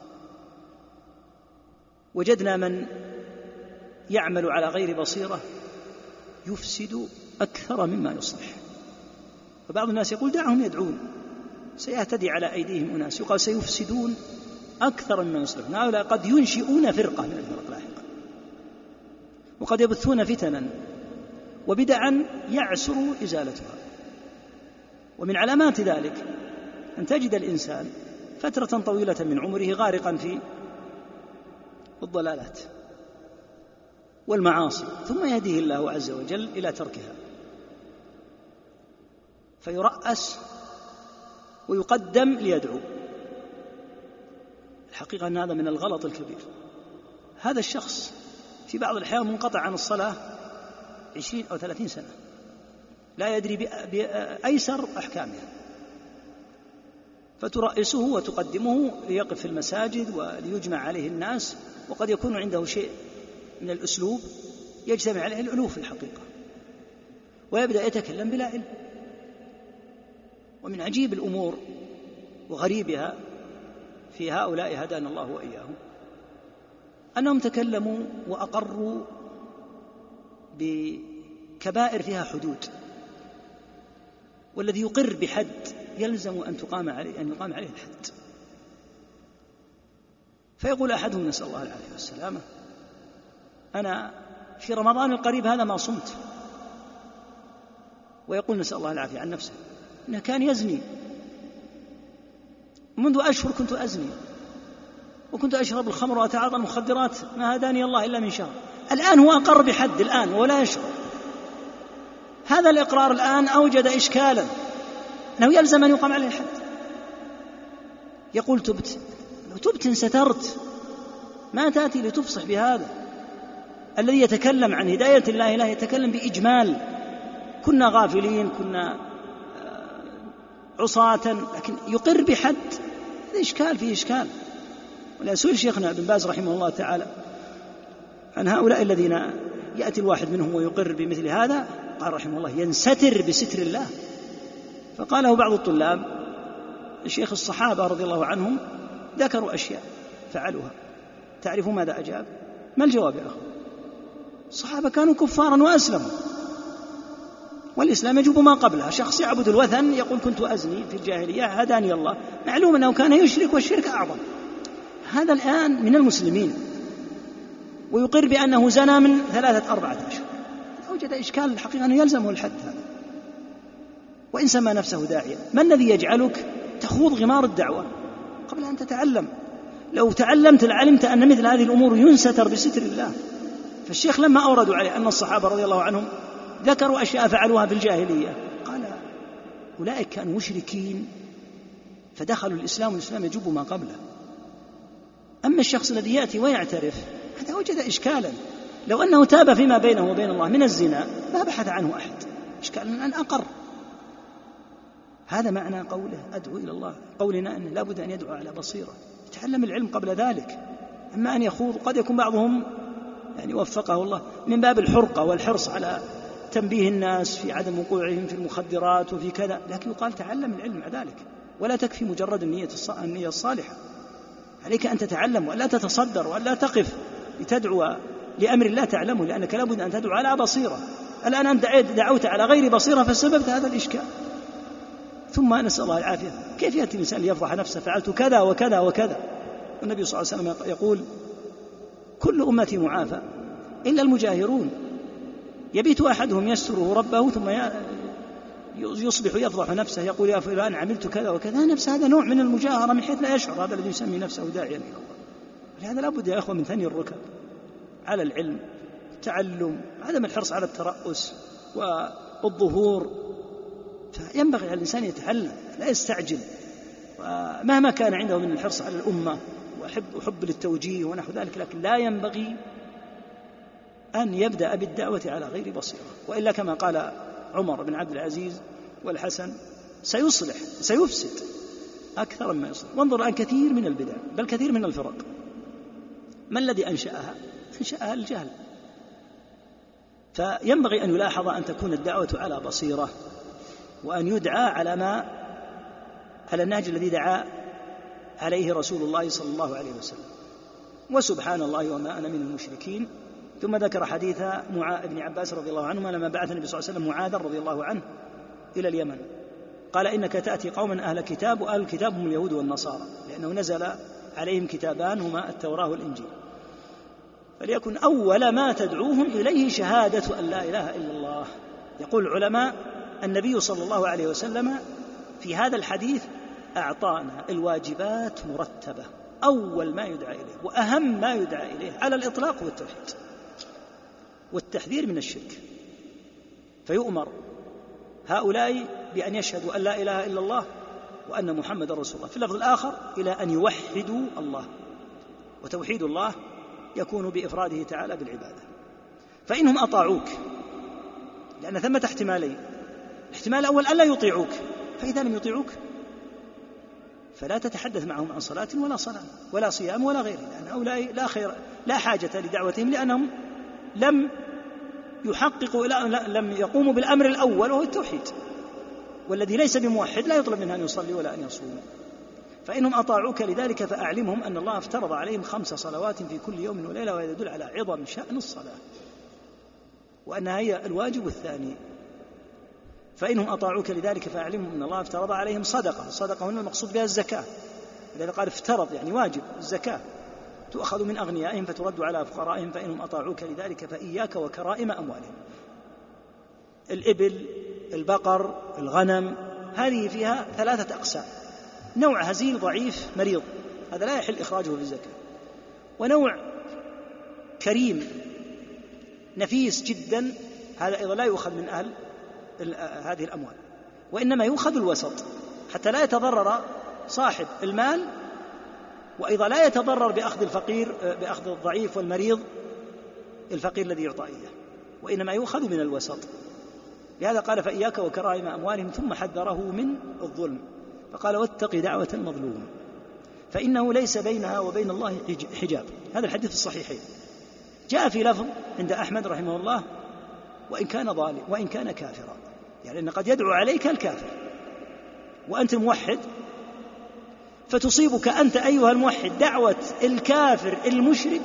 وجدنا من يعمل على غير بصيرة يفسد أكثر مما يصلح. فبعض الناس يقول: دعهم يدعون، سيهتدي على أيديهم أناس. يقال: سيفسدون أكثر مما يصلحون. هؤلاء قد ينشئون فرقة من الفرق لاحقا، وقد يبثون فتنا وبدعا يعسر إزالتها. ومن علامات ذلك أن تجد الإنسان فترة طويلة من عمره غارقا في الضلالات والمعاصي، ثم يهديه الله عز وجل إلى تركها، فيرأس ويقدم ليدعو. الحقيقة أن هذا من الغلط الكبير. هذا الشخص في بعض الأحيان منقطع عن الصلاة 20 أو 30 سنة، لا يدري بأيسر أحكامها، فترأسه وتقدمه ليقف في المساجد وليجمع عليه الناس، وقد يكون عنده شيء من الأسلوب يجتمع عليه الألوف في الحقيقة، ويبدأ يتكلم بلا علم. ومن عجيب الأمور وغريبها في هؤلاء هدانا الله وإياهم أنهم تكلموا وأقروا بكبائر فيها حدود، والذي يقر بحد يلزم أن يقام عليه الحد. فيقول أحدهم نسأل الله العافية والسلامة: أنا في رمضان القريب هذا ما صمت. ويقول نسأل الله العافية عن نفسه إنه كان يزني منذ أشهر، كنت أزني وكنت أشرب الخمر وأتعاطى المخدرات، ما هداني الله إلا من شهر. الآن هو أقر بحد الآن ولا يشعر. هذا الإقرار الآن أوجد إشكالا أنه يلزم أن يقام عليه الحد. يقول: تبت. لو تبت سترت، ما تأتي لتفصح بهذا. الذي يتكلم عن هداية الله لا يتكلم بإجمال. كنا غافلين، كنا عصاة، لكن يقر بحد، هذا إشكال فيه إشكال. ولا سئل شيخنا ابن باز رحمه الله تعالى عن هؤلاء الذين يأتي الواحد منهم ويقر بمثل هذا، قال رحمه الله: ينستر بستر الله. فقاله بعض الطلاب: الشيخ الصحابة رضي الله عنهم ذكروا أشياء فعلوها، تعرفوا ماذا أجاب؟ ما الجواب يا أخو؟ الصحابة كانوا كفارا وأسلموا، والإسلام يجب ما قبلها. شخص يعبد الوثن يقول: كنت أزني في الجاهلية هداني الله، معلوم أنه كان يشرك والشرك أعظم. هذا الآن من المسلمين ويقر بأنه زنى من 3-4 أشهر، أوجد إشكال. الحقيقة أنه يلزمه الحد هذا، وإن سمى نفسه داعيا. ما الذي يجعلك تخوض غمار الدعوة قبل أن تتعلم؟ لو تعلمت لعلمت أن مثل هذه الأمور ينستر بستر الله. فالشيخ لما أوردوا عليه أن الصحابة رضي الله عنهم ذكروا أشياء فعلوها في الجاهلية، قال: أولئك كانوا مشركين فدخلوا الإسلام، والإسلام يجب ما قبله. أما الشخص الذي يأتي ويعترف، هذا وجد إشكالا. لو أنه تاب فيما بينه وبين الله من الزنا ما بحث عنه أحد، إشكالا أن أقر. هذا معنى قوله: أدعو إلى الله. قولنا أنه لا بد أن يدعو على بصيرة، يتعلم العلم قبل ذلك. أما أن يخوض، قد يكون بعضهم وفقه الله من باب الحرقة والحرص على تنبيه الناس في عدم وقوعهم في المخدرات وفي كذا، لكن يقال تعلم العلم مع ذلك، ولا تكفي مجرد النية الصالحة. عليك أن تتعلم وألا تتصدر وألا تقف لتدعو لأمر لا تعلمه، لأنك لابد أن تدعو على بصيرة. الآن أنت دعوت على غير بصيرة فسببت هذا الإشكال. ثم نسأل الله العافية، كيف يأتي الإنسان ليفضح نفسه فعلت كذا وكذا وكذا؟ النبي صلى الله عليه وسلم يقول كل أمتي معافى إلا المجاهرون، يبيت أحدهم يستره ربه ثم يصبح يفضح نفسه يقول يا فلان عملت كذا وكذا. نفس هذا نوع من المجاهرة من حيث لا يشعر، هذا الذي يسمي نفسه داعيا إلى الله. لهذا لابد يا أخوة من ثني الركب على العلم، التعلم، عدم الحرص على الترأس والظهور. فينبغي على الإنسان يتعلم لا يستعجل، ومهما كان عنده من الحرص على الأمة وحب للتوجيه ونحو ذلك، لكن لا ينبغي أن يبدأ بالدعوة على غير بصيرة، وإلا كما قال عمر بن عبد العزيز والحسن سيصلح سيفسد أكثر مما يصلح. وانظر الآن كثير من البدع بل كثير من الفرق ما الذي أنشأها الجهل. فينبغي أن يلاحظ أن تكون الدعوة على بصيرة، وأن يدعى على النهج الذي دعا عليه رسول الله صلى الله عليه وسلم. وسبحان الله وما أنا من المشركين. ثم ذكر حديث ابن عباس رضي الله عنهما لما بعث النبي صلى الله عليه وسلم معاذ رضي الله عنه إلى اليمن، قال إنك تأتي قوما أهل كتاب، وأهل الكتاب هم اليهود والنصارى، لأنه نزل عليهم كتابان هما التوراة والإنجيل، فليكن أول ما تدعوهم إليه شهادة أن لا إله إلا الله. يقول العلماء النبي صلى الله عليه وسلم في هذا الحديث أعطانا الواجبات مرتبة، أول ما يدعى إليه وأهم ما يدعى إليه على الإطلاق هو التوحيد والتحذير من الشرك. فيؤمر هؤلاء بأن يشهدوا أن لا إله إلا الله وأن محمد رسول الله، في اللفظ الآخر إلى أن يوحدوا الله. وتوحيد الله يكون بإفراده تعالى بالعبادة. فإنهم أطاعوك، لأن ثمة احتمالين: الاحتمال الأول ألا يطيعوك، فإذا لم يطيعوك فلا تتحدث معهم عن صلاة ولا صلاة ولا صيام ولا غيره، لأن هؤلاء لا حاجة لدعوتهم، لأنهم لم يحققوا لم يقوموا بالأمر الأول وهو التوحيد، والذي ليس بموحد لا يطلب منه أن يصلي ولا أن يصوم. فإنهم أطاعوك لذلك فأعلمهم أن الله افترض عليهم 5 صلوات في كل يوم وليلة، وهذا يدل على عظم شأن الصلاة وأنها هي الواجب الثاني. فإنهم أطاعوك لذلك فأعلمهم أن الله افترض عليهم صدقة. الصدقة هنا المقصود بها الزكاة، لذلك قال افترض يعني واجب، الزكاة تؤخذ من أغنيائهم فترد على فقرائهم. فإنهم أطاعوك لذلك فإياك وكرائم أموالهم. الإبل، البقر، الغنم، هذه فيها 3 أقسام: نوع هزيل ضعيف مريض، هذا لا يحل إخراجه في الزكاة، ونوع كريم نفيس جدا، هذا أيضا لا يؤخذ من أهل هذه الأموال، وإنما يؤخذ الوسط حتى لا يتضرر صاحب المال، وأيضا لا يتضرر بأخذ الضعيف والمريض الفقير الذي يعطى إياه، وإنما يؤخذ من الوسط. لهذا قال فإياك وكرائم أموالهم، ثم حذره من الظلم فقال واتق دعوة المظلوم فإنه ليس بينها وبين الله حجاب. هذا الحديث الصحيحين. جاء في لفظ عند أحمد رحمه الله وإن كان ظالم وإن كان كافرا، يعني أن قد يدعو عليك الكافر وأنت موحد، فتصيبك أنت أيها الموحد دعوة الكافر المشرك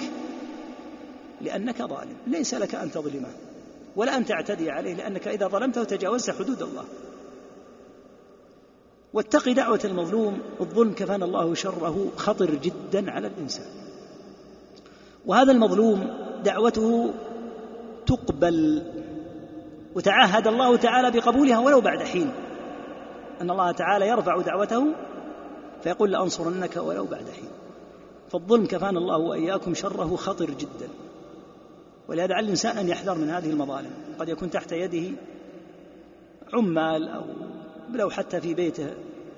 لأنك ظالم، ليس لك أن تظلمه ولا أن تعتدي عليه، لأنك إذا ظلمته تجاوزت حدود الله. واتق دعوة المظلوم، الظلم كفانا الله شره خطر جدا على الإنسان، وهذا المظلوم دعوته تقبل، وتعهد الله تعالى بقبولها ولو بعد حين، أن الله تعالى يرفع دعوته فيقول لأنصرنك ولو بعد حين. فالظلم كفانا الله وإياكم شره خطر جدا، ولهذا على الإنسان أن يحذر من هذه المظالم. قد يكون تحت يده عمال، أو لو حتى في بيته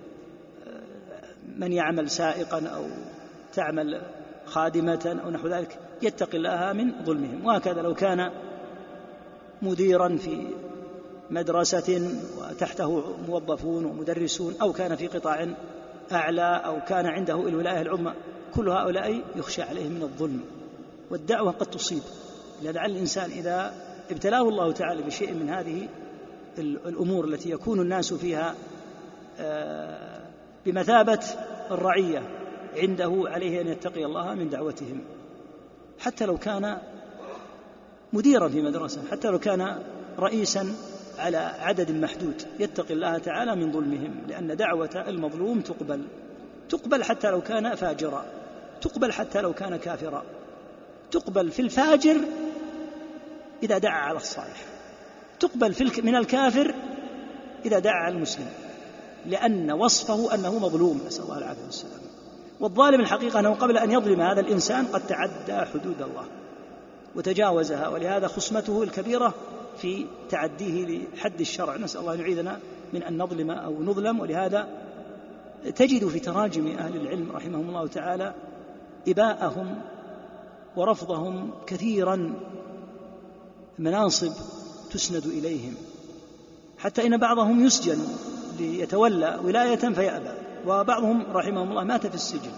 من يعمل سائقا أو تعمل خادمة أو نحو ذلك، يتقي الله من ظلمهم. وهكذا لو كان مديرا في مدرسة وتحته موظفون ومدرسون، أو كان في قطاع أعلى، أو كان عنده الولاية العظمى، كل هؤلاء يخشى عليهم من الظلم. والدعوة قد تصيب، لعل الإنسان إذا ابتلاه الله تعالى بشيء من هذه الأمور التي يكون الناس فيها بمثابة الرعية عنده عليه أن يتقي الله من دعوتهم، حتى لو كان مديرا في مدرسة، حتى لو كان رئيسا على عدد محدود، يتقي الله تعالى من ظلمهم، لأن دعوة المظلوم تقبل حتى لو كان فاجرا، تقبل حتى لو كان كافرا، تقبل في الفاجر إذا دعا على الصالح، تقبل من الكافر إذا دعا على المسلم، لأن وصفه أنه مظلوم، نسأل الله العافية والسلام. والظالم الحقيقة أنه قبل أن يظلم هذا الإنسان قد تعدى حدود الله وتجاوزها، ولهذا خصمته الكبيرة في تعديه لحد الشرع. نسأل الله أن يعيذنا من أن نظلم أو نظلم. ولهذا تجد في تراجم أهل العلم رحمهم الله تعالى إباءهم ورفضهم كثيرا مناصب تسند إليهم، حتى إن بعضهم يسجن ليتولى ولاية فيأبى، وبعضهم رحمهم الله مات في السجن.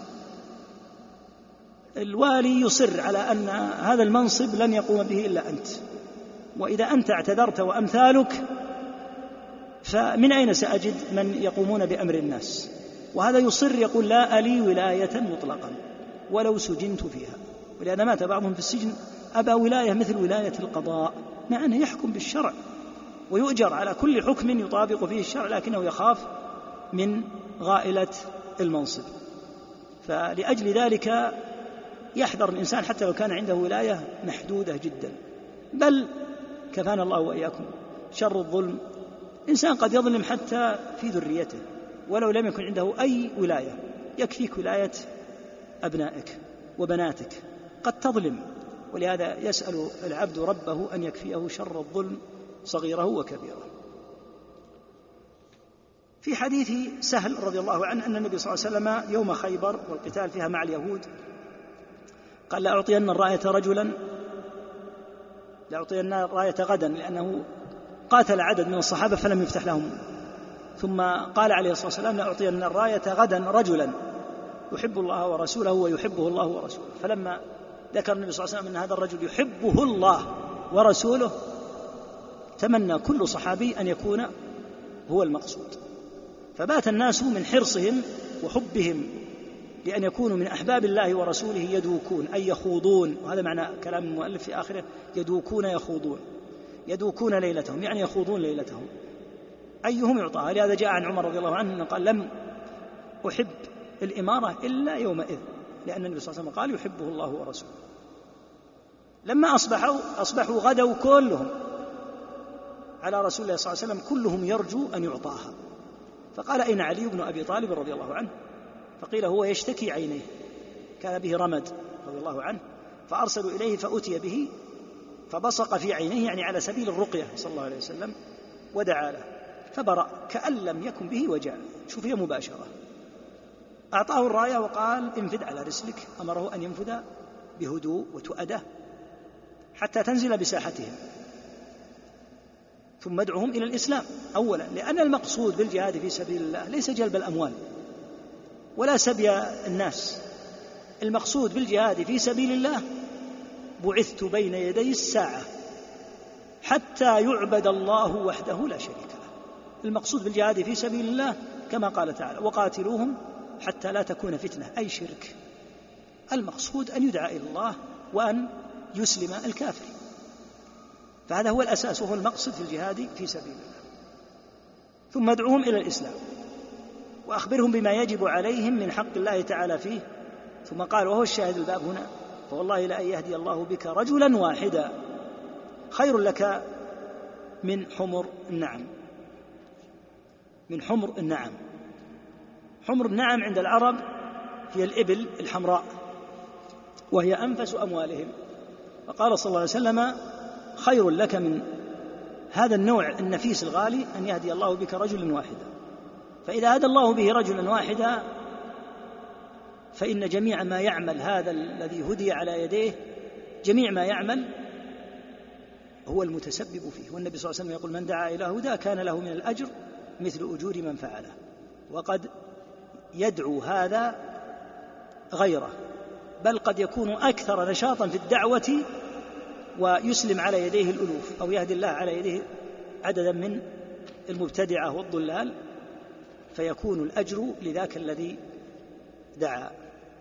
الوالي يصر على أن هذا المنصب لن يقوم به إلا أنت، وإذا أنت اعتذرت وأمثالك فمن أين سأجد من يقومون بأمر الناس؟ وهذا يصر يقول لا ألي ولاية مطلقا ولو سجنت فيها. ولهذا مات بعضهم في السجن أبى ولاية مثل ولاية القضاء، مع أنه يحكم بالشرع ويؤجر على كل حكم يطابق فيه الشرع، لكنه يخاف من غائلة المنصب. فلأجل ذلك يحذر الإنسان حتى لو كان عنده ولاية محدودة جدا. بل كفانا الله وإياكم شر الظلم، إنسان قد يظلم حتى في ذريته ولو لم يكن عنده أي ولاية، يكفيك ولاية أبنائك وبناتك، قد تظلم. ولهذا يسأل العبد ربه أن يكفيه شر الظلم صغيره وكبيره. في حديث سهل رضي الله عنه أن النبي صلى الله عليه وسلم يوم خيبر والقتال فيها مع اليهود قال لأعطين الراية رجلا، لأعطين الراية غدا، لأنه قاتل عدد من الصحابة فلم يفتح لهم. ثم قال عليه الصلاة والسلام لأعطين الراية غدا رجلا يحب الله ورسوله ويحبه الله ورسوله. فلما ذكر النبي صلى الله عليه وسلم أن هذا الرجل يحبه الله ورسوله تمنى كل صحابي أن يكون هو المقصود. فبات الناس من حرصهم وحبهم لأن يكونوا من أحباب الله ورسوله يدوكون، أي يخوضون، وهذا معنى كلام المؤلف في آخره يدوكون يخوضون، يدوكون ليلتهم يعني يخوضون ليلتهم أيهم يعطاها. لهذا جاء عن عمر رضي الله عنه أنه قال لم أحب الإمارة إلا يومئذ، لأن النبي صلى الله عليه وسلم قال يحبه الله ورسوله. لما أصبحوا غدوا كلهم على رسول الله صلى الله عليه وسلم، كلهم يرجو أن يعطاها. فقال أين علي بن أبي طالب رضي الله عنه؟ فقيل هو يشتكي عينيه، كان به رمد رضي الله عنه، فأرسلوا إليه فأتي به فبصق في عينيه، يعني على سبيل الرقية صلى الله عليه وسلم، ودعا له فبرأ كأن لم يكن به وجع. شوف هي مباشرة. أعطاه الراية وقال انفذ على رسلك، أمره أن ينفذ بهدوء وتؤدة حتى تنزل بساحتهم، ثم ادعوهم إلى الإسلام أولا، لأن المقصود بالجهاد في سبيل الله ليس جلب الأموال ولا سبي الناس. المقصود بالجهاد في سبيل الله بعثت بين يدي الساعة حتى يعبد الله وحده لا شريك له. المقصود بالجهاد في سبيل الله كما قال تعالى وقاتلوهم حتى لا تكون فتنة، أي شرك. المقصود أن يدعى إلى الله وأن يسلم الكافر، فهذا هو الأساس وهو المقصد في الجهاد في سبيل الله. ثم ادعوهم إلى الإسلام وأخبرهم بما يجب عليهم من حق الله تعالى فيه. ثم قال وهو الشاهد الباب هنا فوالله لأن يهدي الله بك رجلا واحدا خير لك من حمر النعم. من حمر النعم. حمر النعم عند العرب هي الإبل الحمراء، وهي أنفس أموالهم. فقال صلى الله عليه وسلم خير لك من هذا النوع النفيس الغالي أن يهدي الله بك رجلا واحدا. فإذا هدى الله به رجلا واحدا فإن جميع ما يعمل هذا الذي هدي على يديه، جميع ما يعمل هو المتسبب فيه. والنبي صلى الله عليه وسلم يقول من دعا إلى هدى كان له من الأجر مثل أجور من فعله. وقد يدعو هذا غيره، بل قد يكون أكثر نشاطا في الدعوة ويسلم على يديه الألوف، أو يهدي الله على يديه عددا من المبتدعة والضلال، فيكون الأجر لذاك الذي دعا.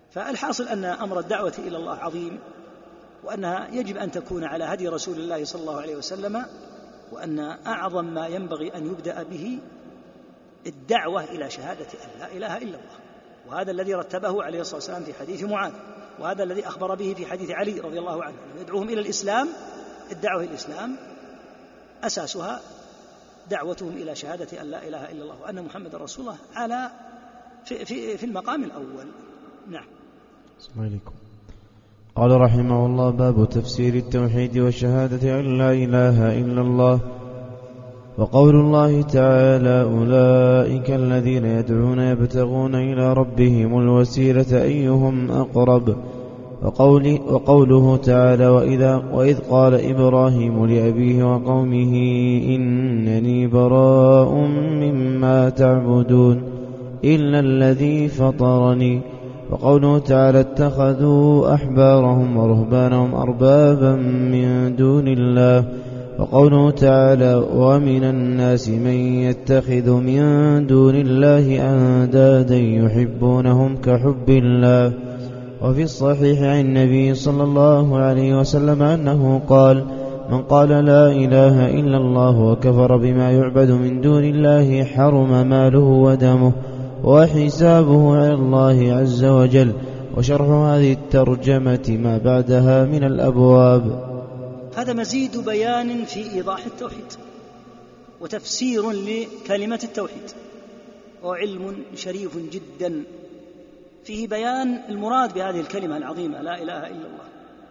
فالحاصل أن أمر الدعوة إلى الله عظيم، وأنها يجب أن تكون على هدي رسول الله صلى الله عليه وسلم، وأن أعظم ما ينبغي أن يبدأ به الدعوة إلى شهادة أن لا إله إلا الله، وهذا الذي رتبه عليه الصلاة والسلام في حديث معاذ، وهذا الذي أخبر به في حديث علي رضي الله عنه، يدعوهم إلى الإسلام. الدعوة إلى الإسلام أساسها دعوتهم إلى شهادة أن لا إله إلا الله وأن محمد رسول الله على في المقام الأول. نعم. السلام عليكم. قال رحمه الله: باب تفسير التوحيد والشهادة أن لا إله إلا الله. وقول الله تعالى: أولئك الذين يدعون يبتغون إلى ربهم الوسيلة أيهم أقرب. وقوله تعالى: وإذ قال إبراهيم لأبيه وقومه إنني براء مما تعبدون إلا الذي فطرني. وقوله تعالى: اتخذوا أحبارهم ورهبانهم أربابا من دون الله. وقوله تعالى: ومن الناس من يتخذ من دون الله أندادا يحبونهم كحب الله. وفي الصحيح عن النبي صلى الله عليه وسلم أنه قال: من قال لا إله إلا الله وكفر بما يعبد من دون الله حرم ماله ودمه وحسابه على الله عز وجل. وشرح هذه الترجمة ما بعدها من الأبواب. هذا مزيد بيان في إيضاح التوحيد وتفسير لكلمة التوحيد، وعلم شريف جدا فيه بيان المراد بهذه الكلمة العظيمة لا إله إلا الله.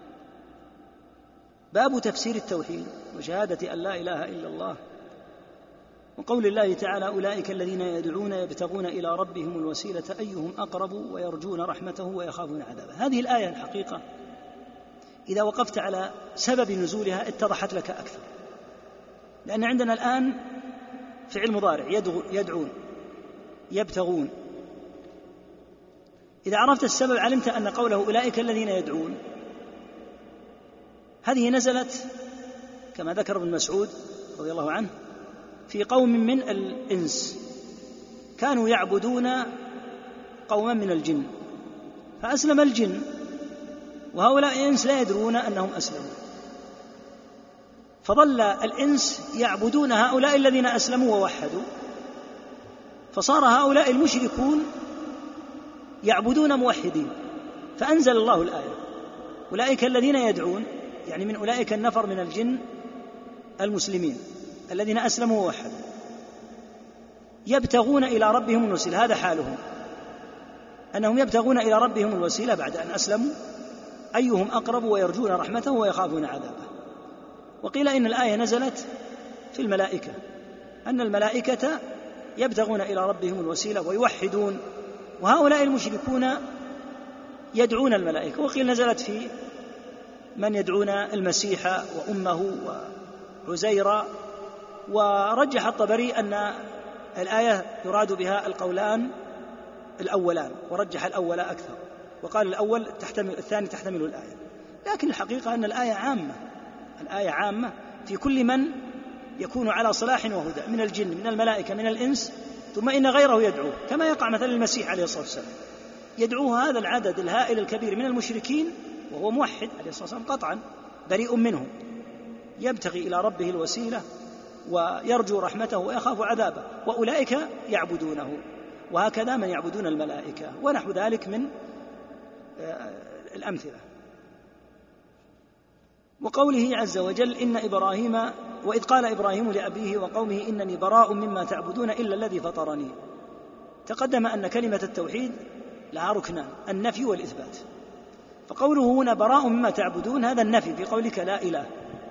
باب تفسير التوحيد وشهادة أن لا إله إلا الله. وقول الله تعالى: أولئك الذين يدعون يبتغون إلى ربهم الوسيلة أيهم أقرب ويرجون رحمته ويخافون عذابه. هذه الآية الحقيقة إذا وقفت على سبب نزولها اتضحت لك أكثر، لأن عندنا الآن فعل مضارع يدعون يبتغون. إذا عرفت السبب علمت أن قوله أولئك الذين يدعون هذه نزلت كما ذكر ابن مسعود رضي الله عنه في قوم من الإنس كانوا يعبدون قوما من الجن، فأسلم الجن وهؤلاء الإنس لا يدرون أنهم أسلموا، فظل الإنس يعبدون هؤلاء الذين أسلموا ووحدوا، فصار هؤلاء المشركون يعبدون موحدين، فأنزل الله الآية: أولئك الذين يدعون، يعني من أولئك النفر من الجن المسلمين الذين أسلموا ووحدوا يبتغون إلى ربهم الوسيلة. هذا حالهم، أنهم يبتغون إلى ربهم الوسيلة بعد أن أسلموا أيهم أقرب ويرجون رحمته ويخافون عذابه. وقيل إن الآية نزلت في الملائكة، أن الملائكة يبتغون إلى ربهم الوسيلة ويوحدون، وهؤلاء المشركون يدعون الملائكة. وقيل نزلت في من يدعون المسيح وأمه وعزيرا. ورجح الطبري أن الآية يراد بها القولان الأولان، ورجح الأول أكثر، وقال الأول الثاني تحتمل الآية. لكن الحقيقة أن الآية عامة في كل من يكون على صلاح وهدى من الجن من الملائكة من الإنس، ثم إن غيره يدعوه، كما يقع مثلا المسيح عليه الصلاة والسلام يدعوه هذا العدد الهائل الكبير من المشركين وهو موحد عليه الصلاة والسلام قطعا بريء منهم، يبتغي إلى ربه الوسيلة ويرجو رحمته ويخاف عذابه، وأولئك يعبدونه. وهكذا من يعبدون الملائكة ونحو ذلك من الأمثلة. وقوله عز وجل: إن إبراهيم وإذ قال إبراهيم لأبيه وقومه إنني براء مما تعبدون إلا الذي فطرني. تقدم أن كلمة التوحيد لها ركنان: النفي والإثبات. فقوله هنا براء مما تعبدون هذا النفي في قولك لا إله،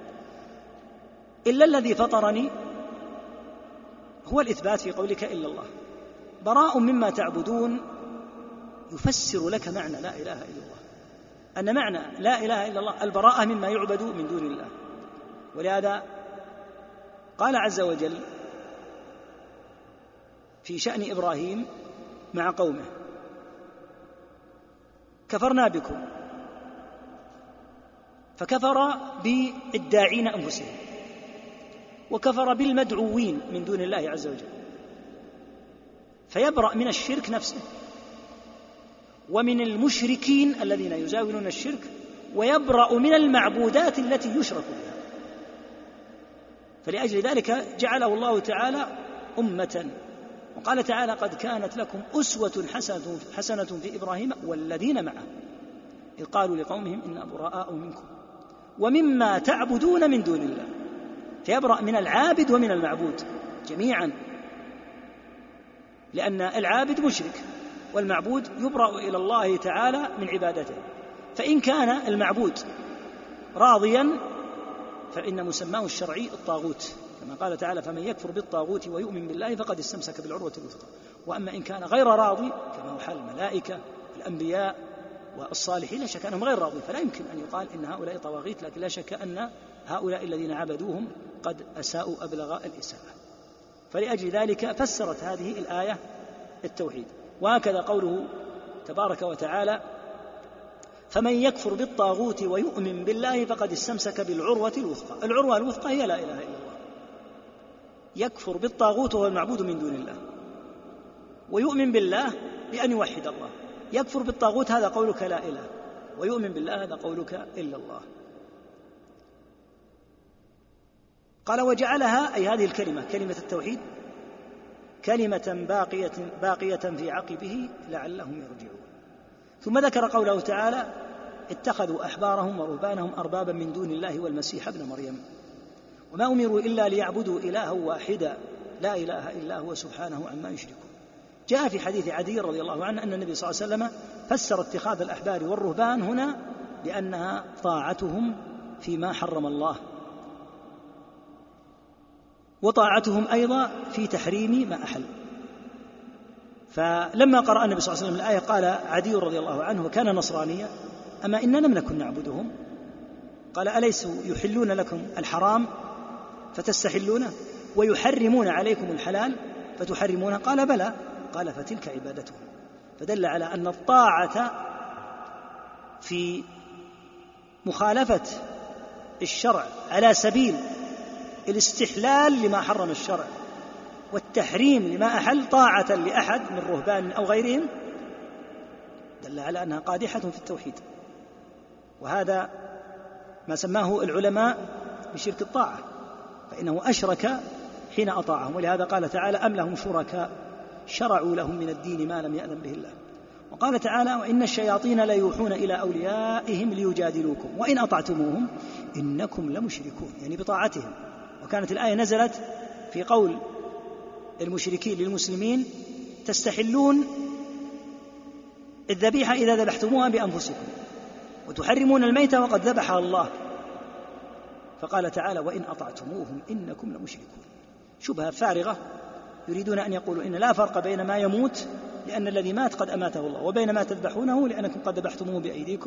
إلا الذي فطرني هو الإثبات في قولك إلا الله. براء مما تعبدون يفسر لك معنى لا إله إلا الله، أن معنى لا إله إلا الله البراءة مما يعبد من دون الله. ولهذا قال عز وجل في شأن إبراهيم مع قومه: كفرنا بكم، فكفر بالداعين أنفسهم وكفر بالمدعوين من دون الله عز وجل، فيبرأ من الشرك نفسه ومن المشركين الذين يزاولون الشرك، ويبرأ من المعبودات التي يشرك بها. فلأجل ذلك جعله الله تعالى أمة. وقال تعالى: قد كانت لكم أسوة حسنة في إبراهيم والذين معه إذ قالوا لقومهم إنا براء منكم ومما تعبدون من دون الله. فيبرأ من العابد ومن المعبود جميعا، لأن العابد مشرك والمعبود يبرأ إلى الله تعالى من عبادته. فإن كان المعبود راضيا فإن مسماه الشرعي الطاغوت، كما قال تعالى: فمن يكفر بالطاغوت ويؤمن بالله فقد استمسك بالعروة الوثقى. وأما إن كان غير راضي كما هو حال الملائكة الأنبياء والصالحين لا شك أنهم غير راضي، فلا يمكن أن يقال إن هؤلاء طواغيت، لكن لا شك أن هؤلاء الذين عبدوهم قد أساءوا أبلغ الإساءة. فلأجل ذلك فسرت هذه الآية التوحيد. وهكذا قوله تبارك وتعالى: فمن يكفر بالطاغوت ويؤمن بالله فقد استمسك بالعروة الوثقى. العروة الوثقى هي لا إله إلا الله. يكفر بالطاغوت وهو المعبود من دون الله، ويؤمن بالله بأن يوحد الله. يكفر بالطاغوت هذا قولك لا إله، ويؤمن بالله هذا قولك إلا الله. قال: وجعلها، أي هذه الكلمة كلمة التوحيد، كلمة باقية في عقبه لعلهم يرجعون. ثم ذكر قوله تعالى: اتخذوا أحبارهم ورهبانهم أربابا من دون الله والمسيح ابن مريم وما أمروا إلا ليعبدوا إلها واحدا لا إله إلا هو سبحانه عما يشركون. جاء في حديث عدي رضي الله عنه أن النبي صلى الله عليه وسلم فسر اتخاذ الأحبار والرهبان هنا بأنها طاعتهم فيما حرم الله، وطاعتهم أيضا في تحريم ما أحل. فلما قرأ النبي صلى الله عليه وسلم الآية قال عدي رضي الله عنه وكان نصرانيا: أما إننا لم نكن نعبدهم. قال: أليسوا يحلون لكم الحرام فتستحلونه ويحرمون عليكم الحلال فتحرمونه؟ قال: بلى. قال: فتلك عبادتهم. فدل على أن الطاعة في مخالفة الشرع على سبيل الاستحلال لما حرم الشرع والتحريم لما أحل طاعة لأحد من رهبان أو غيرهم دل على أنها قادحة في التوحيد. وهذا ما سماه العلماء بشرك الطاعة، فإنه أشرك حين أطاعهم. ولهذا قال تعالى: أم لهم شركاء شرعوا لهم من الدين ما لم يأذن به الله. وقال تعالى: وإن الشياطين ليوحون إلى أوليائهم ليجادلوكم وإن أطعتموهم إنكم لمشركون، يعني بطاعتهم. وكانت الآية نزلت في قول المشركين للمسلمين: تستحلون الذبيحة إذا ذبحتموها بأنفسكم وتحرمون الميتة وقد ذبحها الله. فقال تعالى: وإن أطعتموهم إنكم لمشركون. شبهة فارغة، يريدون أن يقولوا إن لا فرق بين ما يموت لأن الذي مات قد أماته الله وبين ما تذبحونه لأنكم قد ذبحتموه بأيديكم.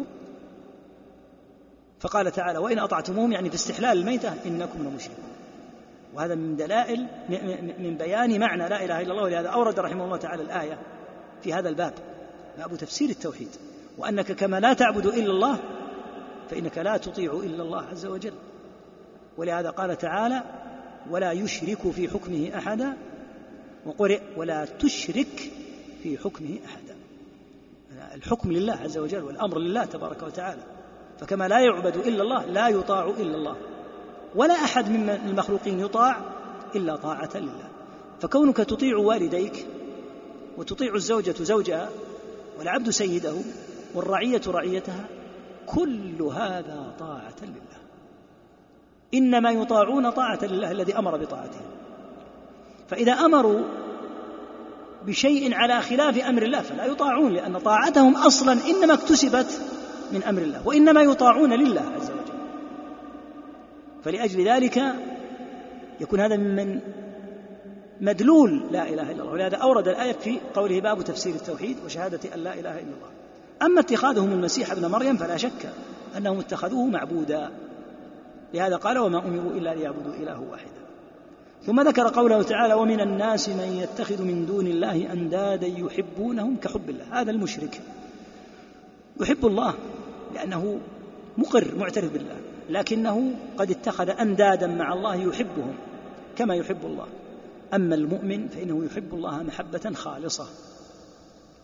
فقال تعالى: وإن أطعتموهم، يعني في استحلال الميتة، إنكم لمشركون. وهذا من دلائل من بيان معنى لا إله إلا الله. ولهذا أورد رحمه الله تعالى الآية في هذا الباب، باب تفسير التوحيد، وأنك كما لا تعبد إلا الله فإنك لا تطيع إلا الله عز وجل. ولهذا قال تعالى: ولا يشرك في حكمه أحدا، وقرئ: ولا تشرك في حكمه أحدا. الحكم لله عز وجل والأمر لله تبارك وتعالى، فكما لا يعبد إلا الله لا يطاع إلا الله، ولا أحد من المخلوقين يطاع إلا طاعة لله. فكونك تطيع والديك وتطيع الزوجة زوجها والعبد سيده والرعية رعيتها، كل هذا طاعة لله. إنما يطاعون طاعة لله الذي أمر بطاعته. فإذا أمروا بشيء على خلاف أمر الله فلا يطاعون، لأن طاعتهم أصلا إنما اكتسبت من أمر الله، وإنما يطاعون لله عز وجل. فلأجل ذلك يكون هذا من مدلول لا إله إلا الله. ولهذا أورد الآية في قوله: باب تفسير التوحيد وشهادة أن لا إله إلا الله. أما اتخاذهم المسيح ابن مريم فلا شك أنهم اتخذوه معبودا، لهذا قال: وما أمروا إلا ليعبدوا إله واحدا. ثم ذكر قوله تعالى: ومن الناس من يتخذ من دون الله أندادا يحبونهم كحب الله. هذا المشرك يحب الله لأنه مقر معترف بالله، لكنه قد اتخذ أندادا مع الله يحبهم كما يحب الله. أما المؤمن فإنه يحب الله محبة خالصة،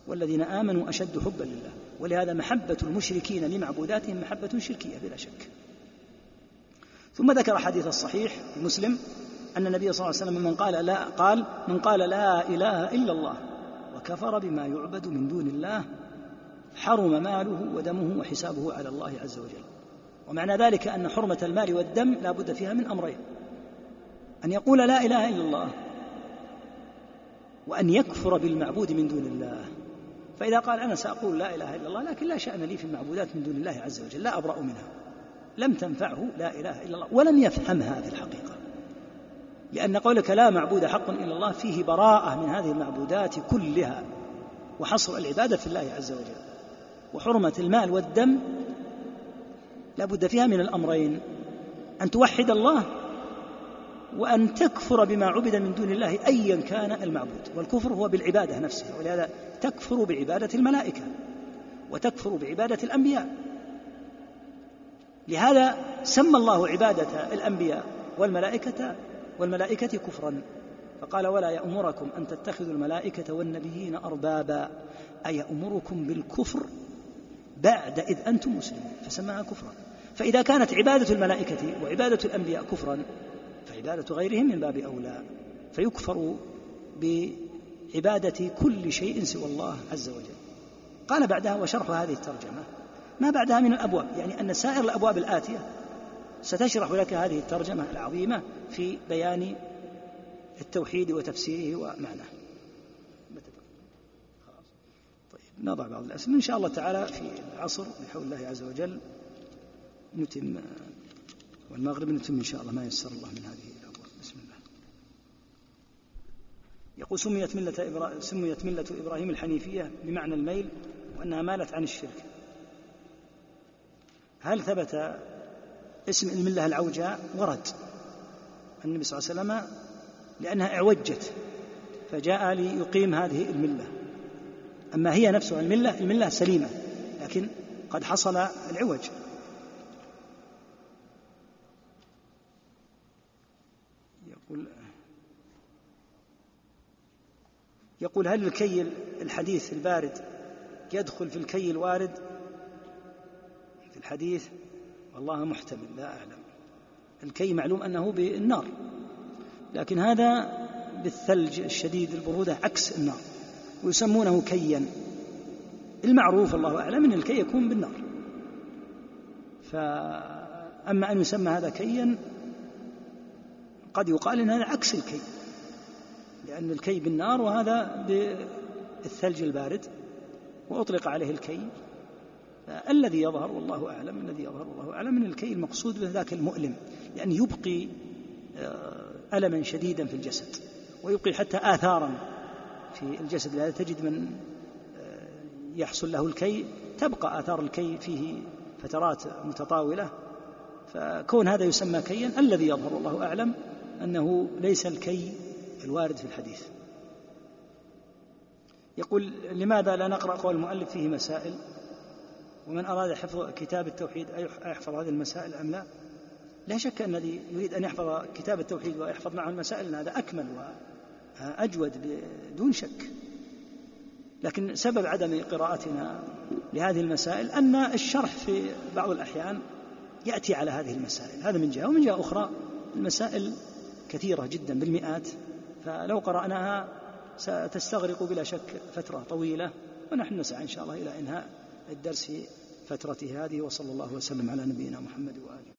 والذين آمنوا أشد حبا لله. ولهذا محبة المشركين لمعبوداتهم محبة شركية بلا شك. ثم ذكر حديث الصحيح مسلم أن النبي صلى الله عليه وسلم من قال لا إله إلا الله وكفر بما يعبد من دون الله حرم ماله ودمه وحسابه على الله عز وجل. ومعنى ذلك أن حرمة المال والدم لا بد فيها من أمرين: أن يقول لا إله إلا الله، وأن يكفر بالمعبود من دون الله. فإذا قال أنا سأقول لا إله إلا الله لكن لا شأن لي في المعبودات من دون الله عز وجل، لا أبرأ منها، لم تنفعه لا إله إلا الله، ولم يفهم هذه الحقيقة. لأن قولك لا معبود حق إلا الله فيه براءة من هذه المعبودات كلها، وحصر العبادة في الله عز وجل. وحرمة المال والدم لا بد فيها من الأمرين: أن توحد الله، وأن تكفر بما عبد من دون الله أيا كان المعبود. والكفر هو بالعبادة نفسها، ولهذا تكفر بعبادة الملائكة وتكفر بعبادة الأنبياء. لهذا سمى الله عبادة الأنبياء والملائكة كفرا، فقال: ولا يأمركم أن تتخذوا الملائكة والنبيين أربابا، أي يأمركم بالكفر بعد إذ أنتم مسلمون، فسماها كفرا. فإذا كانت عبادة الملائكة وعبادة الأنبياء كفرا فعبادة غيرهم من باب أولى، فيكفر بعبادة كل شيء سوى الله عز وجل. قال بعدها: وشرح هذه الترجمة ما بعدها من الأبواب، يعني أن سائر الأبواب الآتية ستشرح لك هذه الترجمة العظيمة في بيان التوحيد وتفسيره ومعناه. طيب نضع بعض الأسئلة إن شاء الله تعالى في العصر بحول الله عز وجل نتم، والمغرب نتم إن شاء الله ما يسر الله من هذه الأبواب. بسم الله. يقول: سميت ملة إبراهيم الحنيفية بمعنى الميل، وأنها مالت عن الشرك. هل ثبت اسم الملة العوجاء؟ ورد النبي صلى الله عليه وسلم لأنها اعوجت فجاء ليقيم هذه الملة. أما هي نفسها الملة سليمة، لكن قد حصل العوج. يقول: هل الكي الحديث البارد يدخل في الكي الوارد في الحديث؟ والله محتمل، لا أعلم. الكي معلوم أنه بالنار، لكن هذا بالثلج الشديد البرودة عكس النار، ويسمونه كيا. المعروف الله أعلم أن الكي يكون بالنار، فأما أن يسمى هذا كيا قد يقال أن هذا عكس الكي، لأن الكي بالنار وهذا بالثلج البارد، وأطلق عليه الكي. الذي يظهر والله أعلم من الكي المقصود به ذاك المؤلم، لأن يبقي ألما شديدا في الجسد، ويبقي حتى آثارا في الجسد. لا تجد من يحصل له الكي تبقى آثار الكي فيه فترات متطاولة، فكون هذا يسمى كيا. الذي يظهر والله أعلم أنه ليس الكي الوارد في الحديث. يقول: لماذا لا نقرأ قول المؤلف فيه مسائل؟ ومن أراد حفظ كتاب التوحيد أيحفظ هذه المسائل أم لا؟ لا شك أن الذي يريد أن يحفظ كتاب التوحيد ويحفظ معه المسائل هذا أكمل وأجود بدون شك. لكن سبب عدم قراءتنا لهذه المسائل أن الشرح في بعض الأحيان يأتي على هذه المسائل، هذا من جهة. ومن جهة أخرى المسائل كثيرة جدا بالمئات، فلو قرأناها ستستغرق بلا شك فترة طويلة، ونحن نسعى إن شاء الله إلى إنهاء الدرس في فترته هذه. وصلى الله وسلم على نبينا محمد وآله.